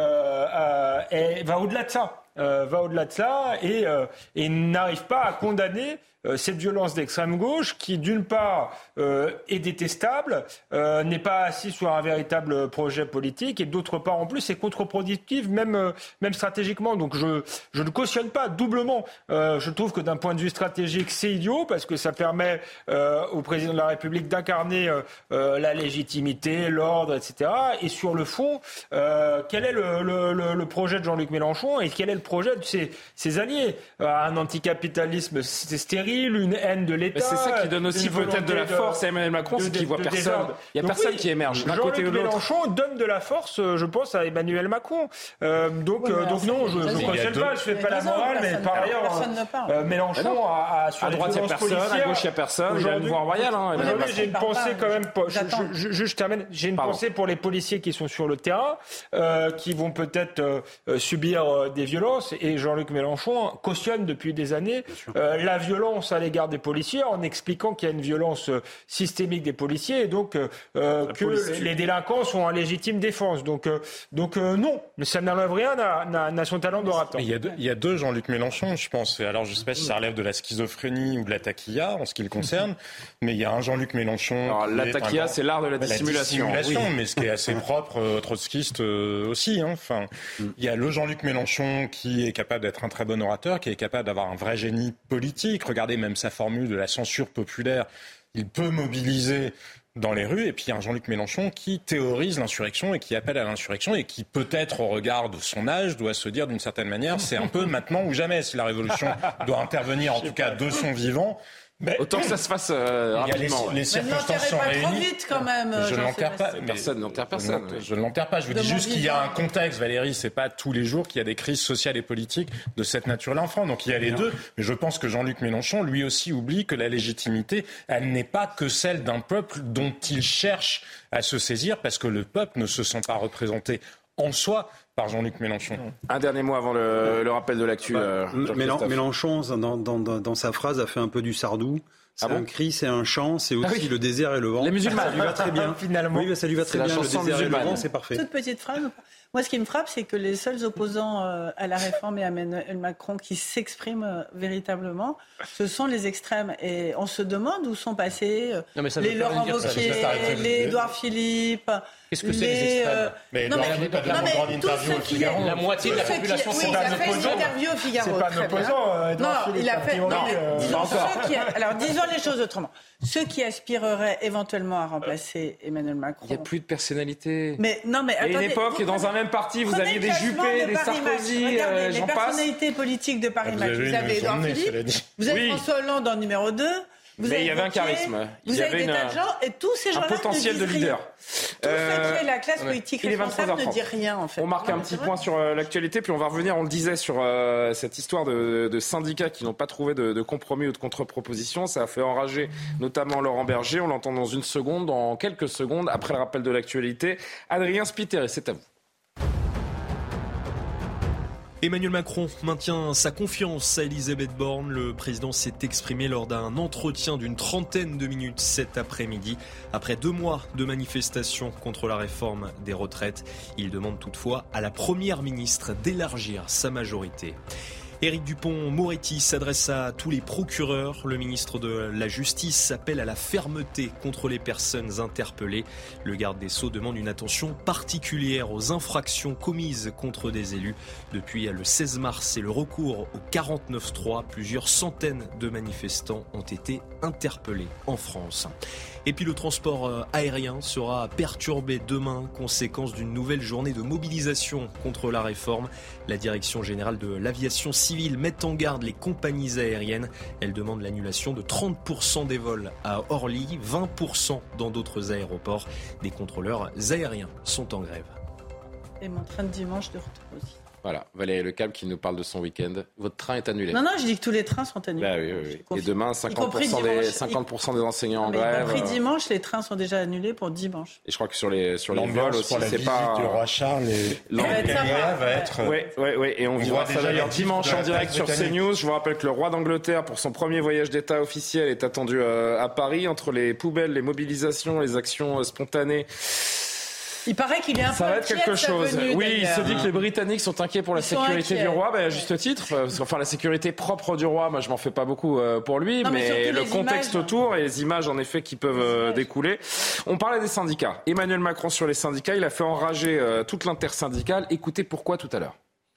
va au-delà de ça. Et n'arrive pas à condamner cette violence d'extrême gauche qui, d'une part, est détestable, n'est pas assise sur un véritable projet politique, et d'autre part, en plus, est contre-productive, même stratégiquement. Donc je ne cautionne pas doublement. Je trouve que d'un point de vue stratégique, c'est idiot, parce que ça permet au président de la République d'incarner la légitimité, l'ordre, etc. Et sur le fond, quel est le projet de Jean-Luc Mélenchon, et quel est le projet de ses alliés? Un anticapitalisme stérile, une haine de l'État. Mais c'est ça qui donne aussi peut-être de la force à Emmanuel Macron, c'est qu'il voit personne. Il n'y a personne qui émerge d'un côté ou de l'autre. Jean-Luc Mélenchon donne de la force, je pense, à Emmanuel Macron. Donc non, je ne cautionne pas, je ne fais pas la morale, mais par ailleurs, Mélenchon a sur à droite, il n'y a personne, à gauche, il n'y a personne. Il y a une voie royale. Aujourd'hui, j'ai une pensée quand même. Je termine. J'ai une pensée pour les policiers qui sont sur le terrain, qui vont peut-être subir des violences. Et Jean-Luc Mélenchon cautionne depuis des années la violence à l'égard des policiers, en expliquant qu'il y a une violence systémique des policiers, et donc que les délinquants sont en légitime défense. Donc non, mais ça n'enlève rien à son talent d'orateur. Il y a deux Jean-Luc Mélenchon, je pense. Alors je ne sais pas si ça relève de la schizophrénie ou de la taquilla en ce qui le concerne, mais il y a un Jean-Luc Mélenchon. Alors, la taquilla, c'est l'art de la dissimulation. Mais ce qui est assez propre trotskiste aussi. Enfin, il y a le Jean-Luc Mélenchon qui est capable d'être un très bon orateur, qui est capable d'avoir un vrai génie politique. Regardez même sa formule de la censure populaire, il peut mobiliser dans les rues. Et puis il y a un Jean-Luc Mélenchon qui théorise l'insurrection et qui appelle à l'insurrection, et qui peut-être, au regard de son âge, doit se dire d'une certaine manière, c'est un peu maintenant ou jamais, si la révolution doit intervenir, en tout cas de son vivant. Autant que ça se fasse rapidement. Les circonstances sont réunies. Trop vite quand même. Je ne l'enterre pas. Personne n'enterre personne. Je ne l'enterre pas. Je vous dis juste qu'il y a un contexte, Valérie. C'est pas tous les jours qu'il y a des crises sociales et politiques de cette nature-là en France. Donc il y a les deux. Mais je pense que Jean-Luc Mélenchon, lui aussi, oublie que la légitimité, elle n'est pas que celle d'un peuple dont il cherche à se saisir, parce que le peuple ne se sent pas représenté en soi par Jean-Luc Mélenchon. Un dernier mot avant le rappel de l'actu. Mélenchon, dans sa phrase, a fait un peu du Sardou. C'est un cri, c'est un chant, c'est aussi le désert et le vent. Les musulmans. Ça lui va très bien. Finalement. Oui, ça lui va très bien. Le désert et le vent, c'est parfait. Toute petite phrase. Moi, ce qui me frappe, c'est que les seuls opposants à la réforme et à Emmanuel Macron qui s'expriment véritablement, ce sont les extrêmes. Et on se demande où sont passés les Laurent Wauquiez, les Édouard Philippe. Qu'est-ce que c'est les extrêmes Mais Édouard Philippe a donné une grande interview au Figaro. La moitié de la population, c'est pas un opposant. Il a fait une interview au Figaro. C'est pas un opposant, Édouard Philippe. Non, il a fait. Alors, disons les choses autrement. Ceux qui aspireraient éventuellement à remplacer Emmanuel Macron. Il n'y a plus de personnalité. Mais attendez. À une époque, dans un même parti, vous aviez des Juppé, des Sarkozy, regardez, j'en les passe. personnalités politiques de Paris Match. Vous avez Édouard Philippe, vous avez François Hollande en numéro 2. Mais il y avait un charisme. Vous avez des tas de gens, et tous ces gens-là un potentiel de leader. Tout ce qui est la classe politique responsable ne dit rien, en fait. On marque un petit point sur l'actualité, puis on va revenir, on le disait, sur cette histoire de syndicats qui n'ont pas trouvé de compromis ou de contre-proposition. Ça a fait enrager notamment Laurent Berger. On l'entend dans quelques secondes, après le rappel de l'actualité. Adrien Spiteri, c'est à vous. Emmanuel Macron maintient sa confiance à Elisabeth Borne. Le président s'est exprimé lors d'un entretien d'une trentaine de minutes cet après-midi. Après 2 mois de manifestations contre la réforme des retraites, il demande toutefois à la première ministre d'élargir sa majorité. Éric Dupond-Moretti s'adresse à tous les procureurs. Le ministre de la Justice appelle à la fermeté contre les personnes interpellées. Le garde des Sceaux demande une attention particulière aux infractions commises contre des élus. Depuis le 16 mars et le recours au 49.3, plusieurs centaines de manifestants ont été interpellés en France. Et puis le transport aérien sera perturbé demain, conséquence d'une nouvelle journée de mobilisation contre la réforme. La Direction générale de l'aviation civile met en garde les compagnies aériennes. Elle demande l'annulation de 30% des vols à Orly, 20% dans d'autres aéroports. Des contrôleurs aériens sont en grève. Et mon train de dimanche de retour aussi. Voilà, Valérie Lecable qui nous parle de son week-end. Votre train est annulé. Non, je dis que tous les trains sont annulés. Bah oui. Et demain, 50% des enseignants en grève. Y compris dimanche, les trains sont déjà annulés pour dimanche. Et je crois que sur les vols aussi, c'est pas... du roi Charles va être... Oui. Et on verra ça d'ailleurs dimanche en direct sur CNews. Je vous rappelle que le roi d'Angleterre, pour son premier voyage d'État officiel, est attendu à Paris. Entre les poubelles, les mobilisations, les actions spontanées... Il paraît qu'il est un peu ça va être quelque chose. Oui, il se dit que les Britanniques Britanniques sont inquiets pour la sécurité du roi, à juste titre. Enfin, la sécurité propre du roi, moi, je m'en fais pas beaucoup pour lui, mais le contexte autour et les images, en effet, qui peuvent découler. On parlait des syndicats. Emmanuel Macron sur les syndicats, il a fait enrager toute l'intersyndicale. Écoutez pourquoi tout à l'heure.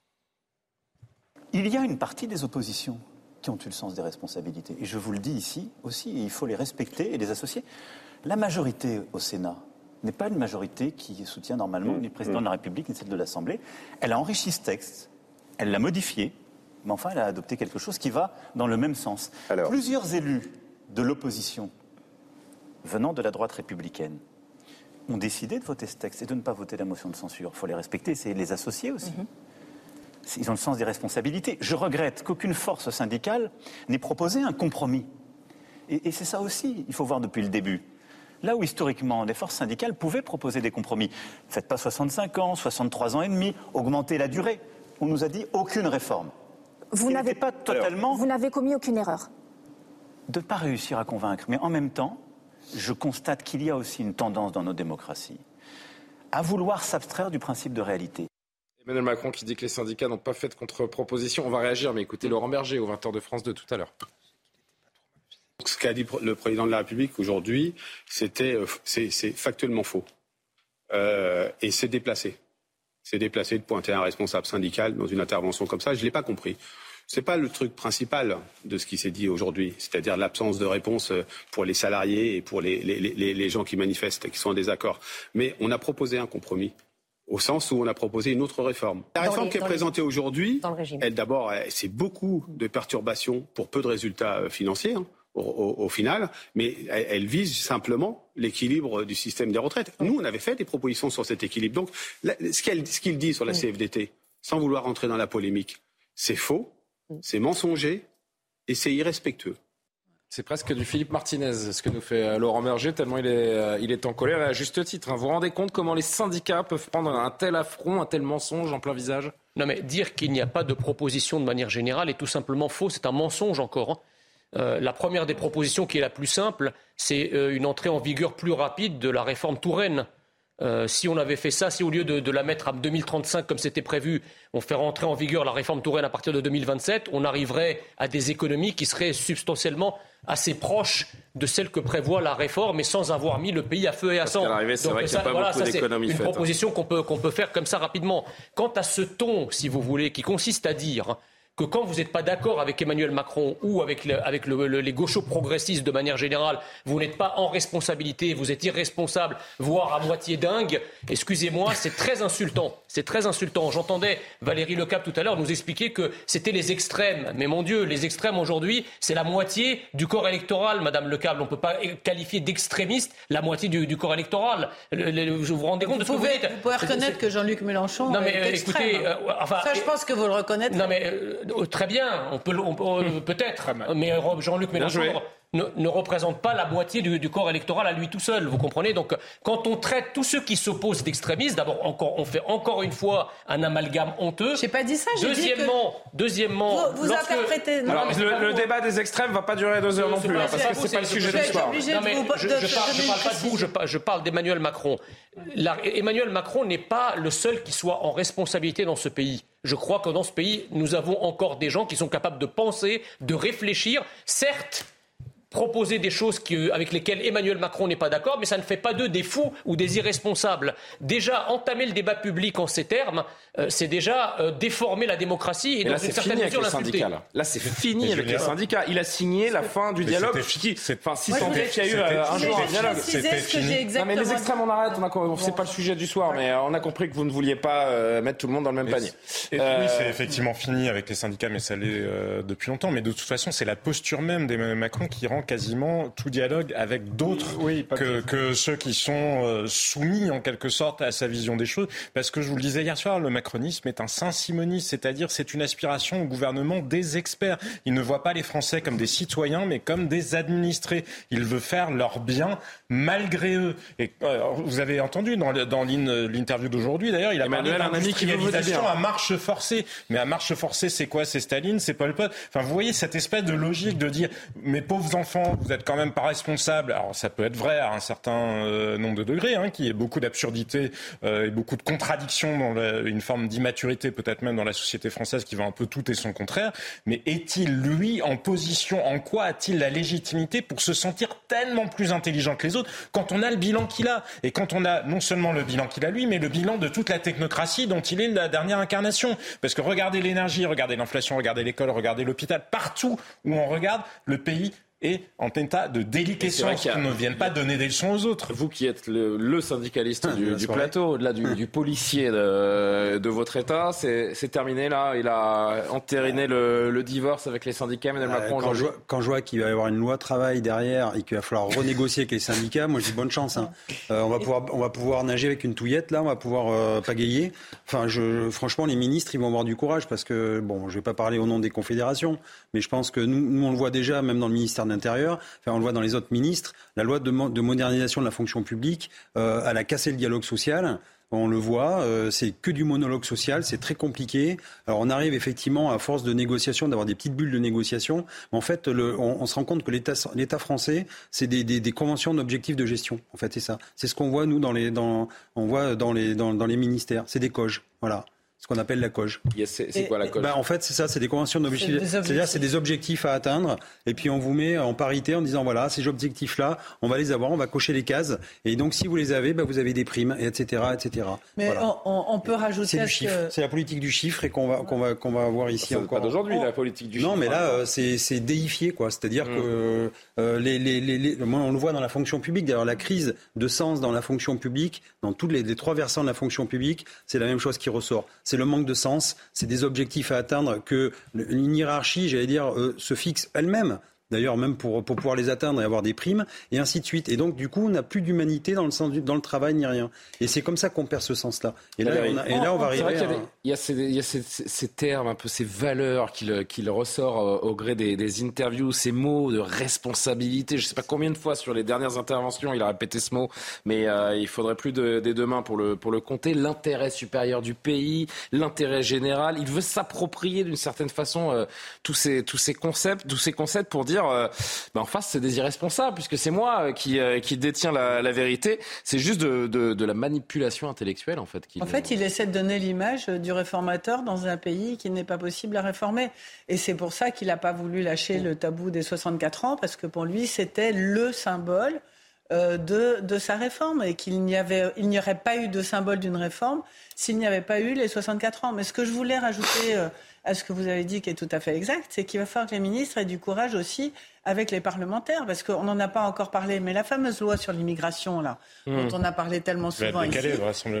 Il y a une partie des oppositions qui ont eu le sens des responsabilités. Et je vous le dis ici aussi, il faut les respecter et les associer. La majorité au Sénat n'est pas une majorité qui soutient normalement ni le président de la République ni celle de l'Assemblée. Elle a enrichi ce texte, elle l'a modifié, mais enfin elle a adopté quelque chose qui va dans le même sens. Alors, plusieurs élus de l'opposition venant de la droite républicaine ont décidé de voter ce texte et de ne pas voter la motion de censure. Il faut les respecter, c'est les associer aussi. Ils ont le sens des responsabilités. Je regrette qu'aucune force syndicale n'ait proposé un compromis. Et c'est ça aussi, il faut voir depuis le début. Là où, historiquement, les forces syndicales pouvaient proposer des compromis. Faites pas 65 ans, 63 ans et demi, augmentez la durée. On nous a dit aucune réforme. Vous n'avez commis aucune erreur. De ne pas réussir à convaincre. Mais en même temps, je constate qu'il y a aussi une tendance dans nos démocraties à vouloir s'abstraire du principe de réalité. Emmanuel Macron qui dit que les syndicats n'ont pas fait de contre-proposition. On va réagir, mais écoutez Laurent Berger au 20h de France de tout à l'heure. Ce qu'a dit le président de la République aujourd'hui, c'est factuellement faux. Et c'est déplacé. C'est déplacé de pointer un responsable syndical dans une intervention comme ça. Je ne l'ai pas compris. Ce n'est pas le truc principal de ce qui s'est dit aujourd'hui, c'est-à-dire l'absence de réponse pour les salariés et pour les gens qui manifestent, qui sont en désaccord. Mais on a proposé un compromis. Au sens où on a proposé une autre réforme. La réforme qui est présentée aujourd'hui, elle d'abord, c'est beaucoup de perturbations pour peu de résultats financiers. au final, mais elle vise simplement l'équilibre du système des retraites. Nous, on avait fait des propositions sur cet équilibre. Donc, ce qu'il dit sur la CFDT, sans vouloir rentrer dans la polémique, c'est faux, c'est mensonger et c'est irrespectueux. C'est presque du Philippe Martinez, ce que nous fait Laurent Berger, tellement il est en colère, et à juste titre. Vous vous rendez compte comment les syndicats peuvent prendre un tel affront, un tel mensonge en plein visage ? Non, mais dire qu'il n'y a pas de proposition de manière générale est tout simplement faux, c'est un mensonge encore. La première des propositions, qui est la plus simple, c'est une entrée en vigueur plus rapide de la réforme Touraine. Si on avait fait ça, si au lieu de la mettre à 2035 comme c'était prévu, on fait rentrer en vigueur la réforme Touraine à partir de 2027, on arriverait à des économies qui seraient substantiellement assez proches de celles que prévoit la réforme, mais sans avoir mis le pays à feu et à sang. C'est vrai qu'il n'y a pas beaucoup d'économies faites. C'est une proposition qu'on peut faire comme ça rapidement. Quant à ce ton, si vous voulez, qui consiste à dire que quand vous n'êtes pas d'accord avec Emmanuel Macron ou avec les gauchos progressistes de manière générale, vous n'êtes pas en responsabilité, vous êtes irresponsable, voire à moitié dingue, excusez-moi, c'est très insultant. C'est très insultant. J'entendais Valérie Lecap tout à l'heure nous expliquer que c'était les extrêmes. Mais mon Dieu, les extrêmes aujourd'hui, c'est la moitié du corps électoral, Madame Lecap. On ne peut pas qualifier d'extrémiste la moitié du corps électoral. Vous vous rendez compte de ce que vous dites ? Vous pouvez reconnaître que Jean-Luc Mélenchon est extrême. Écoutez, ça, je pense que vous le reconnaîtrez. Non, mais très bien, on peut peut-être, mais Jean-Luc Mélenchon ne représente pas la moitié du corps électoral à lui tout seul, vous comprenez ? Donc, quand on traite tous ceux qui s'opposent d'extrémistes, d'abord, on fait encore une fois un amalgame honteux. J'ai pas dit ça, j'ai dit que... Deuxièmement... Vous interprétez... Alors, le débat des extrêmes ne va pas durer 2 heures non plus, parce que ce n'est pas le sujet du soir. Non, mais je ne parle pas de vous, je parle d'Emmanuel Macron. Emmanuel Macron n'est pas le seul qui soit en responsabilité dans ce pays. Je crois que dans ce pays, nous avons encore des gens qui sont capables de penser, de réfléchir. Certes, proposer des choses avec lesquelles Emmanuel Macron n'est pas d'accord, mais ça ne fait pas d'eux des fous ou des irresponsables. Déjà, entamer le débat public en ces termes, c'est déjà déformer la démocratie et dans une certaine mesure l'insulter. Là, c'est fini avec les syndicats. Il a signé la fin du dialogue. Enfin, si tant est qu'il y a eu un jour un dialogue. C'était fini. Non, mais les extrêmes, on arrête. C'est pas le sujet du soir, mais on a compris que vous ne vouliez pas mettre tout le monde dans le même panier. Oui, c'est effectivement fini avec les syndicats, mais ça l'est depuis longtemps. Mais de toute façon, c'est la posture même d'Emmanuel Macron qui rend quasiment tout dialogue avec d'autres que ceux qui sont soumis en quelque sorte à sa vision des choses. Parce que je vous le disais hier soir, le macronisme est un saint-simonisme, c'est-à-dire c'est une aspiration au gouvernement des experts. Il ne voit pas les Français comme des citoyens, mais comme des administrés. Il veut faire leur bien malgré eux. Et vous avez entendu dans l'interview d'aujourd'hui, d'ailleurs, il a parlé d'industrialisation à marche forcée. Mais à marche forcée, c'est quoi ? C'est Staline, c'est Pol Pot. Enfin, vous voyez cette espèce de logique de dire mes pauvres enfants, vous n'êtes quand même pas responsables. Alors ça peut être vrai à un certain nombre de degrés, qu'il y ait beaucoup d'absurdité et beaucoup de contradictions dans une forme d'immaturité, peut-être même dans la société française qui va un peu tout et son contraire. Mais est-il, lui, en position, en quoi a-t-il la légitimité pour se sentir tellement plus intelligent que les autres quand on a le bilan qu'il a ? Et quand on a non seulement le bilan qu'il a lui, mais le bilan de toute la technocratie dont il est la dernière incarnation. Parce que regardez l'énergie, regardez l'inflation, regardez l'école, regardez l'hôpital, partout où on regarde, le pays et en état de déliquescence, qu'on ne vienne pas donner des leçons aux autres. Vous qui êtes le syndicaliste du plateau, au-delà du policier de votre État, c'est terminé là. Il a entériné le divorce avec les syndicats, Emmanuel Macron. Quand je vois qu'il va y avoir une loi travail derrière et qu'il va falloir renégocier avec les syndicats, moi je dis bonne chance. On va pouvoir nager avec une touillette là, on va pouvoir pagayer. Enfin, franchement, les ministres, ils vont avoir du courage parce que, bon, je vais pas parler au nom des confédérations, mais je pense que nous on le voit déjà, même dans le ministère d'Intérieur, on le voit dans les autres ministres, la loi de modernisation de la fonction publique, elle a cassé le dialogue social. On le voit, c'est que du monologue social, c'est très compliqué. Alors on arrive effectivement à force de négociation, d'avoir des petites bulles de négociation, mais en fait on se rend compte que l'État français, c'est des conventions d'objectifs de gestion. En fait, c'est ça. C'est ce qu'on voit nous dans les ministères, c'est des COG. Voilà. Ce qu'on appelle la COG. C'est quoi la COG ? En fait, c'est ça, c'est des conventions d'objectifs. C'est-à-dire, c'est des objectifs à atteindre. Et puis, on vous met en parité en disant, voilà, ces objectifs-là, on va les avoir, on va cocher les cases. Et donc, si vous les avez, vous avez des primes, etc., etc. Mais voilà. on peut rajouter... C'est du chiffre. C'est la politique du chiffre et qu'on va avoir ici ça encore. Pas d'aujourd'hui, la politique du chiffre. Non, mais là, c'est déifié, quoi. C'est-à-dire que moi, on le voit dans la fonction publique. D'ailleurs, la crise de sens dans la fonction publique, dans tous les 3 versants de la fonction publique, c'est la même chose qui ressort. C'est le manque de sens, c'est des objectifs à atteindre que une hiérarchie, j'allais dire, se fixe elle-même. d'ailleurs même pour pouvoir les atteindre et avoir des primes, et ainsi de suite. Et donc du coup, on n'a plus d'humanité dans le travail ni rien. Et c'est comme ça qu'on perd ce sens-là. Et là, on va arriver. Il y a ces termes, un peu ces valeurs qu'il ressort au gré des interviews, ces mots de responsabilité. Je ne sais pas combien de fois sur les dernières interventions il a répété ce mot, mais il faudrait plus des deux mains pour le compter. L'intérêt supérieur du pays, l'intérêt général. Il veut s'approprier d'une certaine façon tous ces concepts pour dire en face c'est des irresponsables puisque c'est moi qui détiens la vérité. C'est juste de la manipulation intellectuelle en fait. En fait, il essaie de donner l'image du réformateur dans un pays qui n'est pas possible à réformer. Et c'est pour ça qu'il n'a pas voulu lâcher le tabou des 64 ans parce que pour lui c'était le symbole de sa réforme et qu'il n'y aurait pas eu de symbole d'une réforme s'il n'y avait pas eu les 64 ans. Mais ce que je voulais rajouter à ce que vous avez dit qui est tout à fait exact, c'est qu'il va falloir que les ministres aient du courage aussi avec les parlementaires, parce qu'on n'en a pas encore parlé, mais la fameuse loi sur l'immigration, là, dont on a parlé tellement souvent ici, elle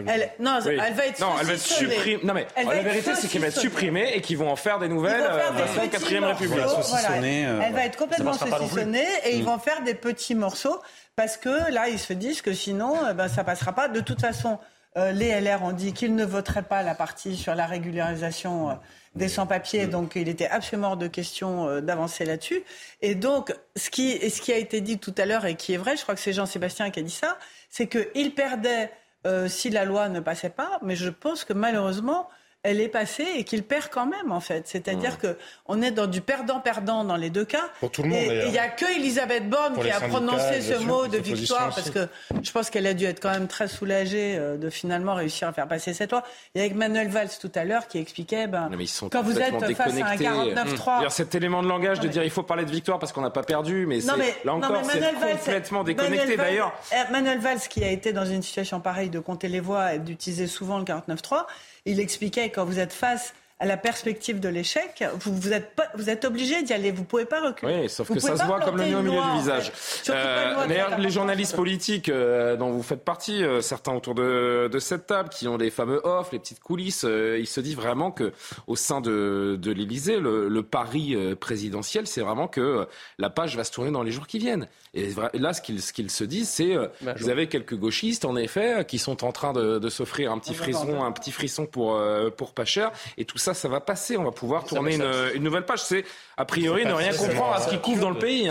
va être supprimée. Non mais la vérité, c'est qu'elle va être supprimée et qu'ils vont en faire des nouvelles façon 4e République. Elle va être complètement saucissonnée et ils vont faire des petits morceaux, parce que là, ils se disent que sinon, ça passera pas. De toute façon, les LR ont dit qu'ils ne voteraient pas la partie sur la régularisation des sans-papiers, donc il était absolument hors de question d'avancer là-dessus. Et donc, ce qui a été dit tout à l'heure et qui est vrai, je crois que c'est Jean-Sébastien qui a dit ça, c'est qu'il perdait si la loi ne passait pas, mais je pense que malheureusement, elle est passée et qu'il perd quand même, en fait. C'est-à-dire qu'on est dans du perdant-perdant dans les deux cas. Pour tout le monde, et il n'y a que Elisabeth Borne qui a prononcé ce mot de victoire, parce que je pense qu'elle a dû être quand même très soulagée de finalement réussir à faire passer cette loi. Il y a avec Manuel Valls tout à l'heure qui expliquait, quand vous êtes face à un 49-3... Cet élément de langage de dire il faut parler de victoire parce qu'on n'a pas perdu, mais là encore, c'est complètement déconnecté d'ailleurs. Manuel Valls, qui a été dans une situation pareille de compter les voix et d'utiliser souvent le 49-3, il expliquait que quand vous êtes face à la perspective de l'échec, vous êtes obligé d'y aller, vous ne pouvez pas reculer. Oui, sauf que ça se voit comme le nez au milieu du visage. D'ailleurs, les journalistes politiques dont vous faites partie, certains autour de cette table, qui ont les fameux off, les petites coulisses, ils se disent vraiment qu'au sein de l'Élysée, le pari présidentiel, c'est vraiment que la page va se tourner dans les jours qui viennent. Et là, ce qu'ils se disent, c'est vous avez quelques gauchistes, en effet, qui sont en train de s'offrir un petit frisson pour pas cher, et tout ça va passer. On va pouvoir tourner une nouvelle page. C'est a priori ne rien comprendre à ce qui couvre dans le pays.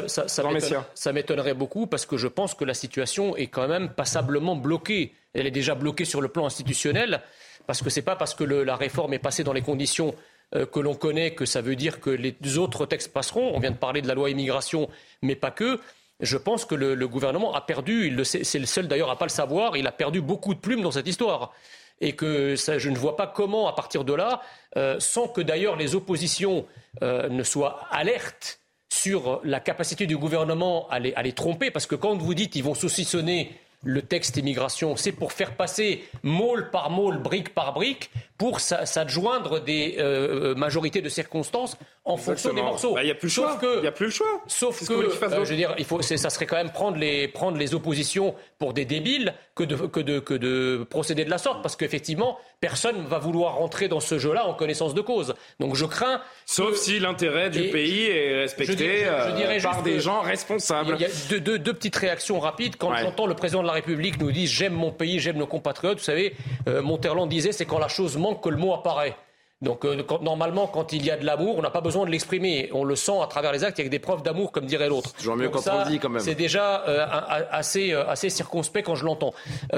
Ça m'étonnerait beaucoup parce que je pense que la situation est quand même passablement bloquée. Elle est déjà bloquée sur le plan institutionnel parce que c'est pas parce que la réforme est passée dans les conditions que l'on connaît que ça veut dire que les autres textes passeront. On vient de parler de la loi immigration, mais pas que. Je pense que le gouvernement a perdu, c'est le seul d'ailleurs à pas le savoir, il a perdu beaucoup de plumes dans cette histoire. Et que je ne vois pas comment, à partir de là, sans que d'ailleurs les oppositions ne soient alertes sur la capacité du gouvernement à les tromper, parce que quand vous dites qu'ils vont saucissonner le texte immigration, c'est pour faire passer môle par môle, brique par brique, pour s'adjoindre des majorités de circonstances en fonction des morceaux. Il n'y a plus le choix. Sauf que, je veux dire, ça serait quand même prendre les oppositions pour des débiles que de procéder de la sorte, parce qu'effectivement, personne ne va vouloir rentrer dans ce jeu-là en connaissance de cause. Donc je crains... Sauf si l'intérêt du pays est respecté par des gens responsables. Il y a deux petites réactions rapides. Quand j'entends le président de la République nous dire « j'aime mon pays, j'aime nos compatriotes », vous savez, Monterland disait « c'est quand la chose manque que le mot apparaît ». Donc normalement, quand il y a de l'amour, on n'a pas besoin de l'exprimer. On le sent à travers les actes avec des preuves d'amour, comme dirait l'autre. C'est toujours mieux quand on le dit, quand même. C'est déjà assez circonspect quand je l'entends.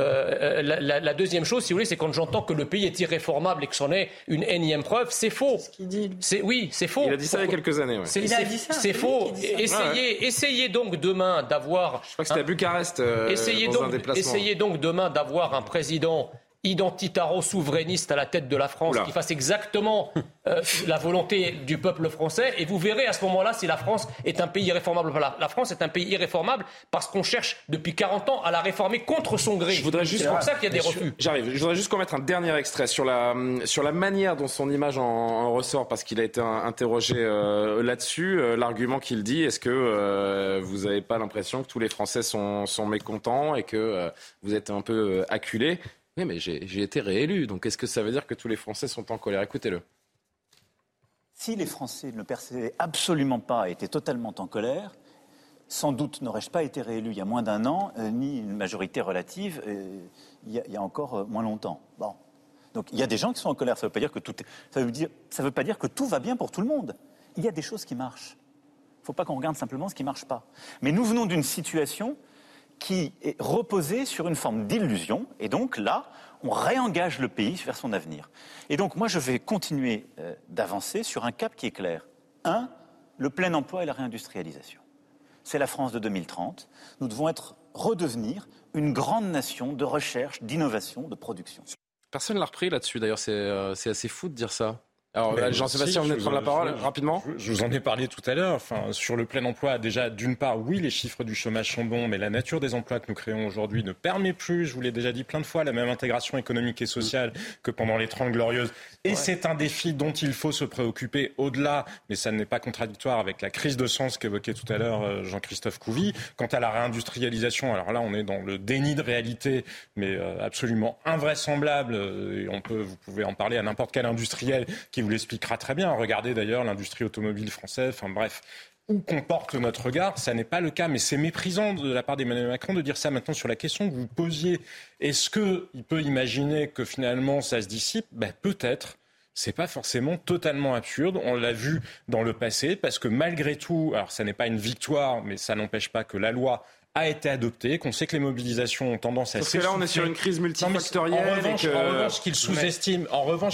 La deuxième chose, si vous voulez, c'est quand j'entends que le pays est irréformable et que c'en est une énième preuve, c'est faux. C'est ce qu'il dit. Oui, c'est faux. Il a dit ça il y a quelques années. Ouais. Il a dit ça. C'est faux. Essayez donc demain d'avoir... Je crois que c'était à Bucarest dans un déplacement. Essayez donc demain d'avoir un président identitaro-souverainiste à la tête de la France, qui fasse exactement la volonté du peuple français, et vous verrez à ce moment-là si la France est un pays irréformable. La France est un pays irréformable parce qu'on cherche depuis 40 ans à la réformer contre son gré. C'est pour ça qu'il y a des refus. J'arrive. Je voudrais juste qu'on mette un dernier extrait sur la manière dont son image en ressort, parce qu'il a été interrogé là-dessus. L'argument qu'il dit, est-ce que vous n'avez pas l'impression que tous les Français sont mécontents et que vous êtes un peu acculés ? Oui, mais j'ai été réélu, donc est-ce que ça veut dire que tous les Français sont en colère ? Écoutez-le. Si les Français ne le percevaient absolument pas et étaient totalement en colère, sans doute n'aurais-je pas été réélu il y a moins d'un an, ni une majorité relative il y a encore moins longtemps. Bon. Donc il y a des gens qui sont en colère, ça ne veut pas dire que tout va bien pour tout le monde. Il y a des choses qui marchent. Il ne faut pas qu'on regarde simplement ce qui ne marche pas. Mais nous venons d'une situation qui est reposée sur une forme d'illusion, et donc là, on réengage le pays vers son avenir. Et donc moi, je vais continuer d'avancer sur un cap qui est clair. 1, le plein emploi et la réindustrialisation. C'est la France de 2030. Nous devons redevenir une grande nation de recherche, d'innovation, de production. Personne ne l'a repris là-dessus, d'ailleurs, c'est assez fou de dire ça. Alors, Jean-Sébastien, vous venez de prendre la parole rapidement. Je vous en ai parlé tout à l'heure. Sur le plein emploi, déjà, d'une part, oui, les chiffres du chômage sont bons, mais la nature des emplois que nous créons aujourd'hui ne permet plus, je vous l'ai déjà dit plein de fois, la même intégration économique et sociale que pendant les 30 Glorieuses. Et c'est un défi dont il faut se préoccuper au-delà, mais ça n'est pas contradictoire avec la crise de sens qu'évoquait tout à l'heure Jean-Christophe Couvi. Quant à la réindustrialisation, alors là, on est dans le déni de réalité, mais absolument invraisemblable. Et vous pouvez en parler à n'importe quel industriel qui vous l'expliquera très bien. Regardez d'ailleurs l'industrie automobile française, bref, où qu'on porte notre regard, ça n'est pas le cas. Mais c'est méprisant de la part d'Emmanuel Macron de dire ça maintenant sur la question que vous posiez. Est-ce qu'il peut imaginer que finalement ça se dissipe ? Peut-être. C'est pas forcément totalement absurde. On l'a vu dans le passé, parce que malgré tout, alors ça n'est pas une victoire, mais ça n'empêche pas que la loi a été adopté, qu'on sait que les mobilisations ont tendance à s'essouffler. Parce que là, on est sur une crise multifactorielle. En revanche, qu'il sous-estime.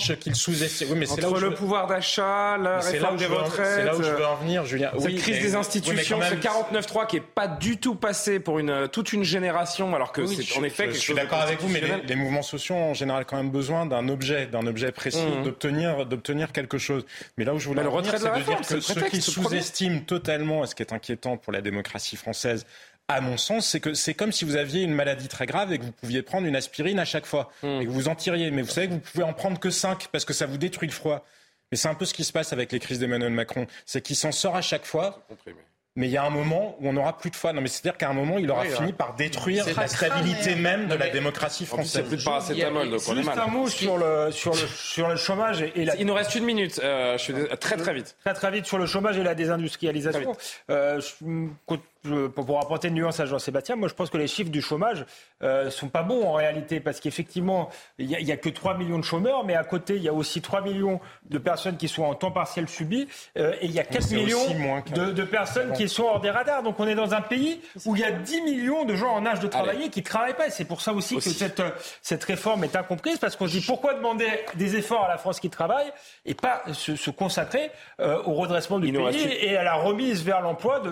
Oui, mais c'est entre le pouvoir d'achat, la réforme des retraites. C'est là où je veux en venir, Julien. Cette crise des institutions, ce 49.3 qui n'est pas du tout passé pour toute une génération, alors que c'est en effet quelque chose. Je suis d'accord avec vous, mais les mouvements sociaux ont en général quand même besoin d'un objet précis, d'obtenir quelque chose. Mais là où je voulais en venir, c'est de dire que ceux qui sous-estiment totalement, et ce qui est inquiétant pour la démocratie française, à mon sens, c'est que c'est comme si vous aviez une maladie très grave et que vous pouviez prendre une aspirine à chaque fois et que vous en tiriez. Mais vous savez que vous pouvez en prendre que 5 parce que ça vous détruit le foie. Mais c'est un peu ce qui se passe avec les crises d'Emmanuel Macron. C'est qu'il s'en sort à chaque fois. Mais il y a un moment où on n'aura plus de foi. Non, mais c'est-à-dire qu'à un moment, il aura fini par détruire la stabilité même de la démocratie française. C'est plus de paracétamol, donc on est mal. Juste un mot sur le chômage et la... Il nous reste 1 minute. Très vite. Très vite sur le chômage et la désindustrialisation. Pour apporter une nuance à Jean-Sébastien, moi je pense que les chiffres du chômage sont pas bons en réalité, parce qu'effectivement il y a que 3 millions de chômeurs, mais à côté il y a aussi 3 millions de personnes qui sont en temps partiel subi et il y a 4 millions de personnes qui sont hors des radars. Donc on est dans un pays où il y a 10 millions de gens en âge de travailler qui ne travaillent pas, et c'est pour ça aussi que cette réforme est incomprise, parce qu'on se dit pourquoi demander des efforts à la France qui travaille et pas se consacrer au redressement du pays et à la remise vers l'emploi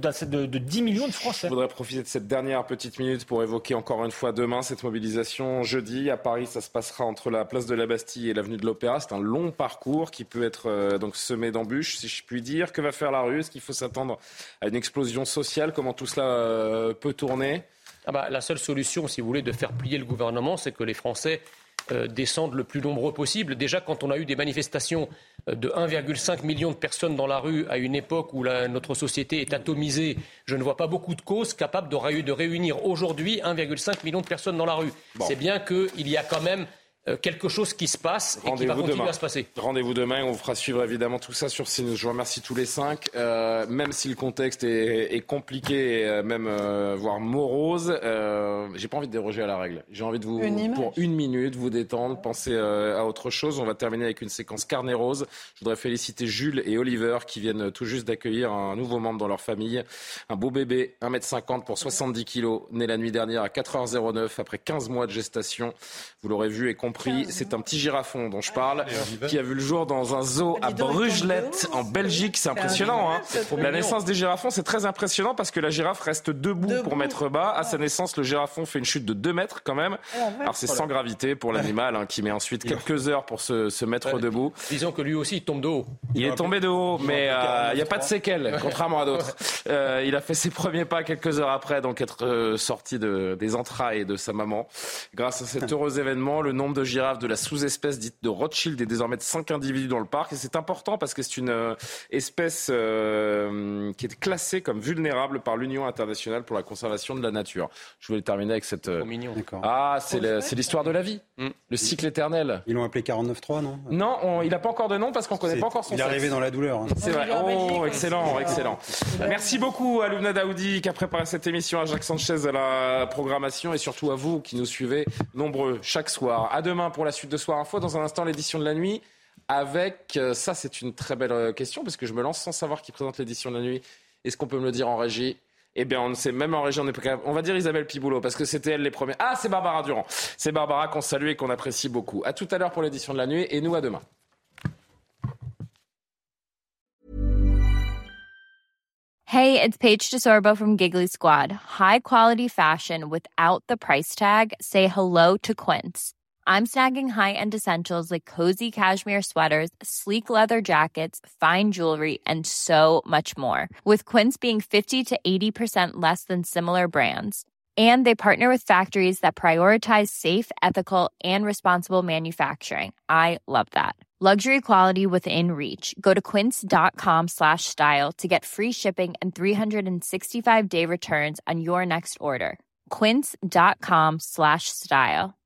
de 10 millions de Français. Je voudrais profiter de cette dernière petite minute pour évoquer encore une fois demain cette mobilisation. Jeudi, à Paris, ça se passera entre la place de la Bastille et l'avenue de l'Opéra. C'est un long parcours qui peut être donc semé d'embûches, si je puis dire. Que va faire la rue ? Est-ce qu'il faut s'attendre à une explosion sociale ? Comment tout cela peut tourner ? La seule solution, si vous voulez, de faire plier le gouvernement, c'est que les Français descendent le plus nombreux possible. Déjà, quand on a eu des manifestations de 1,5 million de personnes dans la rue à une époque où notre société est atomisée, je ne vois pas beaucoup de causes capables de réunir aujourd'hui 1,5 million de personnes dans la rue. C'est bien qu'il y a quand même quelque chose qui se passe et qui va continuer à se passer. Rendez-vous demain, on vous fera suivre évidemment tout ça sur CNews. Je vous remercie tous les 5. Même si le contexte est compliqué, même voire morose, j'ai pas envie de déroger à la règle. J'ai envie de vous, pour 1 minute, vous détendre, penser à autre chose. On va terminer avec une séquence carnet rose. Je voudrais féliciter Jules et Oliver qui viennent tout juste d'accueillir un nouveau membre dans leur famille. Un beau bébé, 1m50 pour 70 kg, né la nuit dernière à 4h09 après 15 mois de gestation. Vous l'aurez vu et compris. C'est un petit girafon dont je parle, qui a vu le jour dans un zoo à Brugelette, en Belgique. C'est impressionnant. La naissance des girafons, c'est très impressionnant parce que la girafe reste debout pour mettre bas. À sa naissance, le girafon fait une chute de 2 mètres quand même. Alors c'est sans gravité pour l'animal qui met ensuite quelques heures pour se mettre debout. Disons que lui aussi, il tombe de haut. Il est tombé de haut, mais il n'y a pas de séquelles, contrairement à d'autres. Il a fait ses premiers pas quelques heures après, donc être sorti des entrailles de sa maman. Grâce à cet heureux événement, le nombre de girafe de la sous-espèce dite de Rothschild est désormais de 5 individus dans le parc. Et c'est important parce que c'est une espèce qui est classée comme vulnérable par l'Union internationale pour la conservation de la nature. Je voulais terminer avec cette... Trop mignon. C'est l'histoire de la vie, le cycle éternel. Ils l'ont appelé 49.3, non ? Non, il n'a pas encore de nom parce qu'on ne connaît pas encore son sexe. Il est arrivé dans la douleur. Hein. C'est vrai. Oh, excellent. Merci beaucoup à Louna Daoudi qui a préparé cette émission, à Jacques Sanchez à la programmation et surtout à vous qui nous suivez nombreux chaque soir. À demain pour la suite de Soir Info. Dans un instant, l'édition de la nuit avec... Ça, c'est une très belle question parce que je me lance sans savoir qui présente l'édition de la nuit. Est-ce qu'on peut me le dire en régie ? Eh bien, on ne sait même en régie, on va dire Isabelle Piboulot, parce que c'était elle les premiers. Ah, c'est Barbara Durand. C'est Barbara qu'on salue et qu'on apprécie beaucoup. À tout à l'heure pour l'édition de la nuit et nous à demain. Hey, it's Paige DeSorbo from Giggly Squad. High quality fashion without the price tag. Say hello to Quince. I'm snagging high-end essentials like cozy cashmere sweaters, sleek leather jackets, fine jewelry, and so much more. With Quince being 50 to 80% less than similar brands. And they partner with factories that prioritize safe, ethical, and responsible manufacturing. I love that. Luxury quality within reach. Go to quince.com/style to get free shipping and 365-day returns on your next order. Quince.com/style.